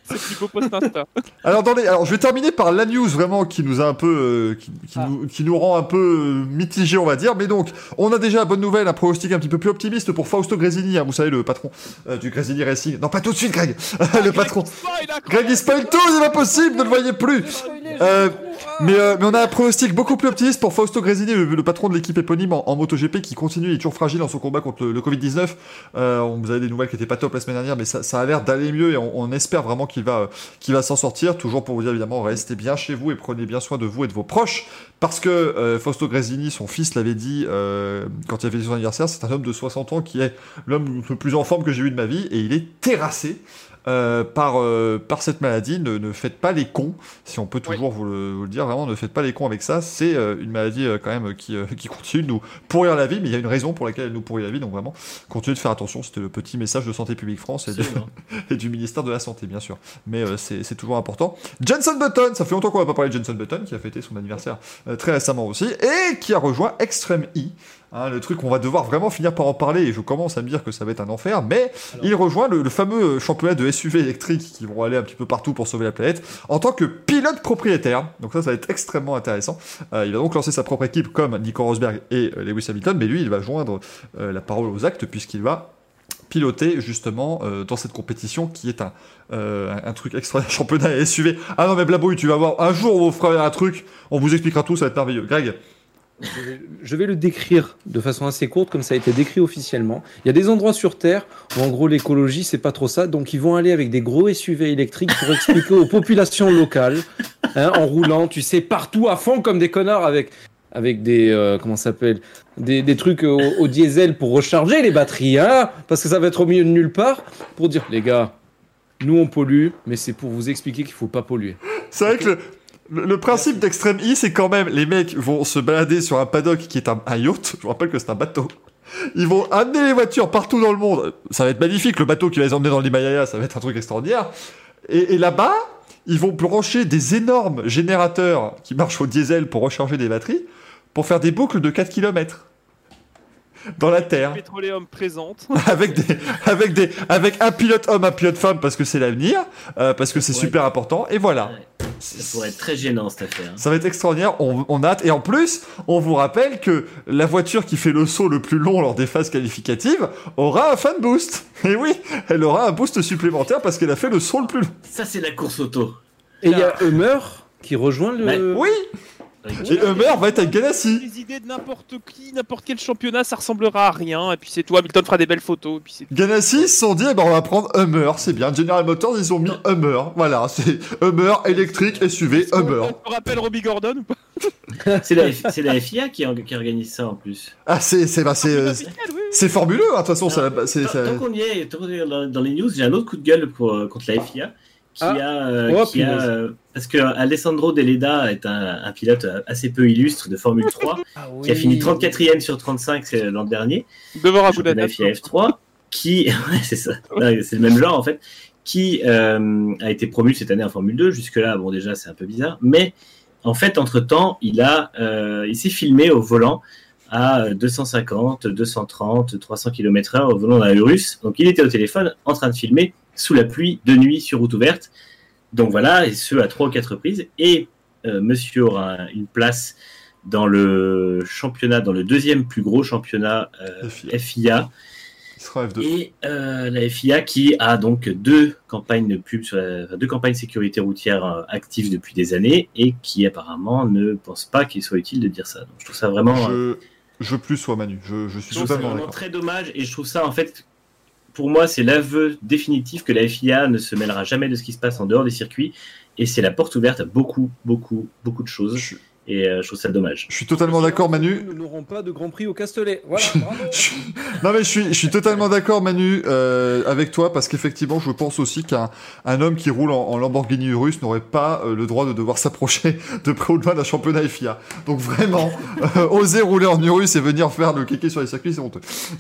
C'est plus beau post Insta. Alors, dans les... Alors, je vais terminer par la news vraiment qui nous a un peu, euh, qui, qui, Ah. nous, qui nous rend un peu euh, mitigés, on va dire. Mais donc, on a déjà bonne nouvelle, un pronostic un petit peu plus optimiste pour Fausto Gresini, hein, vous savez le patron euh, du Gresini Racing. Non, pas tout de suite, Greg. le patron. Greg, il spoil tout, c'est pas possible, ne le voyez plus. Euh, mais, euh, mais on a un pronostic beaucoup plus optimiste pour Fausto Gresini, le, le patron de l'équipe éponyme en, en MotoGP, qui continue, il est toujours fragile dans son combat contre le, le covid dix-neuf. Euh, on vous avait des nouvelles qui étaient pas top la semaine dernière, mais ça, ça a l'air d'aller mieux et on, on espère vraiment qu'il va, euh, qu'il va s'en sortir. Toujours pour vous dire évidemment, restez bien chez vous et prenez bien soin de vous et de vos proches, parce que euh, Fausto Gresini, son fils, l'avait dit euh, quand il avait fait son anniversaire, c'est un homme de soixante ans qui est l'homme le plus en forme que j'ai eu de ma vie et il est terrassé. Euh, par, euh, par cette maladie. Ne, ne faites pas les cons, si on peut toujours oui. vous, le, vous le dire, vraiment ne faites pas les cons avec ça. C'est euh, une maladie euh, quand même qui, euh, qui continue de nous pourrir la vie, mais il y a une raison pour laquelle elle nous pourrit la vie, donc vraiment continuez de faire attention. C'était le petit message de Santé publique France et, de, et du ministère de la Santé, bien sûr, mais euh, c'est, c'est toujours important. Jenson Button, ça fait longtemps qu'on n'a pas parlé de Jenson Button, qui a fêté son anniversaire euh, très récemment aussi, et qui a rejoint Extreme E. Hein, le truc, on va devoir vraiment finir par en parler, et je commence à me dire que ça va être un enfer, mais Alors... il rejoint le, le fameux championnat de S U V électriques qui vont aller un petit peu partout pour sauver la planète, en tant que pilote propriétaire. Donc ça, ça va être extrêmement intéressant. Euh, il va donc lancer sa propre équipe comme Nico Rosberg et euh, Lewis Hamilton, mais lui, il va joindre euh, la parole aux actes, puisqu'il va piloter justement euh, dans cette compétition qui est un, euh, un, un truc extra championnat S U V. Ah non mais Blabouille, tu vas voir, un jour on vous fera un truc, on vous expliquera tout, ça va être merveilleux. Greg? Je vais, je vais le décrire de façon assez courte, comme ça a été décrit officiellement. Il y a des endroits sur Terre où, en gros, l'écologie, c'est pas trop ça. Donc, ils vont aller avec des gros S U V électriques pour expliquer aux populations locales, hein, en roulant, tu sais, partout à fond comme des connards avec, avec des, euh, comment ça s'appelle, des, des trucs au, au diesel pour recharger les batteries, hein, parce que ça va être au milieu de nulle part, pour dire, les gars, nous on pollue, mais c'est pour vous expliquer qu'il faut pas polluer. C'est vrai que le... Le, le principe d'Extreme E, c'est quand même, les mecs vont se balader sur un paddock qui est un, un yacht, je vous rappelle que c'est un bateau. Ils vont amener les voitures partout dans le monde, ça va être magnifique, le bateau qui va les emmener dans l'Himalaya, ça va être un truc extraordinaire. Et, et là-bas, ils vont brancher des énormes générateurs qui marchent au diesel pour recharger des batteries, pour faire des boucles de quatre kilomètres. Dans la terre. Pétroléum présente. avec des, avec des, avec un pilote homme, un pilote femme, parce que c'est l'avenir, euh, parce que c'est super être... important, et voilà. Ouais. Ça pourrait être très gênant cette affaire. Ça va être extraordinaire, on, on a hâte. Et en plus, on vous rappelle que la voiture qui fait le saut le plus long lors des phases qualificatives aura un fan boost. Et oui, elle aura un boost supplémentaire parce qu'elle a fait le saut le plus long. Ça, c'est la course auto. Et il y a Hummer qui rejoint le... Mais, oui. Et Hummer va être avec Ganassi. Les idées de n'importe qui, n'importe quel championnat, ça ressemblera à rien. Et puis c'est tout. Hamilton fera des belles photos. Et puis c'est... Ganassi, ils se sont dit, eh ben on va prendre Hummer, c'est bien. General Motors, ils ont mis Hummer. Voilà, c'est Hummer électrique S U V Hummer. Tu te rappelles Robbie Gordon ou pas? c'est, la, c'est la F I A qui, qui organise ça en plus. Ah, c'est c'est bah, c'est, euh, oui, oui. c'est fabuleux. De toute façon, ça, c'est, tant, ça... tant qu'on y est, tant qu'on est dans, dans les news, j'ai un autre coup de gueule pour, euh, contre la F I A. Qui ah. a, euh, oh, qui a euh, parce que Alessandro Deleda est un, un pilote assez peu illustre de Formule trois ah, oui. qui a fini trente-quatrième sur trente-cinq l'an dernier devant Abu Dhabi F I A F trois qui ouais, c'est ça c'est le même genre en fait qui euh, a été promu cette année en Formule deux. Jusque là bon déjà c'est un peu bizarre, mais en fait entre temps il a euh, il s'est filmé au volant à deux cent cinquante, deux cent trente, trois cents kilomètres heure au volant d'un Urus. Donc il était au téléphone en train de filmer sous la pluie, de nuit, sur route ouverte. Donc voilà, et ce à trois ou quatre reprises. Et euh, monsieur aura une place dans le championnat, dans le deuxième plus gros championnat euh, F I A. F I A. Il sera F deux. Et euh, la F I A qui a donc deux campagnes de pub, sur la, enfin, deux campagnes sécurité routière euh, actives depuis des années et qui apparemment ne pense pas qu'il soit utile de dire ça. Donc je trouve ça vraiment... Je, euh, je plus sois Manu, je, je suis totalement d'accord. C'est vraiment très dommage et je trouve ça en fait... Pour moi, c'est l'aveu définitif que la F I A ne se mêlera jamais de ce qui se passe en dehors des circuits. Et c'est la porte ouverte à beaucoup, beaucoup, beaucoup de choses. Je... Et euh, je trouve ça dommage. Je suis totalement d'accord, Manu. Nous n'aurons pas de Grand Prix au Castellet. Voilà, je... Non, mais je suis, je suis totalement d'accord, Manu, euh, avec toi, parce qu'effectivement, je pense aussi qu'un un homme qui roule en, en Lamborghini Urus n'aurait pas euh, le droit de devoir s'approcher de près ou de loin d'un championnat F I A. Donc vraiment, euh, oser rouler en Urus et venir faire le kéké sur les circuits, c'est honteux.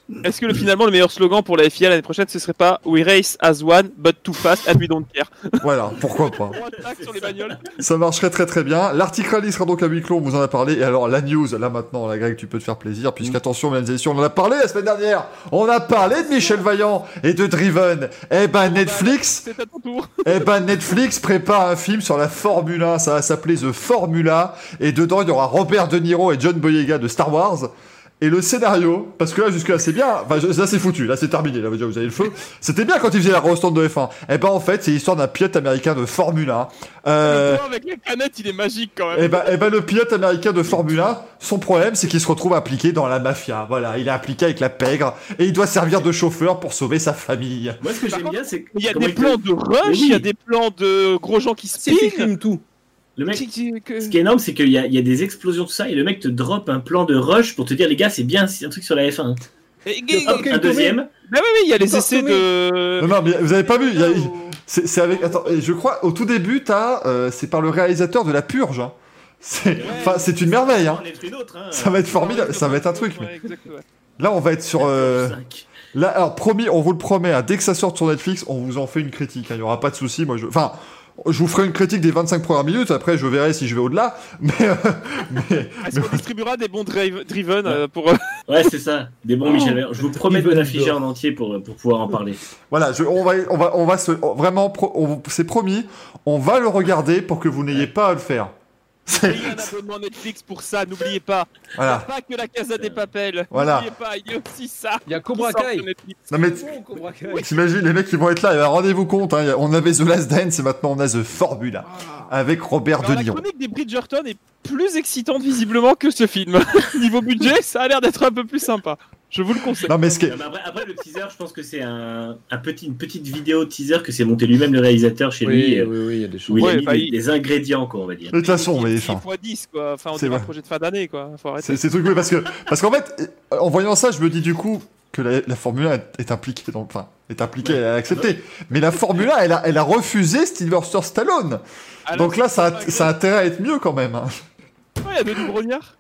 Est-ce que le, finalement le meilleur slogan pour la F I A l'année prochaine ce serait pas We race as one but too fast and we don't care? Voilà, pourquoi pas. On attaque sur les bagnoles. Ça marcherait très très bien. L'article rallye sera donc à huis clos, on vous en a parlé. Et alors la news, là maintenant, la Greg, tu peux te faire plaisir, puisqu'attention, mesdames et messieurs, on en a parlé la semaine dernière. On a parlé de Michel Vaillant et de Driven. Eh ben Netflix, C'est à ton tour. eh ben Netflix prépare un film sur la Formule un. Ça va s'appeler The Formula. Et dedans, il y aura Robert De Niro et John Boyega de Star Wars. Et le scénario, parce que là, jusque-là, c'est bien, enfin, là, c'est foutu, là, c'est terminé, là, vous avez le feu. C'était bien quand ils faisaient la rostand de F un. Eh ben, en fait, c'est l'histoire d'un pilote américain de Formule un. Euh... Le plan avec la canette, il est magique quand même. Eh ben, eh ben, le pilote américain de Formule un, son problème, c'est qu'il se retrouve impliqué dans la mafia. Voilà, il est impliqué avec la pègre, et il doit servir de chauffeur pour sauver sa famille. Moi, ce que Par j'aime contre, bien, c'est Il y a comment des il plans te- de rush, Mais oui. il y a des plans de gros gens qui C'est spinent. film tout. Le mec, Qui- qui- que- ce qui est énorme, c'est qu'il y a, il y a des explosions, tout ça, et le mec te drop un plan de rush pour te dire, les gars, c'est bien, c'est un truc sur la F un. Et- Hop, Ok, un deuxième. Bah oui, oui, il y a les Encore essais Tommy. de. Non, non, mais vous avez pas vu, il y a- c'est, c'est avec, attends, et je crois, au tout début, t'as, euh, c'est par le réalisateur de La Purge, hein. C'est, enfin, c'est une merveille, hein. On est une autre, hein. Ça va être formidable, ça va être un truc, mais. Ouais, exact, ouais. Là, on va être sur, euh, cinq. là, alors, promis, on vous le promet, hein, dès que ça sort sur Netflix, on vous en fait une critique, hein, il y aura pas de souci, moi, je, enfin, je vous ferai une critique des vingt-cinq premières minutes, après, je verrai si je vais au-delà, mais, euh, mais, Est-ce qu'on distribuera des bons drive- driven euh, pour. Ouais, c'est ça. Des bons Michel Vaillant. Je vous promets de veulent l'afficher d'or. en entier pour, pour pouvoir en parler. voilà, je, on va, on va, on va se, vraiment, pro- on- c'est promis, on va le regarder pour que vous n'ayez pas à le faire. C'est- Payez un abonnement Netflix pour ça, n'oubliez pas. Il n'y a Voilà. pas que la Casa des Papels. Voilà. N'oubliez pas, il y a aussi ça. Il y a qui Cobra sort Kai. sur Netflix. Non, mais, Bon, Cobra Kai. t'imagines, les mecs qui vont être là, et ben, rendez-vous compte, hein, y a- on avait The Last Dance, et maintenant on a The Formula, avec Robert Alors, De la Niro. chronique des Bridgerton est plus excitante visiblement que ce film. Niveau budget, ça a l'air d'être un peu plus sympa. Je vous le conseille. Non, mais ce qui est, Euh, mais Après, après, le teaser, je pense que c'est un, un petit, une petite vidéo teaser que s'est monté lui-même le réalisateur chez lui, Oui, euh, oui, oui, il y a des choses. où il Ouais, a mis bah, des, il- des ingrédients, quoi, on va dire. de toute façon, mais, six enfin. fois dix quoi. Enfin, on C'est dirait un vrai. projet de fin d'année quoi. Faut arrêter. C'est c'est truc, oui, parce que, parce qu'en fait, euh, en voyant ça, je me dis du coup que la, la Formule un est, est impliquée, dans, enfin, est impliquée, elle a accepté. Mais la Formule un, elle a, elle a refusé Sylvester Stallone. Alors, Donc là, ça a, c'est ça a intérêt à être mieux quand même. hein. Ouais, il y a Denis Brognard.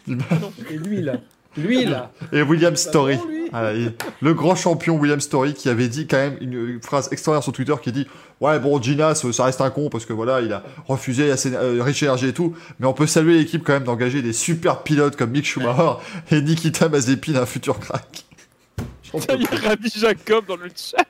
Et lui, là. Lui, là. Et William Story. bon, lui. Voilà, il- le grand champion William Story qui avait dit quand même une, une phrase extraordinaire sur Twitter qui dit ouais bon Gina ça ça reste un con parce que voilà il a refusé assez, euh, Rich Energy et tout mais on peut saluer l'équipe quand même d'engager des super pilotes comme Mick Schumacher et Nikita Mazepin un futur crack. J'en peux Il y a Rabbi Jacob dans le chat.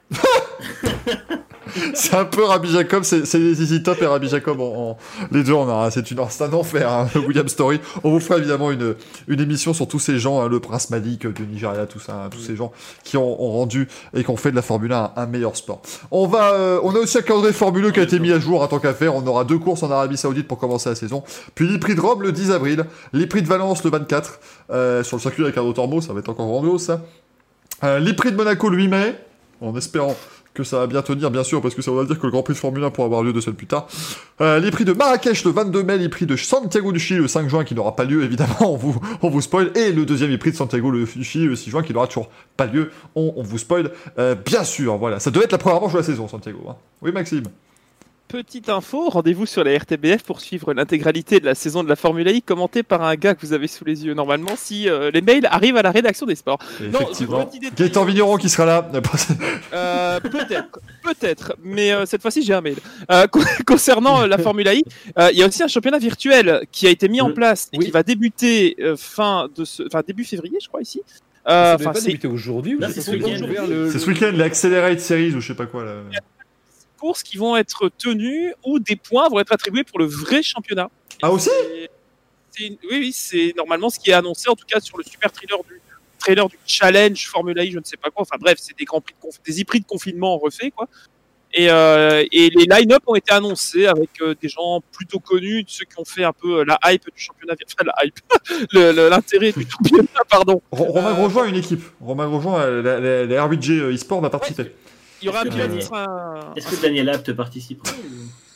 C'est un peu Rabbi Jacob, c'est c'est les Easy Top et Rabbi Jacob en, en- les deux en un. hein. C'est une, c'est un enfer, hein, le William Story. On vous fera évidemment une, une émission sur tous ces gens, hein, le prince Malik de Nigeria, tout ça, hein, tous ces gens qui ont, ont rendu et qui ont fait de la Formule un un, un meilleur sport. On va, euh, on a aussi un calendrier formuleux qui a été mis à jour en tant qu'à faire. On aura deux courses en Arabie Saoudite pour commencer la saison, puis les prix de Rome le dix avril, les prix de Valence le vingt-quatre euh, sur le circuit avec un Tormo, ça va être encore grandiose ça. Euh, les prix de Monaco le huit mai, en espérant que ça va bien tenir, bien sûr, parce que ça voudra dire que le Grand Prix de Formule un pourra avoir lieu deux semaines plus tard. Euh, les prix de Marrakech le vingt-deux mai, les prix de Santiago du Chili le cinq juin, qui n'aura pas lieu, évidemment, on vous, on vous spoil, et le deuxième les prix de Santiago le- du Chili le six juin, qui n'aura toujours pas lieu, on, on vous spoil, euh, bien sûr, voilà. Ça devait être la première manche de la saison, Santiago. Hein. Oui, Maxime. Petite info, rendez-vous sur la R T B F pour suivre l'intégralité de la saison de la Formule I commentée par un gars que vous avez sous les yeux normalement si euh, les mails arrivent à la rédaction des sports. Et Non, effectivement. petite idée de- Gaëtan Vigneron qui sera là. Euh, peut-être, peut-être, mais euh, cette fois-ci j'ai un mail. Euh, con- concernant euh, la Formule I, euh, il y a aussi un championnat virtuel qui a été mis en Oui. place et Oui. qui va débuter euh, fin de ce, enfin début février, je crois ici. Ça Euh, devait Enfin, pas c'est débuter aujourd'hui ou Là, j'ai c'est pas ce week-end. ouvert le- C'est ce week-end, les Accelerate Series ou je sais pas quoi là. des courses qui vont être tenues où des points vont être attribués pour le vrai championnat. Ah aussi Et c'est une- Oui, oui, c'est normalement ce qui est annoncé, en tout cas sur le super trailer du trailer du challenge Formula I, je ne sais pas quoi. Enfin bref, c'est des grands prix de conf- des e-prix de confinement refaits quoi. Et, euh, et les line-up ont été annoncés avec euh, des gens plutôt connus, ceux qui ont fait un peu euh, la hype du championnat, enfin la hype, le- le- l'intérêt du championnat, pardon. Ro- Romain Euh, Grosjean a une équipe. Romain Grosjean, euh, la, la, la R huit G e-sport va participer. Il y aura un Est-ce que pilote Daniel- qui sera un- Est-ce que Daniel Abt participera ou-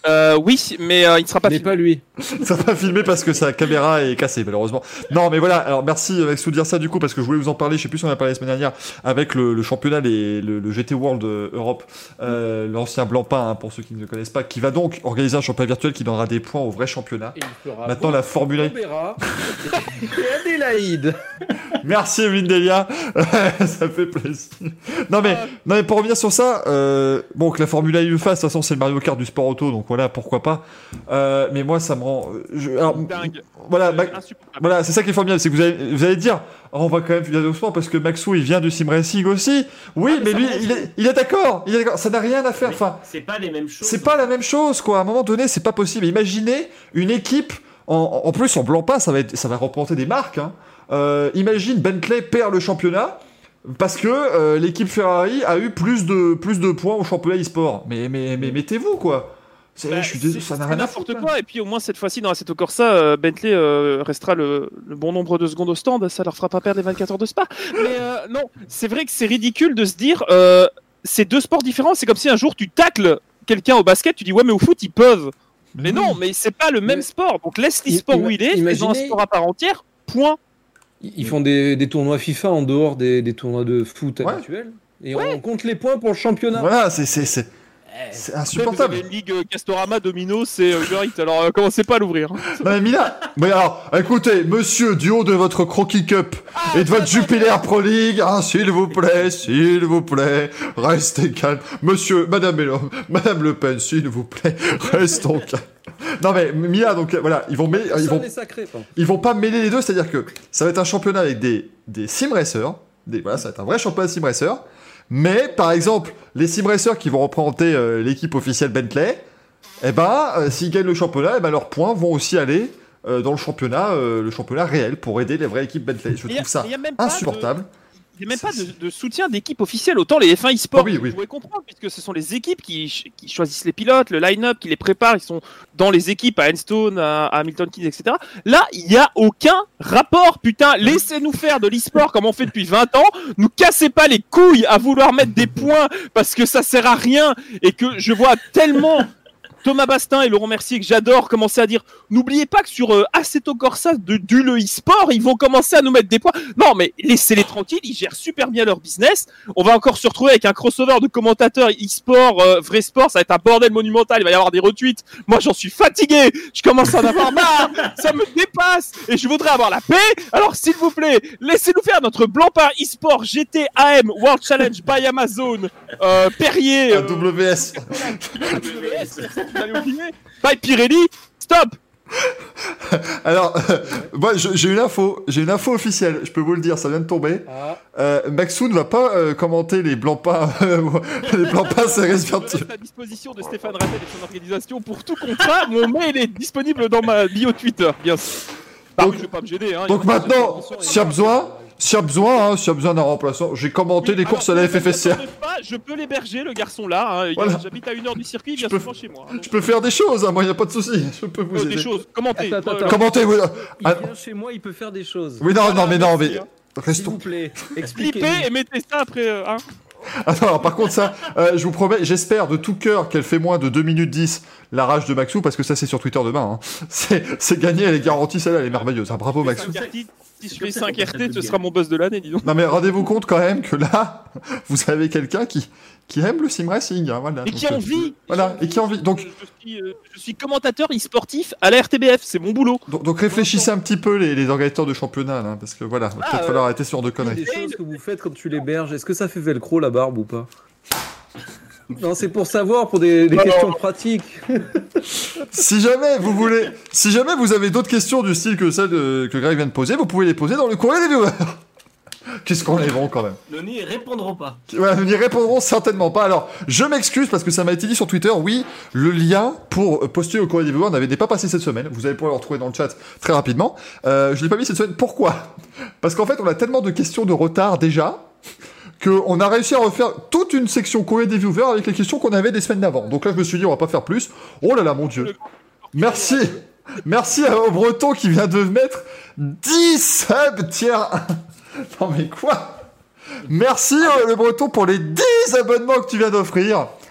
Euh, oui, mais euh, il ne sera pas Mais filmé. pas lui. Ça va pas filmer parce que sa caméra est cassée, malheureusement. Non, mais voilà. Alors, merci, Maxou, de dire ça, du coup, parce que je voulais vous en parler. Je sais plus si on en a parlé la semaine dernière avec le, le championnat, les, le, le G T World Europe, euh, l'ancien Blancpain, hein, pour ceux qui ne le connaissent pas, qui va donc organiser un championnat virtuel qui donnera des points au vrai championnat. Et il fera Maintenant, la Formule un. et Adélaïde. Merci, Evelyne Delia. Ça fait plaisir. Non, mais, non, mais pour revenir sur ça, euh, bon, que la Formule un le fasse, de toute façon, c'est le Mario Kart du sport auto, donc voilà, pourquoi pas. Euh, mais moi, ça me rend. Je, alors, Dingue. Voilà, Euh, Ma- insupportable. voilà, c'est ça qui est formidable, c'est que vous allez, vous allez dire, oh, on va quand même finir au sport parce que Maxou il vient de Sim Racing aussi. Oui, Ah, mais mais, ça lui, me rend il est, il est d'accord, il est d'accord, ça n'a rien à faire. Enfin, C'est pas les mêmes choses. c'est pas la même chose, quoi. À un moment donné, c'est pas possible. Imaginez une équipe, en, en plus en blanc-pas, ça va être, ça va représenter des marques. Hein. Euh, imagine Bentley perd le championnat parce que euh, l'équipe Ferrari a eu plus de, plus de points au championnat e-sport. Mais, mais, mais mettez-vous, quoi. C'est, Bah, je suis désolé, c'est- ça n'a c'est rien à n'importe foutre. quoi. Et puis au moins cette fois-ci dans Assetto Corsa, euh, Bentley euh, restera le, le bon nombre de secondes au stand. Ça leur fera pas perdre les vingt-quatre heures de Spa. Mais euh, non, c'est vrai que c'est ridicule de se dire euh, c'est deux sports différents. C'est comme si un jour tu tacles quelqu'un au basket, tu dis ouais mais au foot ils peuvent. Mais non, mais c'est pas le même Mais- sport. Donc laisse l'e-sport où il est, fais-en un Imaginez- sport à part entière. Point. Ils font des, des tournois FIFA en dehors des, des tournois de foot Ouais. habituels. Et on compte les points pour le championnat. Voilà, c'est, c'est, c'est, c'est Vous insupportable. avez une ligue euh, Castorama, Domino, c'est euh, Uber Eats. Alors euh, commencez pas à l'ouvrir. hein. Non mais Mila, mais alors, écoutez, monsieur, du haut de votre Croquis Cup et de votre Jupiler Pro League, hein, s'il vous plaît, s'il vous plaît, restez calme. Monsieur, madame, Mélo- madame Le Pen, s'il vous plaît, restons calmes. Non mais Mila, donc euh, voilà, ils vont, mêler- ils vont, est sacré. pardon. ils vont pas mêler les deux, c'est-à-dire que ça va être un championnat avec des, des sim racers, des, voilà, ça va être un vrai championnat de sim racers, mais par exemple, les sim racers qui vont représenter euh, l'équipe officielle Bentley, eh ben, euh, s'ils gagnent le championnat, eh ben, leurs points vont aussi aller euh, dans le championnat, euh, le championnat réel pour aider les vraies équipes Bentley. Je Mais y a- trouve ça mais y a même pas de- insupportable. Il n'y a même pas de, de soutien d'équipe officielle. Autant les F un e-sport, Ah oui, vous oui. pouvez comprendre, puisque ce sont les équipes qui, ch- qui choisissent les pilotes, le line-up, qui les préparent, ils sont dans les équipes à Enstone, à, à Hamilton Keynes, et cetera. Là, il n'y a aucun rapport, putain. Laissez-nous faire de l'e-sport comme on fait depuis vingt ans. Nous cassez pas les couilles à vouloir mettre des points parce que ça sert à rien et que je vois tellement Thomas Bastin et Laurent Mercier, que j'adore, commencer à dire n'oubliez pas que sur euh, Assetto Corsa de du le e-sport, ils vont commencer à nous mettre des points. Non, mais laissez-les tranquilles, ils gèrent super bien leur business. On va encore se retrouver avec un crossover de commentateurs e-sport, euh, vrai sport, ça va être un bordel monumental, il va y avoir des retweets. Moi, j'en suis fatigué, je commence à en avoir marre, ça me dépasse et je voudrais avoir la paix. Alors, s'il vous plaît, laissez-nous faire notre Blancpain e-sport G T A M World Challenge by Amazon, euh, Perrier, Un euh, W S. W S, vous allez oublier. By Pirelli, stop. Alors, euh, moi, je- j'ai une info, j'ai une info officielle, je peux vous le dire, ça vient de tomber. Ah. Euh, Maxou ne va pas euh, commenter les blancs-pains, les blancs-pains séries Je virtuelles. reste à disposition de Stéphane Rattel et son organisation pour tout contrat. Mon mail est disponible dans ma bio Twitter, bien sûr. Bah Donc- oui, je vais pas me gêner. Hein, Donc il y a- maintenant, s'il y a besoin, s'il y a besoin, hein, s'il y a besoin d'un remplaçant, j'ai commenté Oui, les alors, courses à la ne F F S C A. vous attendez pas, je peux l'héberger, le garçon là. Hein, il- Voilà. J'habite à une heure du circuit, il vient peux- souvent chez moi. hein, donc, Je peux faire des choses, hein, moi, il n'y a pas de souci. Je peux vous euh, aider. des choses, commentez. Attends, attends, Euh, attends. Commentez, oui. Il Ah, vient chez moi, il peut faire des choses. oui, non, non, mais non, merci, mais hein. S'il restons. vous plaît, Clippez expliquez-nous. et mettez ça après. euh, hein. Attends, alors, par contre, ça, euh, je vous promets, j'espère de tout cœur qu'elle fait moins de deux minutes dix la rage de Maxou, parce que ça, c'est sur Twitter demain. Hein. C'est, c'est gagné, elle est garantie, celle-là, elle est merveilleuse. Hein, bravo, Maxou. cinq R T, si je comme fais ça cinq qu'on R traite T, de ce gamme. sera mon buzz de l'année, dis donc. Non, mais rendez-vous compte quand même que là, vous avez quelqu'un qui, qui aime le sim racing. Hein, voilà. Et Donc, qui a euh, envie. Voilà, et qui a envie. Donc, Je, je suis, euh, je suis commentateur e-sportif à la R T B F, c'est mon boulot. donc, donc réfléchissez un petit peu, les, les organisateurs de championnat, là, parce que voilà, il va Ah, peut-être euh, falloir arrêter ce genre de Il y a conneries. des choses que vous faites quand tu l'héberges. Est-ce que ça fait velcro la barbe ou pas? Non, c'est pour savoir, pour des, des questions pratiques. Si jamais vous voulez, si jamais vous avez d'autres questions du style que celle de- que Greg vient de poser, vous pouvez les poser dans le courrier des viewers. Qu'est-ce qu'on est bon quand même. Nous n'y répondrons pas. Ouais, nous n'y répondrons certainement pas. Alors, je m'excuse parce que ça m'a été dit sur Twitter. Oui, le lien pour postuler au courrier des viewers n'avait pas passé cette semaine. Vous allez pouvoir le retrouver dans le chat très rapidement. Euh, je l'ai pas mis cette semaine. Pourquoi? Parce qu'en fait, on a tellement de questions de retard déjà qu'on a réussi à refaire toute une section courrier des viewers avec les questions qu'on avait des semaines d'avant. Donc là, je me suis dit, on va pas faire plus. Oh là là, mon Dieu. Merci. Merci au Breton qui vient de mettre dix subs tiers un. Non mais quoi? Merci euh, le Breton pour les dix abonnements que tu viens d'offrir.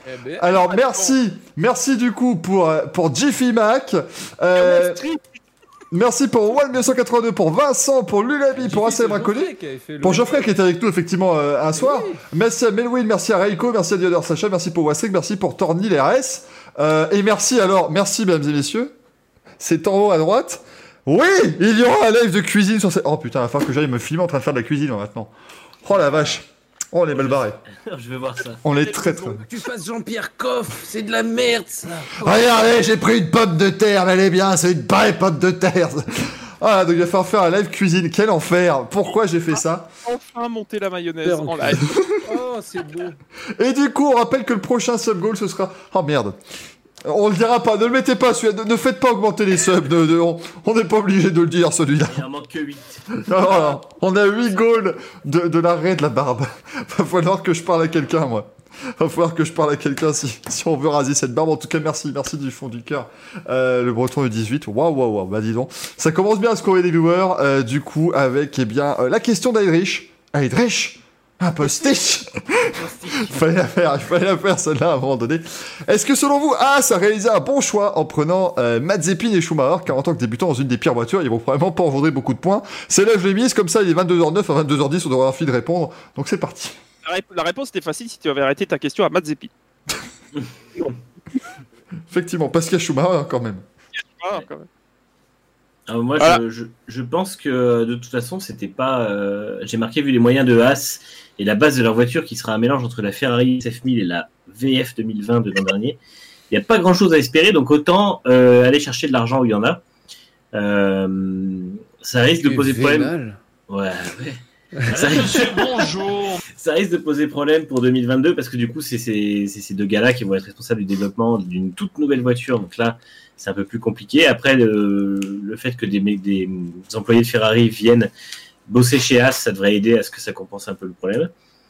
Eh ben, Alors merci, merci du coup pour euh, pour Jiffy Mac. Euh, merci pour One mille neuf cent quatre-vingt-deux, pour Vincent, pour Lulabi, pour Assez Bracoli, pour Geoffrey qui était avec nous effectivement euh, un soir. Oui. Merci à Melwin, merci à Reiko, merci à Diodor Sacha, merci pour Wastrick, merci pour Tornil R S. Euh, et merci alors, merci mesdames et messieurs. C'est en haut à droite. Oui, il y aura un live de cuisine sur cette... Oh putain, il va falloir que j'aille me filmer en train de faire de la cuisine là, maintenant. Oh la vache. Oh, on est mal barrés. Je vais voir ça. On est très très... Tu fasses Jean-Pierre Coff, c'est de la merde ça. Regardez, j'ai pris une pomme de terre, mais elle est bien, c'est une vraie pomme de terre. Ah, donc il va falloir faire un live cuisine. Quel enfer. Pourquoi j'ai fait ça? Enfin monter la mayonnaise en live. Oh, c'est beau. Et du coup, on rappelle que le prochain sub goal, ce sera... Oh merde. On le dira pas, ne le mettez pas, celui-là, ne, ne faites pas augmenter les subs, de, de, on n'est pas obligé de le dire, celui-là. Il en manque que huit. Voilà. On a huit goals de, de l'arrêt de la barbe. Va falloir que je parle à quelqu'un, moi. Va falloir que je parle à quelqu'un si, si on veut raser cette barbe. En tout cas, merci, merci du fond du cœur. Euh, le breton de dix-huit, waouh, waouh, waouh, bah dis donc. Ça commence bien à scorer des viewers, euh, du coup, avec, eh bien, euh, la question d'Aydrich. Aydrich un postiche. Il fallait la faire, il fallait la faire celle-là à un moment donné. Est-ce que selon vous, Haas a réalisé un bon choix en prenant euh, Mazepin et Schumacher, car en tant que débutant dans une des pires voitures, ils vont probablement pas engendrer beaucoup de points. C'est là que je l'ai mise, comme ça il est vingt-deux heures neuf à vingt-deux heures dix, on devrait avoir fini de répondre. Donc c'est parti. La, rép- la réponse était facile si tu avais arrêté ta question à Mazepin. Effectivement, parce qu'il y a Schumacher quand même. Ah, quand même. Alors moi, Voilà. je, je, je pense que de toute façon, c'était pas. Euh, j'ai marqué, vu les moyens de Haas et la base de leur voiture qui sera un mélange entre la Ferrari S F mille et la V F deux mille vingt de l'an dernier, il n'y a pas grand chose à espérer, donc autant euh, aller chercher de l'argent où il y en a. Euh, ça risque de poser problème. Ouais, ouais. Ça risque... Bonjour. ça risque de poser problème pour deux mille vingt-deux parce que du coup, c'est ces, c'est ces deux gars-là qui vont être responsables du développement d'une toute nouvelle voiture. Donc là, c'est un peu plus compliqué. Après, le, le fait que des, des employés de Ferrari viennent bosser chez Haas, ça devrait aider à ce que ça compense un peu le problème.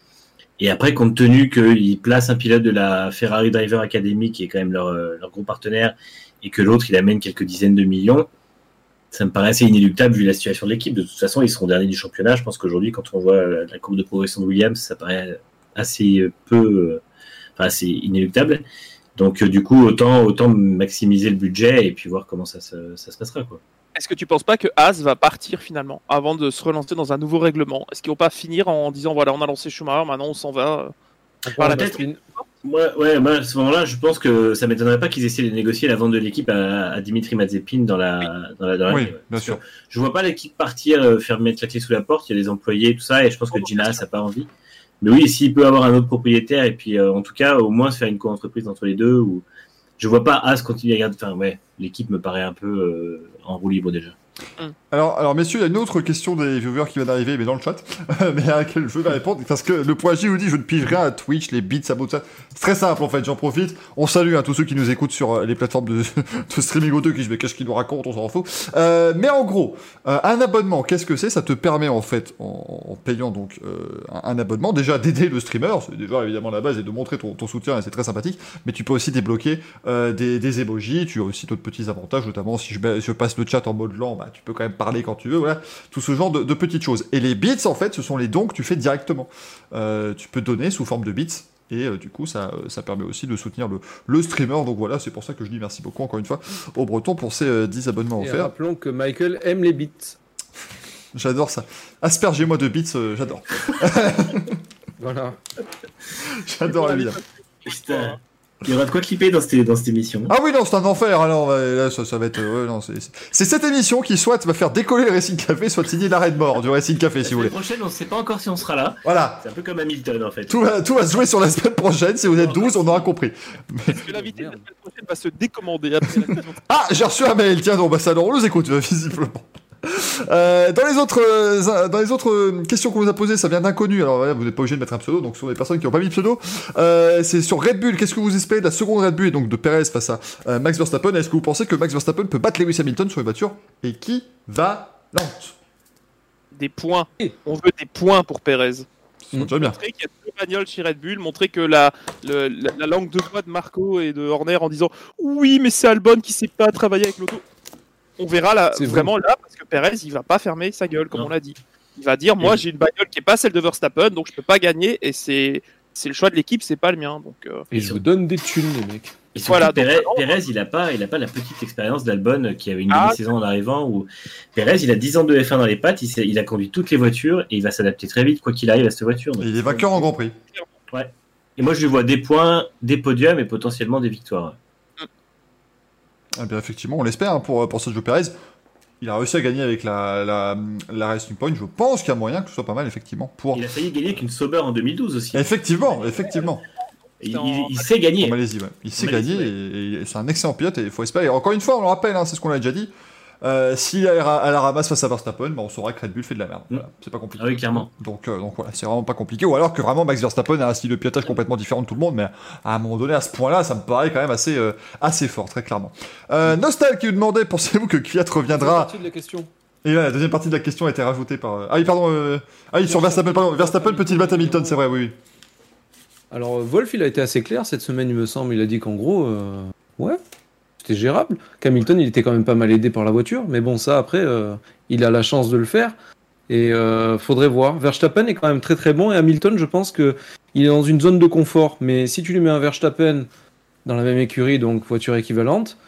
Et après, compte tenu qu'ils placent un pilote de la Ferrari Driver Academy, qui est quand même leur, leur gros partenaire, et que l'autre, il amène quelques dizaines de millions, ça me paraît assez inéluctable vu la situation de l'équipe. De toute façon, ils seront derniers du championnat. Je pense qu'aujourd'hui, quand on voit la courbe de progression de Williams, ça paraît assez peu, enfin, assez inéluctable. Donc, euh, du coup, autant, autant maximiser le budget et puis voir comment ça, ça, ça se passera, quoi. Est-ce que tu penses pas que Haas va partir finalement avant de se relancer dans un nouveau règlement? Est-ce qu'ils vont pas finir en disant voilà, on a lancé Schumacher, maintenant on s'en va? Par la peut-être. Ouais, ouais, moi, à ce moment-là, je pense que ça m'étonnerait pas qu'ils essaient de négocier la vente de l'équipe à, à Dimitri Mazepin dans la, dans la, dans la Oui, ouais. bien Parce sûr. que je vois pas l'équipe partir, euh, faire mettre la clé sous la porte. Il y a des employés, tout ça, et je pense que Gina Haas a pas envie. Mais oui, s'il peut avoir un autre propriétaire, et puis euh, en tout cas, au moins se faire une co-entreprise entre les deux, ou je vois pas Haas continuer à garder. Enfin, ouais, l'équipe me paraît un peu euh, en roue libre déjà. Alors, alors, messieurs, il y a une autre question des viewers qui vient d'arriver, mais dans le chat, mais à laquelle je vais répondre, parce que le point J vous dit, je ne pige rien à Twitch, les bits, ça bout, ça. C'est très simple, en fait, j'en profite. On salue, hein, tous ceux qui nous écoutent sur euh, les plateformes de, de streaming audio, qui se mais qu'est-ce qu'ils nous racontent, on s'en fout. Euh, mais en gros, euh, un abonnement, qu'est-ce que c'est? Ça te permet, en fait, en, en payant, donc, euh, un, un abonnement, déjà d'aider le streamer, c'est déjà, évidemment, la base, et de montrer ton, ton soutien, et c'est très sympathique, mais tu peux aussi débloquer, euh, des, des emojis, tu as aussi d'autres petits avantages, notamment, si je, je passe le chat en mode lent, bah, tu peux quand même parler quand tu veux, voilà, tout ce genre de, de petites choses. Et les bits, en fait, ce sont les dons que tu fais directement. Euh, tu peux donner sous forme de bits, et euh, du coup, ça, ça permet aussi de soutenir le, le streamer. Donc voilà, c'est pour ça que je dis merci beaucoup, encore une fois, au Breton pour ces euh, dix abonnements Et offerts. rappelons que Michael aime les bits. J'adore ça. Aspergez-moi de bits, euh, j'adore. Voilà. J'adore évidemment. Putain. Il y aura de quoi clipper dans cette, dans cette émission. Ah oui, non, c'est un enfer, alors là, ça, ça va être... Euh, ouais, non, c'est, c'est... c'est cette émission qui soit va faire décoller le Racing Café, soit signer l'arrêt de mort du Racing Café, si vous voulez. La semaine prochaine, on ne sait pas encore si on sera là. Voilà. C'est un peu comme Hamilton, en fait. Tout va, tout va se jouer sur la semaine prochaine, si vous êtes douze, on aura compris. Est-ce que l'invité de la semaine prochaine va se décommander après la saison? Ah, j'ai reçu un mail, tiens donc, bah ça, alors on nous écoute, visiblement. Euh, dans les autres, euh, dans les autres euh, questions qu'on vous a posées, ça vient d'inconnus. Alors voilà, vous n'êtes pas obligé de mettre un pseudo, donc ce sont des personnes qui n'ont pas mis de pseudo. Euh, c'est sur Red Bull. Qu'est-ce que vous espérez de la seconde Red Bull et donc de Perez face à euh, Max Verstappen? Est-ce que vous pensez que Max Verstappen peut battre Lewis Hamilton sur les voitures équivalentes? Des points. On veut des points pour Perez. C'est déjà bien. Montrer qu'il y a deux bagnoles chez Red Bull, montrer que la, le, la, la langue de bois de Marco et de Horner en disant oui, mais c'est Albon qui sait pas travailler avec l'auto. On verra là, C'est vraiment là, parce que Perez, il va pas fermer sa gueule, comme Non. on l'a dit. Il va dire, moi, Et- j'ai une bagnole qui est pas celle de Verstappen, donc je peux pas gagner, et c'est c'est le choix de l'équipe, c'est pas le mien. Donc, euh... Et je vous donne des thunes, les mecs. Et surtout, Voilà, Pérez, donc, Pérez, il n'a pas, il a pas la petite expérience d'Albon qui avait une Ah. demi-saison en arrivant. Où Pérez, il a dix ans de F un dans les pattes, il, sait- il a conduit toutes les voitures et il va s'adapter très vite, quoi qu'il arrive à cette voiture. Donc, Et il est vainqueur en Grand Prix. Et moi, je lui vois des points, des podiums et potentiellement des victoires. Eh bien, effectivement, on l'espère hein, pour, pour Sergio Perez. Il a réussi à gagner avec la, la, la Racing Point. Je pense qu'il y a moyen que ce soit pas mal, effectivement. Pour... Il a failli gagner avec une Sauber en deux mille douze aussi. Effectivement, effectivement. Il, il- il sait gagner. En Malaisie, ouais. Il sait Malaisie, gagner ouais. et, et c'est un excellent pilote et il faut espérer. Et encore une fois, on le rappelle, hein, c'est ce qu'on a déjà dit. Euh, si elle, ra- elle la ramasse face à Verstappen, bah, on saura que Red Bull fait de la merde. Voilà, c'est pas compliqué. Ah oui, clairement. Donc, euh, donc voilà, c'est vraiment pas compliqué. Ou alors que vraiment Max Verstappen a un style de pilotage complètement différent de tout le monde, mais à un moment donné, à ce point-là, ça me paraît quand même assez, euh, assez fort, très clairement. Euh, Nostal qui nous demandait, pensez-vous que Kvyat reviendra partie de la question. Et là, la deuxième partie de la question a été rajoutée par. euh, Ah oui, pardon. Euh... Ah oui, sur Verstappen, pardon. Verstappen peut-il battre Hamilton, c'est vrai, oui. oui. Alors, Wolf, il a été assez clair cette semaine, il me semble. Il a dit qu'en gros, euh, ouais, c'était gérable. Qu'Hamilton, il était quand même pas mal aidé par la voiture. Mais bon, ça, après, euh, il a la chance de le faire. Et euh, faudrait voir. Verstappen est quand même très très bon. Et Hamilton, je pense que il est dans une zone de confort. Mais si tu lui mets un Verstappen dans la même écurie, donc voiture équivalente,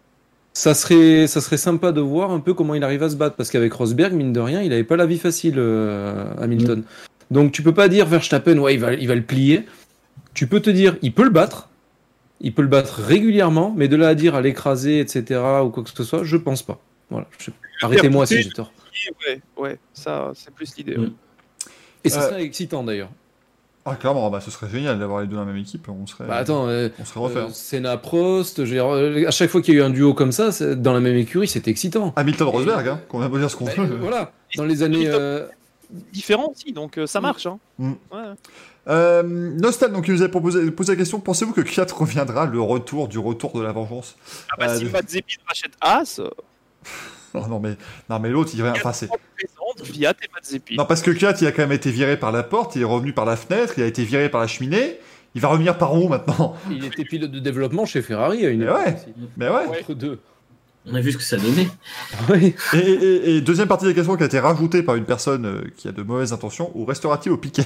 ça serait, ça serait sympa de voir un peu comment il arrive à se battre. Parce qu'avec Rosberg, mine de rien, il avait pas la vie facile, euh, Hamilton. Mmh. Donc tu peux pas dire Verstappen, ouais, il va, il va le plier. Tu peux te dire, il peut le battre. Il peut le battre régulièrement. Mais de là à dire à l'écraser, et cetera, ou quoi que ce soit, je pense pas. Voilà. Je... Arrêtez-moi si j'ai tort. Ouais, ouais, ça, c'est plus l'idée. Mm. Ouais. Et ça Euh, serait excitant d'ailleurs. Ah, clairement, bah, ce serait génial d'avoir les deux dans la même équipe. On serait, Bah attends, euh, on serait refait. euh, Senna Prost, je veux dire, euh, à chaque fois qu'il y a eu un duo comme ça, c'est- dans la même écurie, c'était excitant. Hamilton Rosberg, hein, qu'on a beau dire ce qu'on Bah, veut. euh, voilà, dans les années. euh, Différent aussi, donc euh, ça marche. Hein. Mm. Ouais. Euh, Nostal, donc, il nous a proposé, posé la question pensez-vous que Kvyat reviendra, le retour du retour de la vengeance Ah bah Euh, si de- Mazepin rachète As, euh, Oh, non, mais, non, mais l'autre, il revient. Enfin, c'est. présente Fiat et Mazepin. Non, parce que Kvyat, il a quand même été viré par la porte, il est revenu par la fenêtre, il a été viré par la cheminée. Il va revenir par où maintenant? il était pilote de développement chez Ferrari à une Mais époque ouais. aussi. Mais ouais. Entre deux. On a vu ce que ça donnait. Oui. Et, et- et deuxième partie de la question qui a été rajoutée par une personne euh, qui a de mauvaises intentions, où restera-t-il au piquet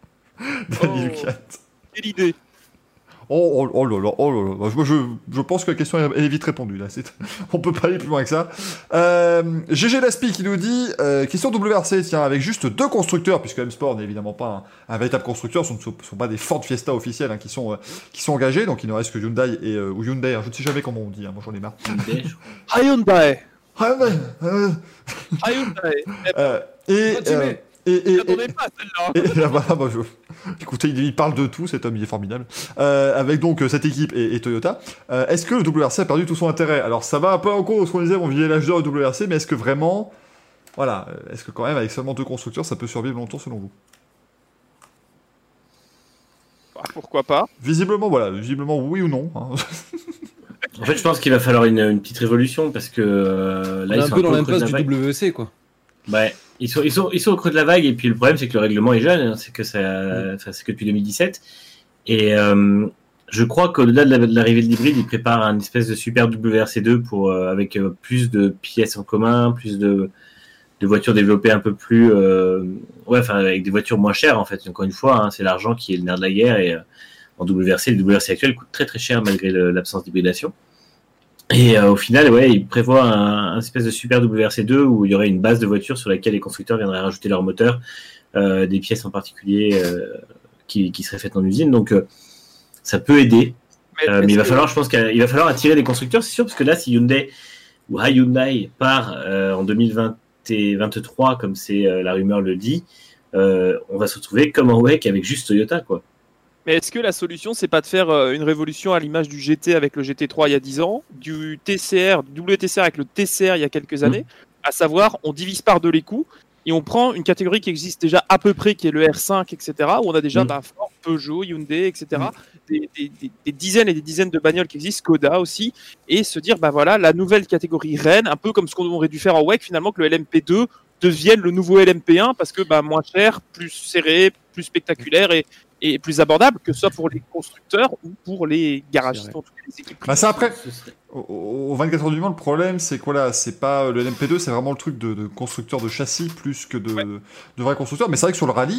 Daniel Oh. Kvyat. Quelle idée. Oh, oh, oh là là, oh là là. Bah, je, je, je pense que la question est, est vite répondue là. C'est... On peut pas aller plus loin que ça. Euh, G G Laspi qui nous dit euh, question W R C, tiens, avec juste deux constructeurs, puisque M-Sport n'est évidemment pas un, un véritable constructeur, ce ne sont, sont pas des Ford Fiesta officiels hein, qui, sont, euh, qui sont engagés, donc il ne reste que Hyundai et euh, ou Hyundai, hein, je ne sais jamais comment on dit, hein, moi j'en ai marre. Hyundai. Hyundai, euh, Hyundai. euh, et, euh, et, et, Je et, n'attendais pas celle-là. Et là, voilà, bah, je- écoutez, il, il parle de tout, cet homme, il est formidable. Euh, avec donc euh, cette équipe et, et Toyota, euh, est-ce que le W R C a perdu tout son intérêt? Alors, ça va un peu en cours de ce qu'on disait, on vivait l'âge d'or du W R C, mais est-ce que vraiment, voilà, euh, est-ce que quand même, avec seulement deux constructeurs, ça peut survivre longtemps selon vous? Bah, pourquoi pas. Visiblement, voilà, visiblement oui ou non. Hein. En fait, je pense qu'il va falloir une, une petite révolution parce que euh, On là, est ils un sont peu dans au creux de l'impasse la du vague. W C, quoi. Ouais, ils sont, ils, sont, ils sont au creux de la vague et puis le problème c'est que le règlement est jeune, hein, c'est que ça, enfin, c'est que depuis deux mille dix-sept et euh, je crois qu'au-delà de, la, de l'arrivée de l'hybride, ils préparent un espèce de super W R C deux pour euh, avec euh, plus de pièces en commun, plus de, de voitures développées un peu plus, euh, ouais, enfin avec des voitures moins chères en fait. Encore une fois, hein, c'est l'argent qui est le nerf de la guerre et euh, en W R C, le W R C actuel coûte très très cher malgré le, l'absence d'hybridation. Et euh, au final, ouais, ils prévoient un, un espèce de super W R C deux où il y aurait une base de voitures sur laquelle les constructeurs viendraient rajouter leur moteur, euh, des pièces en particulier euh, qui, qui seraient faites en usine. Donc, euh, ça peut aider. Mais, Euh, mais il va que- falloir, je pense qu'il va falloir attirer des constructeurs, c'est sûr, parce que là, si Hyundai ou Hyundai part euh, en deux mille vingt-trois, comme c'est euh, la rumeur le dit, euh, on va se retrouver comme en W E C avec juste Toyota, quoi. Mais est-ce que la solution, c'est pas de faire euh, une révolution à l'image du G T avec le G T trois il y a dix ans, du T C R, du W T C R avec le T C R il y a quelques années, à savoir, on divise par deux les coûts et on prend une catégorie qui existe déjà à peu près, qui est le R cinq, et cetera, où on a déjà Mm. bah, Ford, Peugeot, Hyundai, et cetera, des, des- des- des dizaines et des dizaines de bagnoles qui existent, Skoda aussi, et se dire, bah voilà, la nouvelle catégorie reine, un peu comme ce qu'on aurait dû faire en W E C, finalement, que le L M P deux devienne le nouveau L M P un, parce que bah, moins cher, plus serré, plus spectaculaire et, et plus abordable, que ce soit pour les constructeurs ou pour les garagistes, C'est en tout cas les équipes. Bah ça après, Ce serait- au, au vingt-quatre heures du Mans, le problème c'est que voilà, c'est pas le L M P deux, c'est vraiment le truc de, de constructeur de châssis plus que de, Ouais. de vrais constructeurs. Mais c'est vrai que sur le rallye,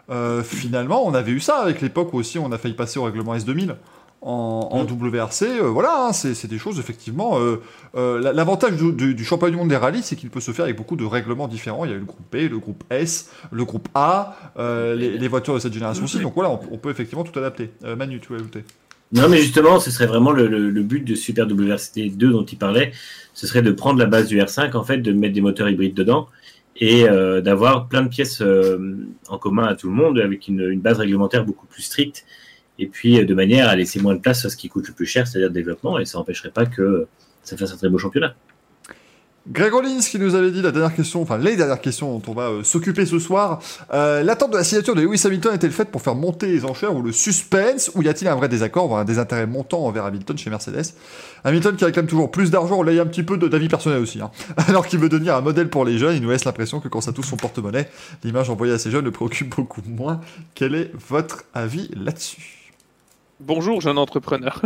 euh, finalement, on avait eu ça avec l'époque où aussi on a failli passer au règlement S deux mille. En, en W R C, euh, voilà, hein, c'est, c'est des choses effectivement. Euh, euh, l'avantage du, du, du championnat du monde des rallyes, c'est qu'il peut se faire avec beaucoup de règlements différents. Il y a le groupe B, le groupe S, le groupe A, euh, les, les voitures de cette génération aussi. Donc voilà, on, on peut effectivement tout adapter. Euh, Manu, tu veux ajouter ? Non, mais justement, ce serait vraiment le, le, le but de Super W R C deux dont il parlait. Ce serait de prendre la base du R cinq, en fait, de mettre des moteurs hybrides dedans et euh, d'avoir plein de pièces euh, en commun à tout le monde avec une, une base réglementaire beaucoup plus stricte. Et puis, de manière à laisser moins de place à ce qui coûte le plus cher, c'est-à-dire le développement, et ça n'empêcherait pas que ça fasse un très beau championnat. Greg Rollins qui nous avait dit la dernière question, enfin les dernières questions dont on va euh, s'occuper ce soir. Euh, l'attente de la signature de Lewis Hamilton est-elle faite pour faire monter les enchères ou le suspense, ou y a-t-il un vrai désaccord, voire un désintérêt montant envers Hamilton chez Mercedes ? Hamilton qui réclame toujours plus d'argent, on l'a eu un petit peu de, d'avis personnel aussi, hein. Alors qu'il veut devenir un modèle pour les jeunes, il nous laisse l'impression que quand ça touche son porte-monnaie, l'image envoyée à ces jeunes le préoccupe beaucoup moins. Quel est votre avis là-dessus ? Bonjour, jeune entrepreneur.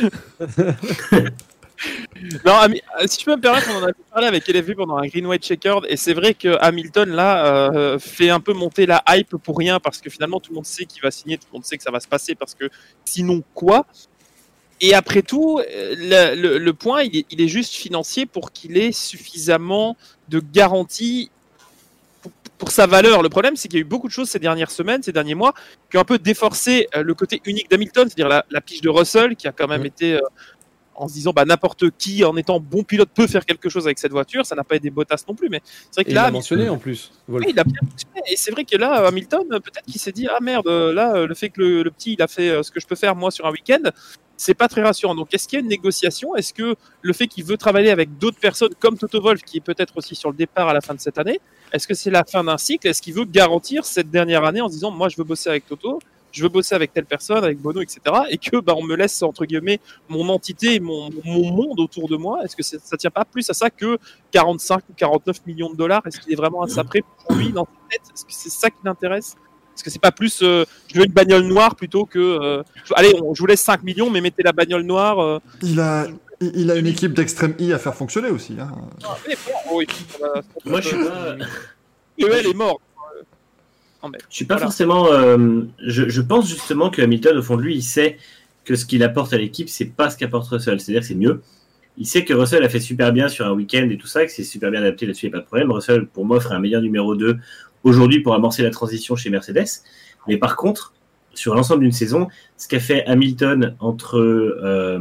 Non, Ami- si tu peux me permettre, on en avait parlé avec L F V pendant un Green White Checkered, et c'est vrai que Hamilton là euh, fait un peu monter la hype pour rien, parce que finalement tout le monde sait qu'il va signer, tout le monde sait que ça va se passer, parce que sinon quoi ? Et après tout, le, le, le point il est, il est juste financier pour qu'il ait suffisamment de garanties pour, pour sa valeur. Le problème, c'est qu'il y a eu beaucoup de choses ces dernières semaines, ces derniers mois, qui ont un peu déforcé euh, le côté unique d'Hamilton, c'est-à-dire la, la pige de Russell, qui a quand même mmh. été... Euh, en se disant bah n'importe qui en étant bon pilote peut faire quelque chose avec cette voiture, ça n'a pas aidé Bottas non plus, mais c'est vrai que et là il l'a Hamilton... mentionné en plus. Oui, il a bien mentionné, et c'est vrai que là Hamilton peut-être qu'il s'est dit ah merde, là le fait que le, le petit il a fait ce que je peux faire moi sur un week-end, c'est pas très rassurant. Donc est-ce qu'il y a une négociation ? Est-ce que le fait qu'il veut travailler avec d'autres personnes comme Toto Wolff qui est peut-être aussi sur le départ à la fin de cette année, est-ce que c'est la fin d'un cycle ? Est-ce qu'il veut garantir cette dernière année en se disant moi je veux bosser avec Toto, je veux bosser avec telle personne, avec Bono, et cetera. Et que bah, on me laisse, entre guillemets, mon entité, mon, mon monde autour de moi. Est-ce que ça ne tient pas plus à ça que quarante-cinq ou quarante-neuf millions de dollars ? Est-ce qu'il est vraiment à ça près pour lui dans sa tête ? Est-ce que c'est ça qui l'intéresse ? Est-ce que c'est pas plus euh, je veux une bagnole noire plutôt que euh, je, allez, on, je vous laisse cinq millions, mais mettez la bagnole noire. Euh, il a il a une équipe d'Extreme E à faire fonctionner aussi. Hein. Ah, mais bon, oh, oui, va, Moi, je suis pas. Et elle est morte. Non, mais, je suis pas voilà. forcément. Euh, je, je pense justement que Hamilton, au fond de lui, il sait que ce qu'il apporte à l'équipe, c'est pas ce qu'apporte Russell. C'est-à-dire que c'est mieux. Il sait que Russell a fait super bien sur un week-end et tout ça, que c'est super bien adapté là-dessus, il n'y a pas de problème. Russell, pour moi, ferait un meilleur numéro deux aujourd'hui pour amorcer la transition chez Mercedes. Mais par contre, sur l'ensemble d'une saison, ce qu'a fait Hamilton entre euh,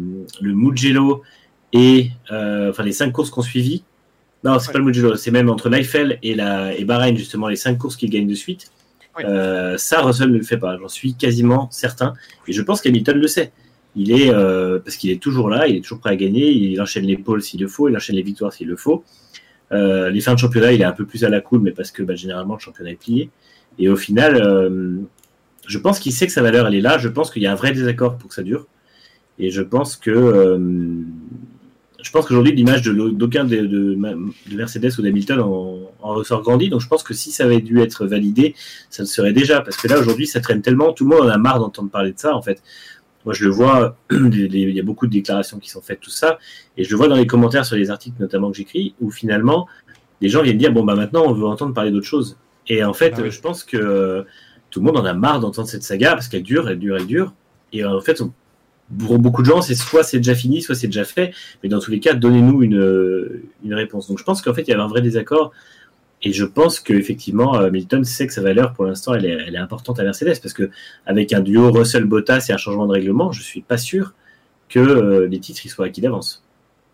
le Mugello et euh, enfin les cinq courses qu'on suivit. Non, c'est ouais. pas le Mugello, c'est même entre l'Eiffel et, la, et Bahreïn, justement, les cinq courses qu'il gagne de suite. Oui. Euh, ça, Russell ne le fait pas, j'en suis quasiment certain. Et je pense qu'Hamilton le sait. Il est, euh, parce qu'il est toujours là, il est toujours prêt à gagner, il enchaîne les pôles s'il le faut, il enchaîne les victoires s'il le faut. Euh, les fins de championnat, il est un peu plus à la cool, mais parce que bah, généralement, le championnat est plié. Et au final, euh, je pense qu'il sait que sa valeur, elle est là. Je pense qu'il y a un vrai désaccord pour que ça dure. Et je pense que... Euh, Je pense qu'aujourd'hui, l'image de, d'aucun de, de, de Mercedes ou d'Hamilton en, en ressort grandi. Donc, je pense que si ça avait dû être validé, ça le serait déjà. Parce que là, aujourd'hui, ça traîne tellement. Tout le monde en a marre d'entendre parler de ça, en fait. Moi, je le vois. Il y a beaucoup de déclarations qui sont faites, tout ça. Et je le vois dans les commentaires sur les articles, notamment, que j'écris, où finalement, les gens viennent dire, bon, bah maintenant, on veut entendre parler d'autre chose. Et en fait, ah oui. je pense que euh, tout le monde en a marre d'entendre cette saga parce qu'elle dure, elle dure, elle dure. Et en fait, on pour beaucoup de gens, c'est soit c'est déjà fini, soit c'est déjà fait. Mais dans tous les cas, donnez-nous une, une réponse. Donc je pense qu'en fait, il y avait un vrai désaccord. Et je pense qu'effectivement, Hamilton sait que sa valeur, pour l'instant, elle est, elle est importante à Mercedes. Parce qu'avec un duo Russell-Bottas et un changement de règlement, je ne suis pas sûr que euh, les titres ils soient acquis d'avance.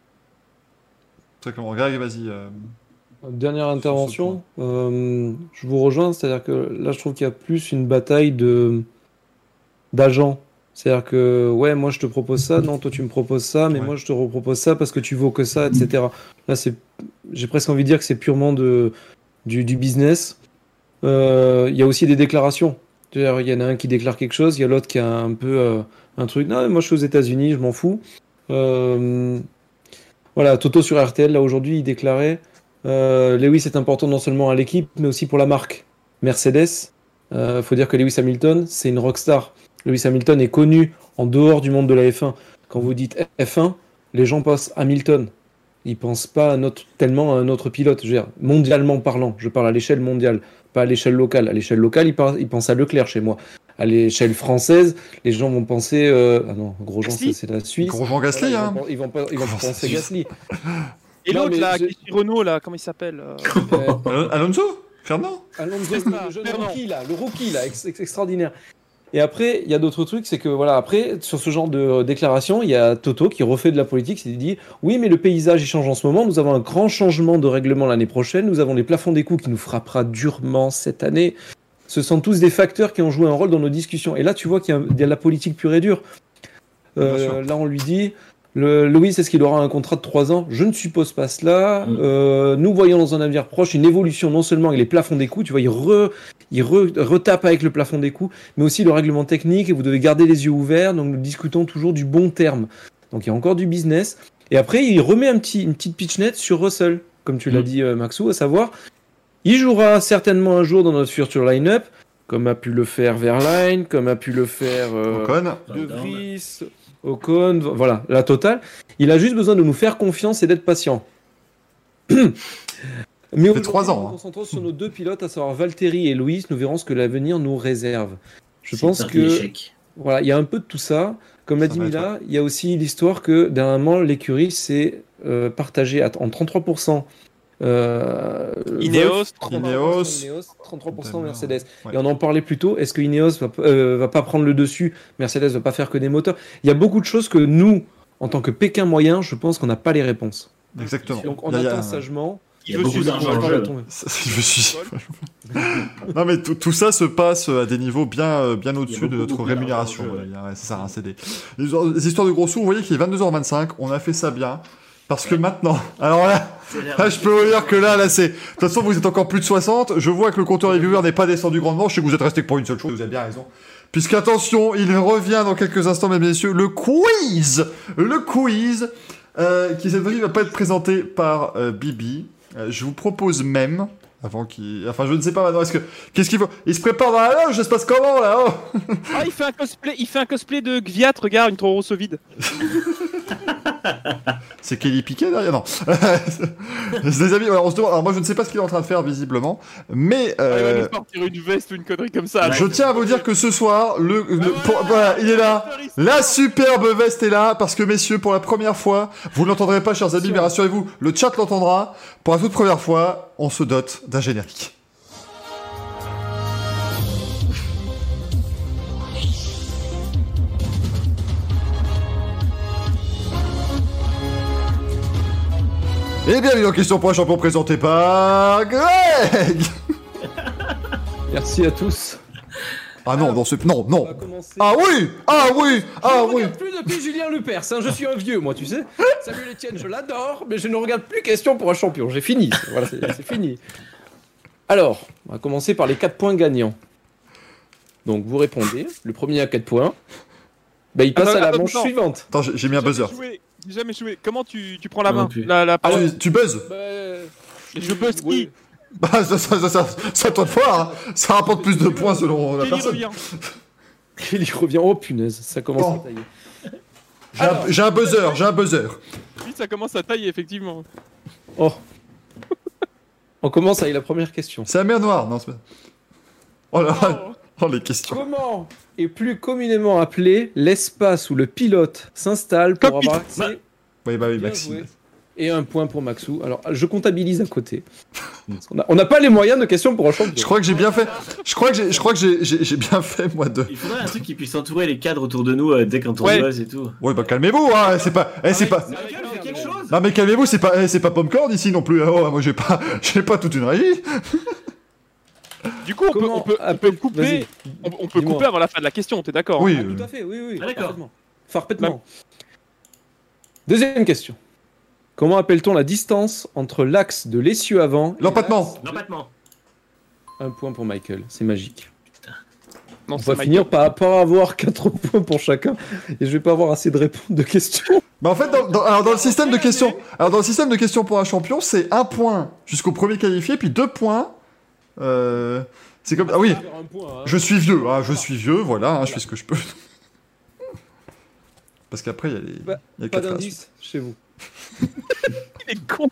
Très clairement. Greg, vas-y. Euh... Dernière intervention. Euh, je vous rejoins. C'est-à-dire que là, je trouve qu'il y a plus une bataille de, d'agents. C'est-à-dire que, ouais, moi je te propose ça, non, toi tu me proposes ça, mais ouais. moi je te repropose ça parce que tu vaux que ça, et cetera. Là, c'est, j'ai presque envie de dire que c'est purement de, du, du business. Il euh, y a aussi des déclarations. C'est-à-dire, il y en a un qui déclare quelque chose, il y a l'autre qui a un peu euh, un truc. Non, moi je suis aux États-Unis, je m'en fous. Euh, voilà, Toto sur R T L, là aujourd'hui, il déclarait euh, Lewis est important non seulement à l'équipe, mais aussi pour la marque. Mercedes, il euh, faut dire que Lewis Hamilton, c'est une rockstar. Lewis Hamilton est connu en dehors du monde de la F un. Quand vous dites F un, les gens pensent Hamilton. ils pensent pas à notre, tellement à un autre pilote. Je veux dire, mondialement parlant, je parle à l'échelle mondiale, pas à l'échelle locale. À l'échelle locale, ils, par- ils pensent à Leclerc chez moi. À l'échelle française, les gens vont penser. Euh... Ah non, Grosjean, ça, c'est la Suisse. Grosjean Gasly, Voilà, hein. Ils vont, pas- ils vont, pas- ils vont penser Gasly. Et Non, l'autre mais là, je- qui est chez Renault là, comment il s'appelle euh, Euh, Alon- Alonso Fernand Alonso, C'est ça, le jeune Fernand. rookie là, le rookie là, ex- ex- extraordinaire. Et après, il y a d'autres trucs, c'est que voilà, après, sur ce genre de euh, déclaration, il y a Toto qui refait de la politique, il dit oui, mais le paysage il change en ce moment, nous avons un grand changement de règlement l'année prochaine, nous avons les plafonds des coûts qui nous frappera durement cette année. Ce sont tous des facteurs qui ont joué un rôle dans nos discussions. Et là, tu vois qu'il y a, il y a de la politique pure et dure. Euh, Bien sûr. là, on lui dit le, Louis, est-ce qu'il aura un contrat de trois ans? Je ne suppose pas cela. Mm. Euh, nous voyons dans un avenir proche une évolution non seulement avec les plafonds des coûts, tu vois, il, re, il re, retape avec le plafond des coûts, mais aussi le règlement technique, et vous devez garder les yeux ouverts, donc nous discutons toujours du bon terme. Donc il y a encore du business. Et après, il remet un petit, une petite pitch net sur Russell, comme tu l'as Mm. dit, euh, Maxou, à savoir, il jouera certainement un jour dans notre future line-up, comme a pu le faire Verlaine, comme a pu le faire euh, Ocon. De Vries, Ocon, voilà, la totale. Il a juste besoin de nous faire confiance et d'être patient. Mais fait aujourd'hui, trois ans, nous nous hein. concentrons sur nos deux pilotes, à savoir Valtteri et Luis. Nous verrons ce que l'avenir nous réserve. Je C'est pense parti que d'échec. voilà, il y a un peu de tout ça. Comme l'a Ça dit va être Mila, il y a aussi l'histoire que dernièrement l'écurie s'est euh, partagée à- en trente-trois pour cent. Euh, Ineos, Wolf, Ineos, Ineos, trente-trois pour cent Mercedes. Ouais. Et on en parlait plus tôt. Est-ce que Ineos va, euh, va pas prendre le dessus? Mercedes va pas faire que des moteurs. Il y a beaucoup de choses que nous, en tant que Pékin moyen, je pense qu'on n'a pas les réponses. Exactement. Donc on Il y a- il y a attend un- sagement. Il y a veut beaucoup suivre d'argent On en va jeu. pas tomber. Ça, Je suis. Non mais tout, tout ça se passe à des niveaux bien euh, bien au-dessus de beaucoup, notre beaucoup rémunération. d'argent en jeu, Ouais, il y a- ouais, c'est ça, hein, c'est des les, les histoires de gros sous. Vous voyez qu'il est vingt-deux heures vingt-cinq. On a fait ça bien parce que maintenant, alors là, là, je peux vous dire que là, là, c'est. De toute façon, vous êtes encore plus de soixante. Je vois que le compteur des viewers n'est pas descendu grandement. Je sais que vous êtes resté que pour une seule chose. Vous avez bien raison. Puisqu'attention, il revient dans quelques instants, mesdames et messieurs, le quiz, le quiz, euh, qui cette fois-ci ne va pas être présenté par euh, Bibi. Euh, je vous propose même, avant qu'il, enfin, je ne sais pas maintenant, est-ce que, qu'est-ce qu'il faut, il se prépare dans la loge, ça se passe comment là? Oh Ah, il fait un cosplay, il fait un cosplay de Gviat, regarde, une Toro vide. C'est Kelly Piquet derrière, non. Les amis, alors, on se demande, alors moi je ne sais pas ce qu'il est en train de faire visiblement, mais Ah, il va euh, nous sortir une veste ou une connerie comme ça. je tiens à vous dire que ce soir, le, le- Ah, pour- voilà, il est là. La superbe veste est là, parce que messieurs, pour la première fois, vous ne l'entendrez pas, chers amis, mais rassurez-vous, le chat l'entendra. Pour la toute première fois, on se dote d'un générique. Et bienvenue en question pour un champion présenté par Greg. Merci à tous. Ah non, non, c'est non, On non. va commencer. Ah oui, ah oui, ah je ne oui. regarde plus depuis Julien Lepers, hein, je suis un vieux, moi, tu sais. Samuel Etienne, je l'adore, mais je ne regarde plus question pour un champion. J'ai fini. Voilà, c'est c'est fini. Alors, on va commencer par les quatre points gagnants. Donc, vous répondez. Le premier a quatre points. Ben, il passe Attends, à la attends, manche attends. suivante. Attends, j'ai j'ai mis un buzzer. J'ai jamais joué, j'ai jamais joué. Comment tu, tu prends la Moi main non plus. la, la Ah, parole. tu, tu buzzes. Ben, Je buzz qui oui. Bah, ça, ça, ça, ça, c'est à toi de voir. Hein. Ça rapporte plus de points selon la Kelly personne. revient. Il y revient. Oh punaise, ça commence Bon. à tailler. J'ai un, j'ai un buzzer, j'ai un buzzer. Oui, ça commence à tailler, effectivement. Oh. On commence avec la première question. C'est la mer Noire, non c'est pas... Oh là, Oh. oh les questions. Comment est plus communément appelé l'espace où le pilote s'installe pour Cockpit. avoir accès. Oui, bah oui, Bien Maxime. joué. Et un point pour Maxou. Alors, je comptabilise à côté. Parce qu'on a- On n'a pas les moyens de questions pour un champion. Je crois que j'ai bien fait. Je crois que j'ai, je crois que j'ai, j'ai, j'ai bien fait moi de. Il faudrait un truc qui puisse entourer les cadres autour de nous euh, dès quand on Ouais. bosse et tout. Ouais, bah calmez-vous, hein. C'est pas, eh, c'est pas. quelque chose. Non mais calmez-vous, c'est pas, eh, c'est pas Popcorn ici non plus. Oh, moi j'ai pas, j'ai pas toute une régie. Du coup, on peut, Comment on peut, on appelle- peut couper, Vas-y. on, on peut Dis-moi. couper avant la fin de la question, t'es d'accord? Oui. Ah, euh, tout à fait, oui, oui. Ah, d'accord. Parfaitement. Parfaitement. Deuxième question. Comment appelle-t-on la distance entre l'axe de l'essieu avant et L'empattement. l'axe- L'empattement. Un point pour Michael, c'est magique. Non, On c'est va Michael. finir par, par avoir quatre points pour chacun et je vais pas avoir assez de réponses de questions. Bah en fait, dans, dans- alors dans le système de questions, alors dans le système de questions pour un champion, c'est un point jusqu'au premier qualifié, puis deux points. Euh, c'est comme, ah oui, Un point, hein. je suis vieux, hein, je suis vieux, voilà, hein, je fais ce que je peux. Parce qu'après il y a les, Bah, il y a Pas quatre d'indice chez vous. Il est con.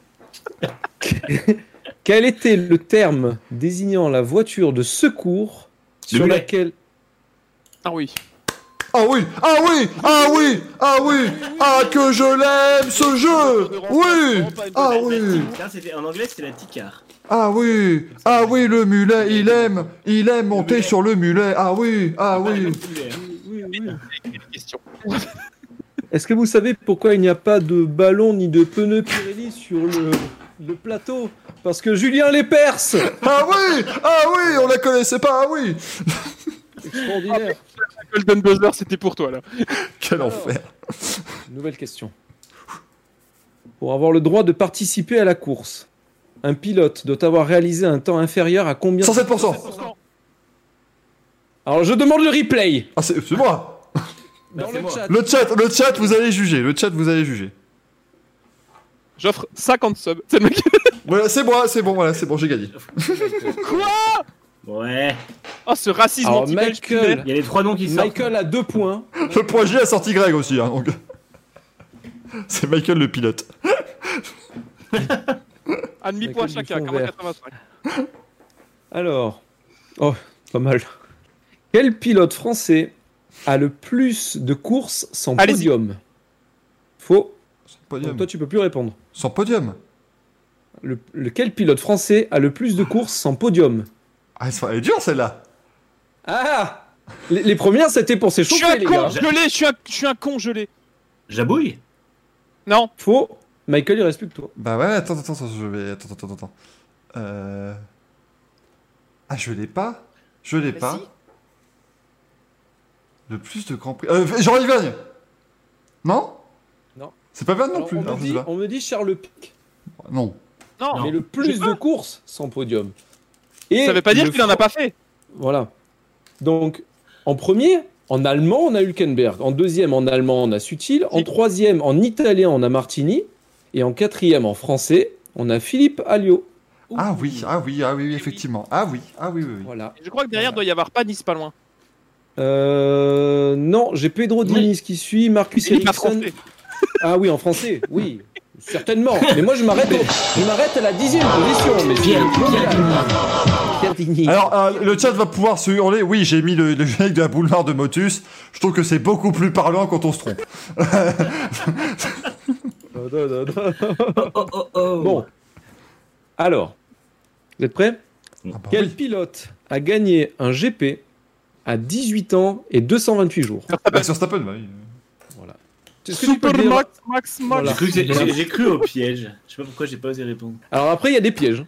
Quel était le terme désignant la voiture de secours sur mulet. laquelle... Ah oui. Ah oui, ah oui, ah oui, ah oui, ah que je l'aime ce jeu. Oui, ah oui, Là, c'était- en anglais, c'était la Ticar. ah oui, ah oui, le mulet, il aime, il aime monter sur le mulet. Ah oui, ah oui. Question. Est-ce que vous savez pourquoi il n'y a pas de ballon ni de pneus Pirelli sur le, le plateau? Parce que Julien les perce. Ah oui, ah oui, on la connaissait pas. Ah oui. Extraordinaire. Golden Buzzer, c'était pour toi là. Quel enfer. Nouvelle question. Pour avoir le droit de participer à la course, un pilote doit avoir réalisé un temps inférieur à combien? cent sept pour cent. Alors je demande le replay. Ah c'est c'est moi. Dans c'est le moi. chat. Le chat, le chat, vous allez juger. Le chat, vous allez juger. J'offre cinquante subs. C'est le mec. Voilà, c'est moi, c'est bon, voilà, c'est bon, j'ai gagné. Quoi? Ouais. Oh, ce racisme Alors anti-belge Michael, primaire. Il y a les trois noms qui sortent. Michael a deux points. Le point G a sorti Greg aussi, hein, donc. C'est Michael le pilote. Un demi-point Michael chacun, du fond vert. quatre-vingt-cinq. Alors, oh, pas mal. Quel pilote français a le plus de courses sans Allez-y. podium? Faux. Sans Donc podium. toi tu peux plus répondre. Sans podium. Le, le- quel pilote français a le plus de courses sans podium? Ah, elle est dure celle-là. Ah, les, les premières c'était pour Je suis s'échauffer un les con, gars. je l'ai, je suis un, je suis un con, je l'ai. Jabouille. Non, Faux. Michael il reste plus que toi. Bah ouais, attends, attends, attends, je vais. Attends, attends, attends. Euh. Ah, je l'ai pas. Je l'ai pas. Le plus de Grand Prix. Euh, Jean-Yves Vergne. Non. Non. C'est pas Vergne non Alors, plus. on, Alors, me je sais dit, pas. on me dit Charles Pic, Non. non. mais le je plus sais de pas. courses sans podium. Et Ça veut pas dire le qu'il en a pas fait. Voilà. Donc, en premier, en allemand, on a Hülkenberg. En deuxième, en allemand, on a Sutil. En troisième, en italien, on a Martini. Et en quatrième, en français, on a Philippe Alliot. Ah oui, ah oui, ah oui, oui, effectivement. Ah oui, ah oui, oui, oui. Voilà. Je crois que derrière Voilà. doit y avoir pas Nice pas loin. Euh, non, j'ai Pedro Diniz qui suit, Marcus Il est pas Ericsson. français. Ah oui, en français, oui. Certainement. Mais moi, je m'arrête, au- je m'arrête à la dixième position. Mais Pierre, Pierre Pierre Diniz. Alors, euh, le chat va pouvoir se hurler. Oui, j'ai mis le, le générique de la boule noire de Motus. Je trouve que c'est beaucoup plus parlant quand on se trompe. Non, non, non, non. Oh, oh, oh. Bon. Alors, vous êtes prêts? Ah bah Quel oui. pilote a gagné un G P à dix-huit ans et deux cent vingt-huit jours? Bah, sur Stappen, bah oui. Voilà. Est-ce que tu peux Super le dire Max, Max, Max. Voilà. J'ai cru, que c'est- j'ai- j'ai cru au piège. Je sais pas pourquoi j'ai pas osé répondre. Alors après, il y a des pièges.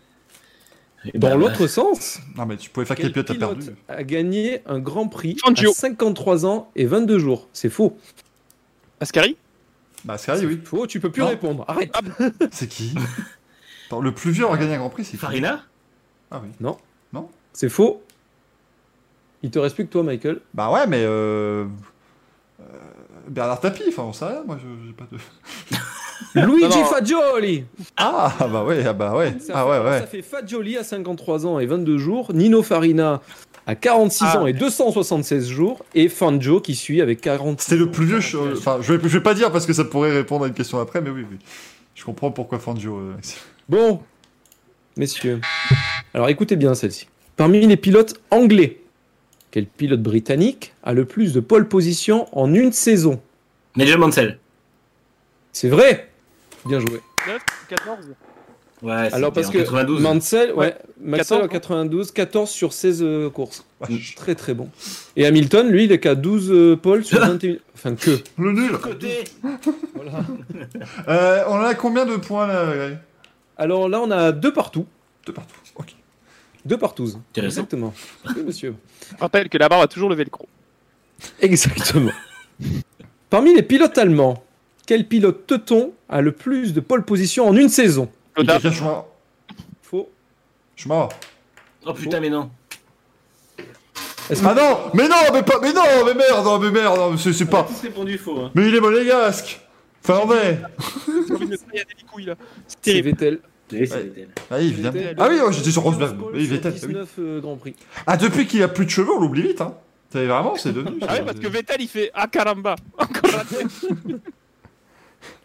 Et Dans bah, l'autre sens, Non, mais tu pouvais faire quel quel pilote t'as pilote perdu. a gagné un Grand Prix Fangio. à cinquante-trois ans et vingt-deux jours? C'est faux. Ascari. Bah, c'est vrai, oui. Faux, tu peux plus Non. répondre. Arrête. C'est qui? Attends, le plus vieux à gagner un Grand Prix, c'est qui? Farina. Ah oui. C'est faux. Il te reste plus que toi, Michael. Bah ouais, mais euh... euh, Bernard Tapie, enfin on sait rien, moi je j'ai pas de... Luigi non. Fagioli. Ah bah ouais, ah bah ouais, Ça ah fait, ouais, alors, ouais. Ça fait Fagioli à cinquante-trois ans et vingt-deux jours, Nino Farina à quarante-six Ah. ans et deux cent soixante-seize jours, et Fangio qui suit avec quarante. C'était le plus vieux, je- enfin je vais, je vais pas dire parce que ça pourrait répondre à une question après, mais oui, oui. Je comprends pourquoi Fangio... euh, Maxime. Bon, messieurs, alors écoutez bien celle-ci. Parmi les pilotes anglais, quel pilote britannique a le plus de pole position en une saison? Nigel Mansell. C'est vrai. Bien joué. neuf, quatorze. Ouais, Alors c'était parce en que quatre-vingt-douze. Mansell, ouais, Ouais, Mansell en quatorze, quatre-vingt-douze, quatorze sur seize euh, courses. Vache. Très très bon. Et Hamilton, lui, il est qu'à douze euh, pôles sur vingt et un. Enfin, que. Le nul. Côté. Voilà. Euh, on a combien de points là, Greg? Alors là, on a deux partout. De partout, ok. Deux partout. Intéressant. Exactement. Oui, monsieur. Je rappelle que la barre a toujours le velcro. Exactement. Parmi les pilotes allemands, quel pilote teuton a le plus de pole position en une saison? Loda. Quelqu'un, je m'en... Faux. Je m'en... Oh putain, mais non. Est-ce que- Ah non, mais non, mais pas, mais non, mais merde, non, mais merde, non, mais c'est, c'est On a pas... tous répondu faux. Hein. Mais il est monégasque. Finlandais. J'ai envie de me tailler des couilles là. C'est C'est terrible. Vettel. Oui, c'est Ouais. Vettel. Ah oui, évidemment. Vettel, Ah oui, le- ouais, j'étais sur Rosberg. Rosberg Oui, sur Vettel, ah oui. dix-neuf euh, Grand Prix. Ah, depuis qu'il a plus de cheveux, on l'oublie vite, hein. C'est vraiment, c'est devenu... Ah ouais, parce que Vettel il fait ah caramba. Encore raté.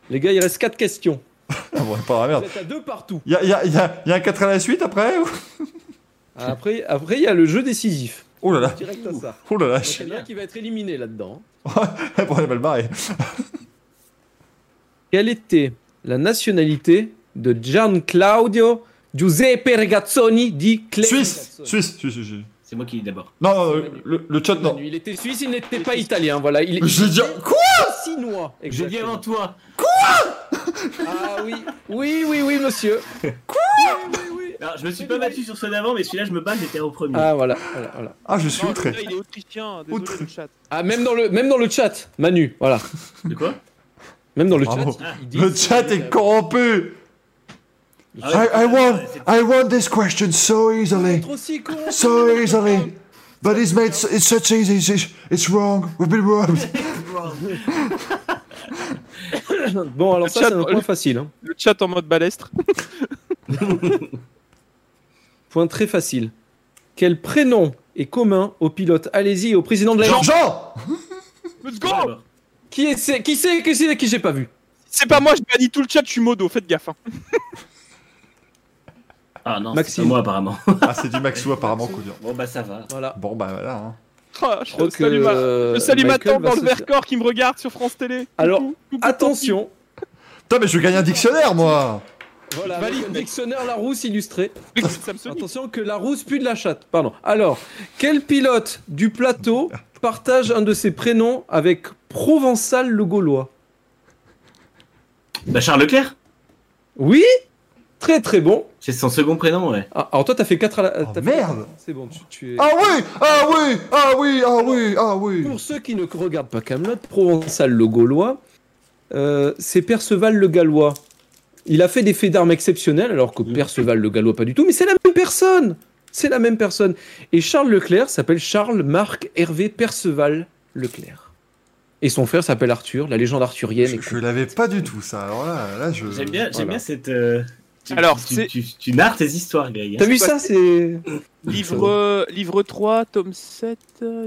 Les gars, il reste quatre questions. Ah bon, pas la merde. Vous êtes à deux partout. Il y a, y, a, y, a, y a un quatre à la suite après ou... Après, après, il y a le jeu décisif. Oh là là. Direct à ça. Oh là là. Donc, il y en a un qui va être éliminé là-dedans. Pour les mal barrés. Quelle était la nationalité de Gian Claudio Giuseppe Regazzoni dit Claire Suisse. Regazzoni. Suisse. Suisse. Suisse. C'est moi qui dis d'abord. Non, non, le, le, le chat, non. Manu, il était suisse, il n'était pas italien. Voilà, il est. Je veux dire, quoi? Chinois. J'ai dit exactement. avant toi. Ah oui, oui, oui, oui, monsieur. Quoi? Oui, oui, oui. Alors, je me suis pas battu sur ceux d'avant, mais celui-là, je me bats, j'étais au premier. Ah voilà, voilà, voilà. Ah, je suis Non, outré. le gars, il est autrichien, désolé Outré. le chat. Ah même dans le, même dans le chat, Manu, voilà. De quoi? Même dans le Bravo. chat, il dit. Le chat est corrompu. Ah I, ouais, I won. c'est- I won this question so easily. Trop si con. So easily. But it's made s- it's such easy. It's, it's wrong. We've been wrong. Bon alors Le ça chat- c'est un point facile. Hein. Le chat en mode balestre. Point très facile. Quel prénom est commun au pilote Allez-y et au président de la Jean. Jean. Let's go. Ouais, alors. Qui est c'est qui c'est qui c'est qui j'ai pas vu. C'est pas moi, je bannis tout le chat, je suis modo, faites gaffe. Hein. Ah non, c'est Maxime. pas moi apparemment. Ah, c'est du Maxou apparemment, coup dur. Bon bah ça va. Voilà. Bon bah voilà. Hein. Oh, je Je crois salue, que, ma... euh, je salue ma Michael tante va dans le se Vercors qui me regarde sur France Télé. Alors, Coucou, coucou, Attention. Putain, mais je gagne un dictionnaire, moi. Voilà, Valide, avec un mec. dictionnaire Larousse illustré. tanti. Samsung. Attention que Larousse pue de la chatte. Pardon. Alors, quel pilote du plateau partage un de ses prénoms avec Provençal le Gaulois? Bah Charles Leclerc. Oui. Très très bon. C'est son second prénom, ouais. Ah, alors toi t'as fait quatre à la. Oh, t'as fait merde. quatre. C'est bon. Tu, tu es... Ah oui. Ah oui. Ah oui. Ah oui. Ah oui. Pour ceux qui ne regardent pas Kaamelott, Provençal le Gaulois, euh, c'est Perceval le Gallois. Il a fait des faits d'armes exceptionnels, alors que Perceval le Gallois pas du tout, mais c'est la même personne. C'est la même personne. Et Charles Leclerc s'appelle Charles Marc Hervé Perceval Leclerc. Et son frère s'appelle Arthur, la légende arthurienne. Je, est je l'avais pas du tout, ça. Alors là, là, je. J'aime bien, j'aime Voilà. bien cette. euh, tu, Alors, tu, c'est- tu, tu, tu narres tes histoires, Greg. T'as vu ça, c'est... Livre, euh, livre trois, tome sept. euh,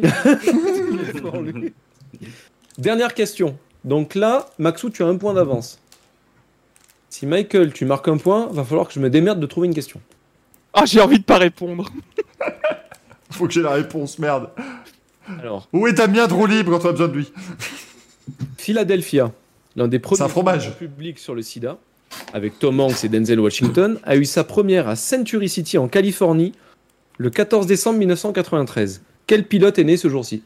Dernière question. Donc là, Maxou, tu as un point d'avance. Si Michael, tu marques un point, va falloir que je me démerde de trouver une question. Ah, j'ai envie de pas répondre. Faut que j'ai la réponse, merde. Alors, Où est Damien Drôle libre quand on a besoin de lui? Philadelphia, l'un des premiers C'est un fromage. films publics sur le sida, avec Tom Hanks et Denzel Washington, a eu sa première à Century City en Californie le quatorze décembre mille neuf cent quatre-vingt-treize. Quel pilote est né ce jour-ci?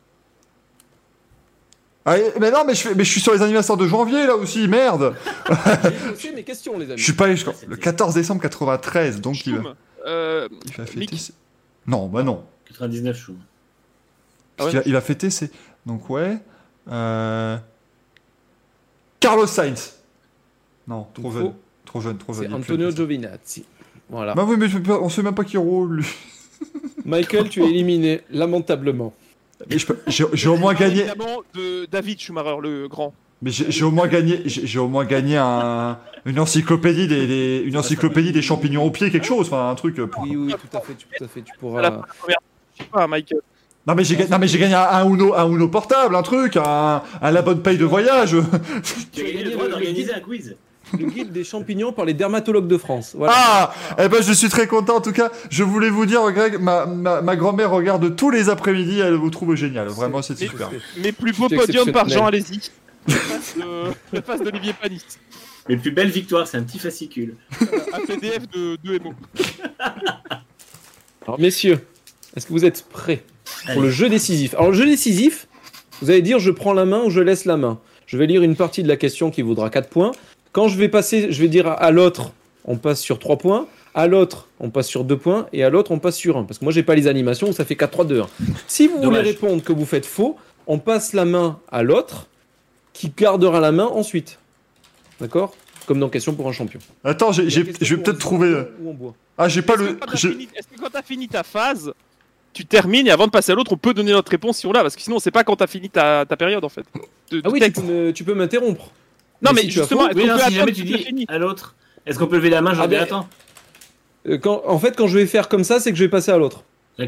Ah, mais non, mais je, fais, mais je suis sur les anniversaires de janvier là aussi, merde. J'ai bossé mes questions, les Je amis. suis pas allé jusqu'en- le quatorze décembre quatre-vingt-treize, donc il va, Choum. Euh, il va fêter. Mick. ses- Non, bah non. quatre-vingt-dix-neuf, chou. Parce Ah qu'il ouais. va- il va fêter ses. Donc ouais. Euh... Carlos Sainz. Non, trop Faux. jeune. Trop jeune, trop jeune. C'est il est plus Antonio jeune que ça. Giovinazzi. Voilà. Bah oui, mais je- on sait même pas qui roule lui. Michael, tu es éliminé, lamentablement. Mais je peux- j'ai j'ai au moins gagné. Évidemment, de David Schumacher, le grand. Mais j'ai j'ai au moins gagné. J'ai j'ai au moins gagné un, une encyclopédie des, des- une encyclopédie des champignons au pied, quelque chose, enfin un truc. euh, pour- Oui, oui, tout à fait, tout à fait. Tu À la pourras. première, je sais pas, Michael. Non mais j'ai ga- non mais j'ai gagné un, un Uno, un Uno portable, un truc, un, un la bonne paye de voyage. Tu as gagné le gagné droit le- d'organiser un quiz. Le guide des champignons par les dermatologues de France. Voilà. Ah, eh ben je suis très content en tout cas. Je voulais vous dire, Greg, ma, ma, ma grand-mère regarde tous les après-midi, elle vous trouve génial. Vraiment, c'est Mais- super. Mes plus beaux C'est podiums par exceptionnel. Jean, allez-y. La face de- la face d'Olivier Panis. Mes plus belles victoires, c'est un petit fascicule. Un P D F de deux M O. Alors, messieurs, est-ce que vous êtes prêts pour Allez. le jeu décisif? Alors, le jeu décisif, vous allez dire je prends la main ou je laisse la main. Je vais lire une partie de la question qui vaudra quatre points. Quand je vais passer, je vais dire à, à l'autre, on passe sur trois points. À l'autre, on passe sur deux points. Et à l'autre, on passe sur un. Parce que moi, j'ai pas les animations où ça fait quatre, trois, deux, un. Si vous Dommage. voulez répondre que vous faites faux, on passe la main à l'autre qui gardera la main ensuite. D'accord? Comme dans Question pour un champion. Attends, j'ai, j'ai- Question je vais pour un peut-être trouver. champion ou en bois. Ah, j'ai pas Est-ce le. que quand t'as j'ai- fini- Est-ce que quand t'as fini ta phase, tu termines et avant de passer à l'autre, on peut donner notre réponse si on l'a? Parce que sinon, on sait pas quand t'as fini ta, ta période en fait. De, de Ah oui, tu texte. peux, me- tu peux m'interrompre. Non, mais si tu as justement, faux- est-ce Oui, qu'on non, peut si attendre jamais que tu tu aies dis fini? à l'autre, est-ce qu'on peut lever la main? J'en Ah dis ben- attends. Euh, quand, en fait, quand je vais faire comme ça, c'est que je vais passer à l'autre. D'accord.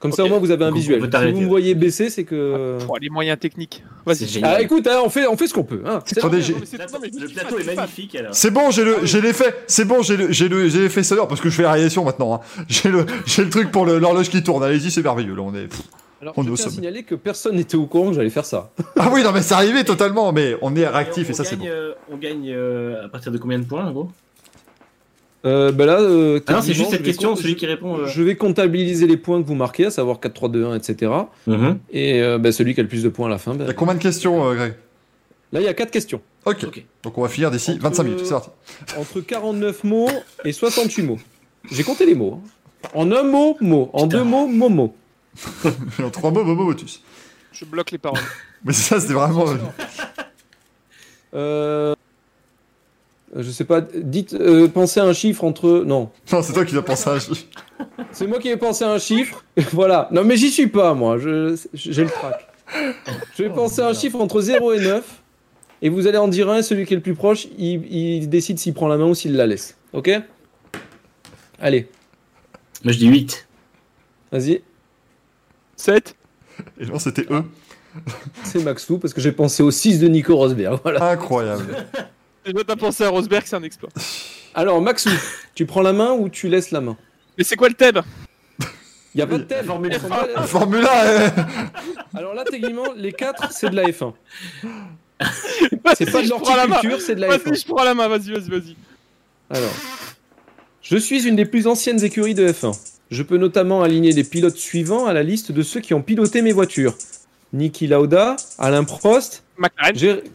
Comme Ok. ça, au moins, vous avez un Donc, on visuel. peut Si t'arrêter. vous me voyez baisser, c'est que. Oh, les moyens techniques. C'est Vas-y. génial. Ah, écoute, hein, on, fait, on fait ce qu'on peut. Hein. C'est Attendez, bon. j'ai- Non, mais c'est- non, mais je Le kiffe, plateau je est kiffe. magnifique alors. C'est bon, j'ai le, Ah oui. j'ai l'effet, c'est bon, j'ai le, j'ai le, j'ai l'effet sonore parce que je fais la réalisation maintenant. Hein. J'ai le, j'ai le truc pour le- l'horloge qui tourne. Allez-y, c'est merveilleux. Là, on est. pff. Alors, On est je au tiens à sommet. signaler que personne n'était au courant que j'allais faire ça. Ah oui, non, mais c'est arrivé totalement. Mais on est réactif on, et ça, c'est gagne, bon. euh, on gagne euh, à partir de combien de points en gros? Euh, bah là, euh, Ah non, c'est juste techniquement, cette je vais question, com- celui qui répond. euh. Je vais comptabiliser les points que vous marquez, à savoir quatre, trois, deux, un, et cetera. Mhm. Et euh, bah, celui qui a le plus de points à la fin. bah, Il y a combien de questions, euh, Greg? Là, il y a quatre questions. Ok. Ok. Donc on va finir d'ici Entre- vingt-cinq minutes. C'est parti. Entre quarante-neuf mots et soixante-huit mots. J'ai compté les mots. hein. En un mot, mot. En Putain. deux mots, mot, mot. En trois mots, Bobo Motus. Je bloque les paroles. Mais ça, c'était vraiment. euh, Euh... Je sais pas, dites, euh, pensez à un chiffre entre... Non, Non, c'est toi qui dois penser à un chiffre. c'est moi qui ai pensé à un chiffre. Voilà. Non, mais j'y suis pas, moi. Je... J'ai le trac. Je vais penser à un chiffre entre zéro et neuf. Et vous allez en dire un, celui qui est le plus proche, il, il décide s'il prend la main ou s'il la laisse. Ok? Allez, Moi je dis huit. vas-y. sept. Et non, c'était eux. C'est Maxou, parce que j'ai pensé au six de Nico Rosberg. Voilà. Incroyable. Déjà, t'as pensé à Rosberg, c'est un exploit. Alors, Maxou, tu prends la main ou tu laisses la main? Mais c'est quoi le thème? Il n'y a pas de thème. Formule Ils sont pas- Formule un, euh, Alors là, techniquement, les quatre, c'est de la F un. Vas-y, C'est pas de je prends la main. l'horticulture, c'est de la F un. Vas-y, je prends la main, vas-y, vas-y, vas-y. Alors, je suis une des plus anciennes écuries de F un. Je peux notamment aligner les pilotes suivants à la liste de ceux qui ont piloté mes voitures. Niki Lauda, Alain Prost, McLaren. j'ai...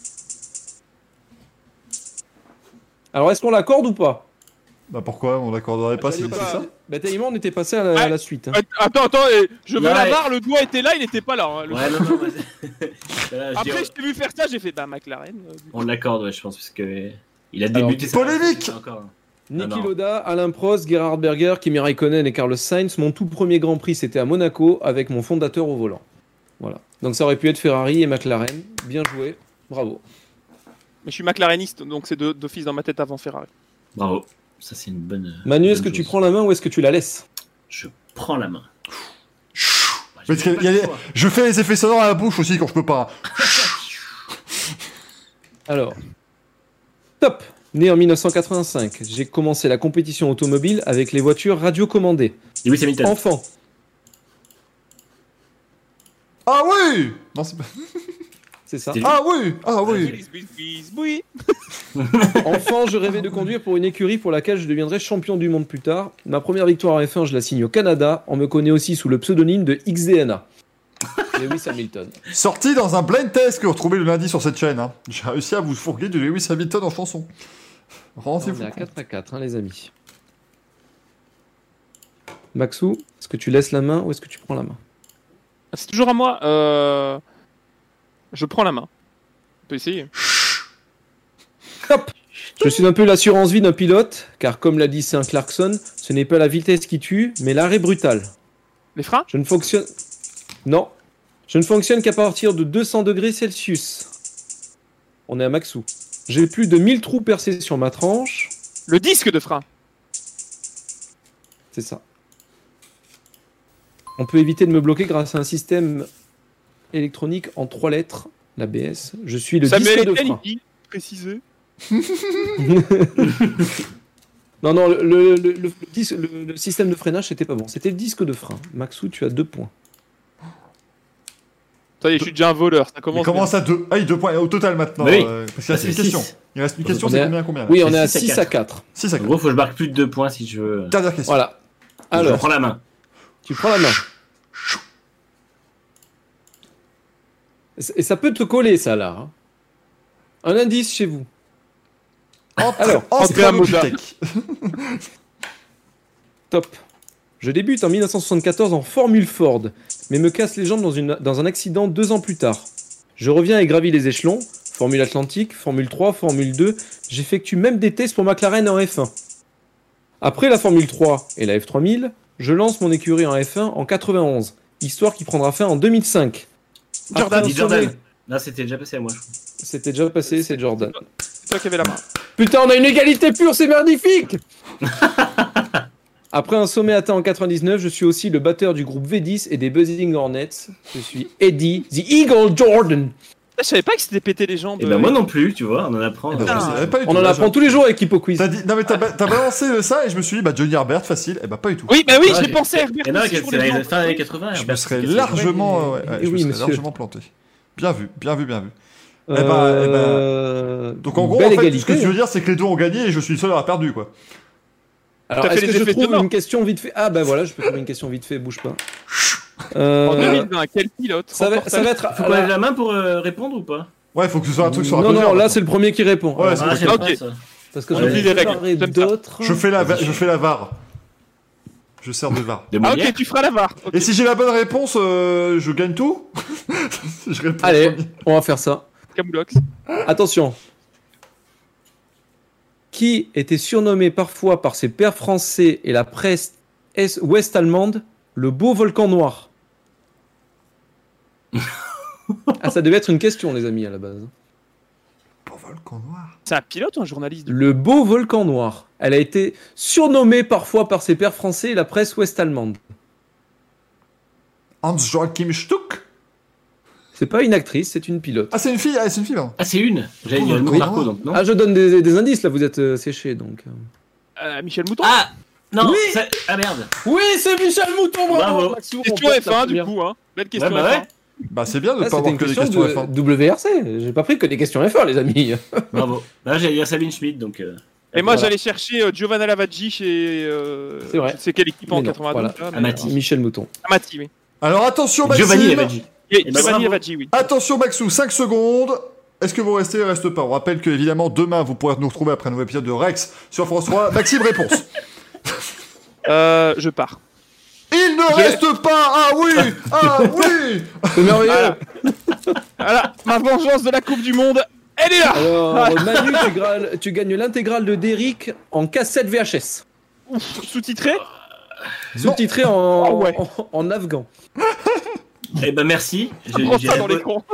Alors, est-ce qu'on l'accorde ou pas? Bah pourquoi on l'accorderait pas si J'allais c'est pas- ça? Bah, techniquement, on était passé à la, à la suite. hein. Att- Attends, attends, eh, je veux Ouais. la barre, le doigt était là, il était pas là. hein, le- Ouais, non, non, vas-y. Voilà, je dis, Après, je t'ai vu faire ça, j'ai fait bah McLaren. euh, du coup. on l'accorde, ouais, je pense, parce que euh, il a Alors, débuté ça. polémique Encore. Niki non. Lauda, Alain Prost, Gerhard Berger, Kimi Raikkonen et Carlos Sainz. Mon tout premier Grand Prix, c'était à Monaco avec mon fondateur au volant. Voilà. Donc ça aurait pu être Ferrari et McLaren. Bien joué. Bravo. Mais je suis McLareniste, donc c'est de- d'office dans ma tête avant Ferrari. Bravo. Ça, c'est une bonne. euh, Manu, est-ce bonne que tu chose. prends la main ou est-ce que tu la laisses? Je prends la main. Bah, Parce j'ai qu'il pas y a le les- choix. Je fais les effets sonores à la bouche aussi quand je peux pas. Alors, top. Né en mille neuf cent quatre-vingt-cinq, j'ai commencé la compétition automobile avec les voitures radiocommandées. Lewis Hamilton. Enfant, Ah oui. Non, c'est pas. c'est ça. C'était- Ah oui. Ah oui. Whiz, whiz, whiz, oui. Enfant, je rêvais de conduire pour une écurie pour laquelle je deviendrais champion du monde plus tard. Ma première victoire en F un, je la signe au Canada. On me connaît aussi sous le pseudonyme de X D N A. Lewis Hamilton. Sorti dans un blind test que vous retrouvez le lundi sur cette chaîne. Hein. J'ai réussi à vous fourguer du Lewis Hamilton en chanson. On Rendez-vous est à compte. quatre à quatre, hein, les amis. Maxou, est-ce que tu laisses la main ou est-ce que tu prends la main? Ah, c'est toujours à moi. Euh... Je prends la main. On peut essayer. Hop. Je suis un peu l'assurance vie d'un pilote, car comme l'a dit Saint Clarkson, ce n'est pas la vitesse qui tue, mais l'arrêt brutal. Les freins? Je ne fonctionne... Non. Je ne fonctionne qu'à partir de deux cents degrés Celsius. On est à Maxou. J'ai plus de mille trous percés sur ma tranche. Le disque de frein. C'est ça. On peut éviter de me bloquer grâce à un système électronique en trois lettres, l'A B S. Je suis le Samuel disque de Etienne, frein. il dit, précisé. Non, non, le, le, le- le dis- le- le système de freinage, c'était pas bon. C'était le disque de frein. Maxou, tu as deux points. Ça y est, je suis déjà un voleur. Ça Il commence. commence à deux. Ah, il deux points au total maintenant. Oui. euh, parce qu'il Ça, reste une c'est question. six. Il reste une question, On c'est est à- combien combien là Oui, on est à C'est six six à à quatre. six à En quatre. gros, faut que je marque plus de deux points si je veux. Dernière question. Voilà. je Alors, prends la main. tu prends la main. Et ça peut te coller, ça, là. hein. Un indice chez vous. Entre, Alors, Andrea Moda. Tech. Top. Je débute en mille neuf cent soixante-quatorze en Formule Ford, mais me casse les jambes dans, une, dans un accident deux ans plus tard. Je reviens et gravis les échelons. Formule Atlantique, Formule trois, Formule deux. J'effectue même des tests pour McLaren en F un. Après la Formule trois et la F trois mille, je lance mon écurie en F un en quatre-vingt-onze, histoire qui prendra fin en deux mille cinq. Jordan, Après un Dis Jordan. sommet- Là, c'était déjà passé à moi, je crois. C'était déjà passé, c'est Jordan. C'est toi qui avais la main. Putain, on a une égalité pure, c'est magnifique. Après un sommet atteint en quatre-vingt-dix-neuf, je suis aussi le batteur du groupe V dix et des Buzzing Hornets. Je suis Eddie, The Eagle Jordan. Je savais pas que c'était pété les jambes. Et ben moi non plus, tu vois, on en apprend. Eh ben, euh, je savais pas du On tout, en là, apprend tous les jours avec Hippo Quiz. T'as dit, non mais t'as, ba- t'as balancé ça et je me suis dit bah Johnny Herbert facile, et bah pas du tout. Oui, bah oui, Ah, j'ai j'ai- pensé à Herbert. Et non, aussi c'est pour les la jambes. fin des années quatre-vingts. Je me Herbert, serais c'est- c'est- largement, ouais, ouais, ouais, et je oui, me serais monsieur. largement planté. Bien vu, bien vu, bien vu. Euh... Eh ben, eh ben, Donc en gros, belle en fait, égalité, ce que tu veux hein. dire, c'est que les deux ont gagné et je suis le seul à avoir perdu, quoi. Alors, T'as fait est-ce les que je effets de trouve mort. une question vite fait? Ah bah voilà, je peux trouver une question vite fait, bouge pas. En Euh... deux mille vingt, quel pilote Ça va, ça va être. Faut qu'on lève la main pour euh, répondre ou pas? Ouais, faut que ce soit un truc sur la Non, podium, non, là maintenant. c'est le premier qui répond. Ouais, Alors, c'est Ah, ok. j'aime Ok. pas ça. parce que Ouais, j'en j'oublie ai les règles, préparé j'aime ça. d'autres. Je fais la, va- je fais la V A R. Je sers de V A R. De Ah Molière. ok, tu feras la V A R. Ok. Et si j'ai la bonne réponse, euh, je gagne tout. Je réponds. Allez, premier. on va faire ça. Camoulox. Attention. Qui était surnommé parfois par ses pairs français et la presse est- ouest-allemande le beau volcan noir? Ah, ça devait être une question, les amis, à la base. Pour volcan noir. C'est un pilote ou un journaliste du- Le beau volcan noir. Elle a été surnommée parfois par ses pairs français et la presse ouest-allemande. Hans-Joachim Stuck. C'est pas une actrice, c'est une pilote. Ah, c'est une fille. Ah, c'est une fille. Pardon. Ah, c'est une. J'avais dit Oui. le nom Marco, donc non. Ah, je donne des, des indices, là, vous êtes euh, séchés, donc... euh. Euh, Michel Mouton. Ah non, Oui. ça- ah merde. Oui, c'est Michel Mouton, Bravo. Maxou, on Question pète F la un du première. coup, hein. Belle question Ouais, bah F un. ouais. Bah, c'est bien de Là, pas c'était avoir une que des question questions F un. de W R C. J'ai pas pris que des questions F un, les amis. Bravo. Là, j'allais dire Sabine Schmidt, donc. euh, Et moi Voilà. j'allais chercher euh, Giovanna Lavaggi chez. Euh, C'est vrai. Je sais quelle équipe en Mais non, quatre-vingt-douze. voilà. là, mais- Amati. Michel Mouton. Amati, oui. Alors attention, Maxime. Giovanni Lavaggi. Et Eh ben, Giovanni bravo. Lavaggi, oui. Attention, Maxou, cinq secondes. Est-ce que vous restez ou restez pas? On rappelle que, évidemment, demain, vous pourrez nous retrouver après un nouvel épisode de Rex sur France trois. Maxime, réponse. Euh, je pars. Il ne J'ai- reste pas. Ah oui. Ah oui. C'est merveilleux. Voilà. Voilà, ma vengeance de la Coupe du Monde, elle est là. Alors, Manu, tu, gra- tu gagnes l'intégrale de Derrick en cassette V H S. Sous-titré. Sous-titré en, Oh ouais. en, en afghan. Eh ben merci. J'ai- Prends j'ai- ça dans l'écran.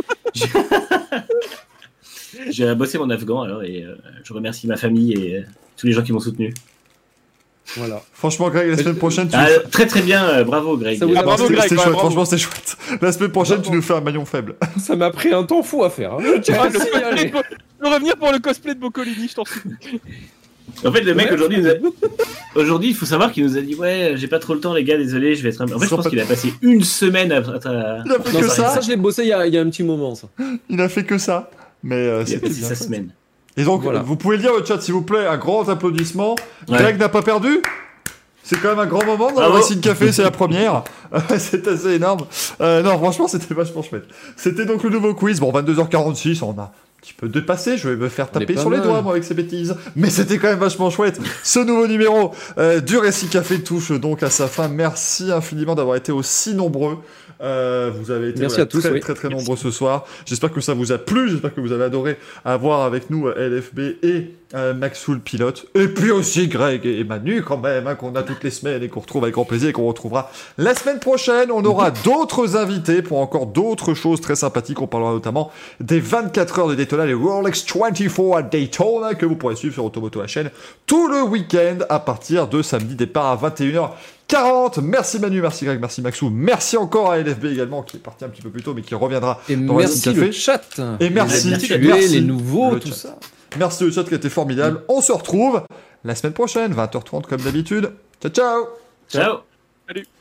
J'ai bossé mon afghan alors et euh, je remercie ma famille et euh, tous les gens qui m'ont soutenu. Voilà. Franchement, Greg, la semaine prochaine, tu Ah, nous fais- très très bien, euh, bravo Greg. Ça vous a- Ah, bravo, C'était- Greg, c'était ouais, chouette, bravo. franchement, c'était chouette. La semaine prochaine, Bravo. tu nous fais un maillon faible. Ça m'a pris un temps fou à faire. Hein. Je tiens Ah, à le le cosplay signaler. de Bo- Je veux revenir pour le cosplay de Boccolini, je t'en supplie. En fait, le mec Ouais. aujourd'hui, nous a... aujourd'hui, il faut savoir qu'il nous a dit ouais, j'ai pas trop le temps les gars, désolé, je vais être. un- En fait, je pense qu'il a passé une semaine à. à- à- Il a fait dans que sa- ça. Ça, je l'ai bossé il y, a, il y a un petit moment, ça. Il a fait que ça. Mais euh, Il a c'était passé bien. sa semaine. Et donc, Voilà. vous pouvez le dire au chat, s'il vous plaît, un grand applaudissement. Ouais. Greg n'a pas perdu. C'est quand même un grand moment dans le Bravo. Racing Café, c'est la première. Euh, c'est assez énorme. Euh, non, franchement, c'était vachement chouette. C'était donc le nouveau quiz. Bon, vingt-deux heures quarante-six, on a un petit peu dépassé. Je vais me faire On est taper pas sur les mal. doigts, moi, avec ces bêtises. Mais c'était quand même vachement chouette. Ce nouveau numéro euh, du Racing Café touche donc à sa fin. Merci infiniment d'avoir été aussi nombreux. Euh, vous avez été Merci voilà, à tous, très, oui. très très nombreux ce soir. J'espère que ça vous a plu. J'espère que vous avez adoré avoir avec nous euh, L F B et euh, Maxoul pilote. Et puis aussi Greg et Manu quand même, hein, qu'on a toutes les semaines et qu'on retrouve avec grand plaisir et qu'on retrouvera la semaine prochaine. On aura d'autres invités pour encore d'autres choses très sympathiques. On parlera notamment des vingt-quatre heures de Daytona, les Rolex vingt-quatre à Daytona, que vous pourrez suivre sur Automoto la chaîne tout le week-end à partir de samedi, départ à vingt et une heures quarante. Merci Manu, merci Greg, merci Maxou. Merci encore à L F B également qui est parti un petit peu plus tôt mais qui reviendra. Et Dans merci Racing Café. le chat. Et merci, les, habitués, merci les nouveaux, le tout chat. ça. Merci le chat qui a été formidable. On se retrouve la semaine prochaine, vingt heures trente comme d'habitude. Ciao ciao. Ciao. Salut.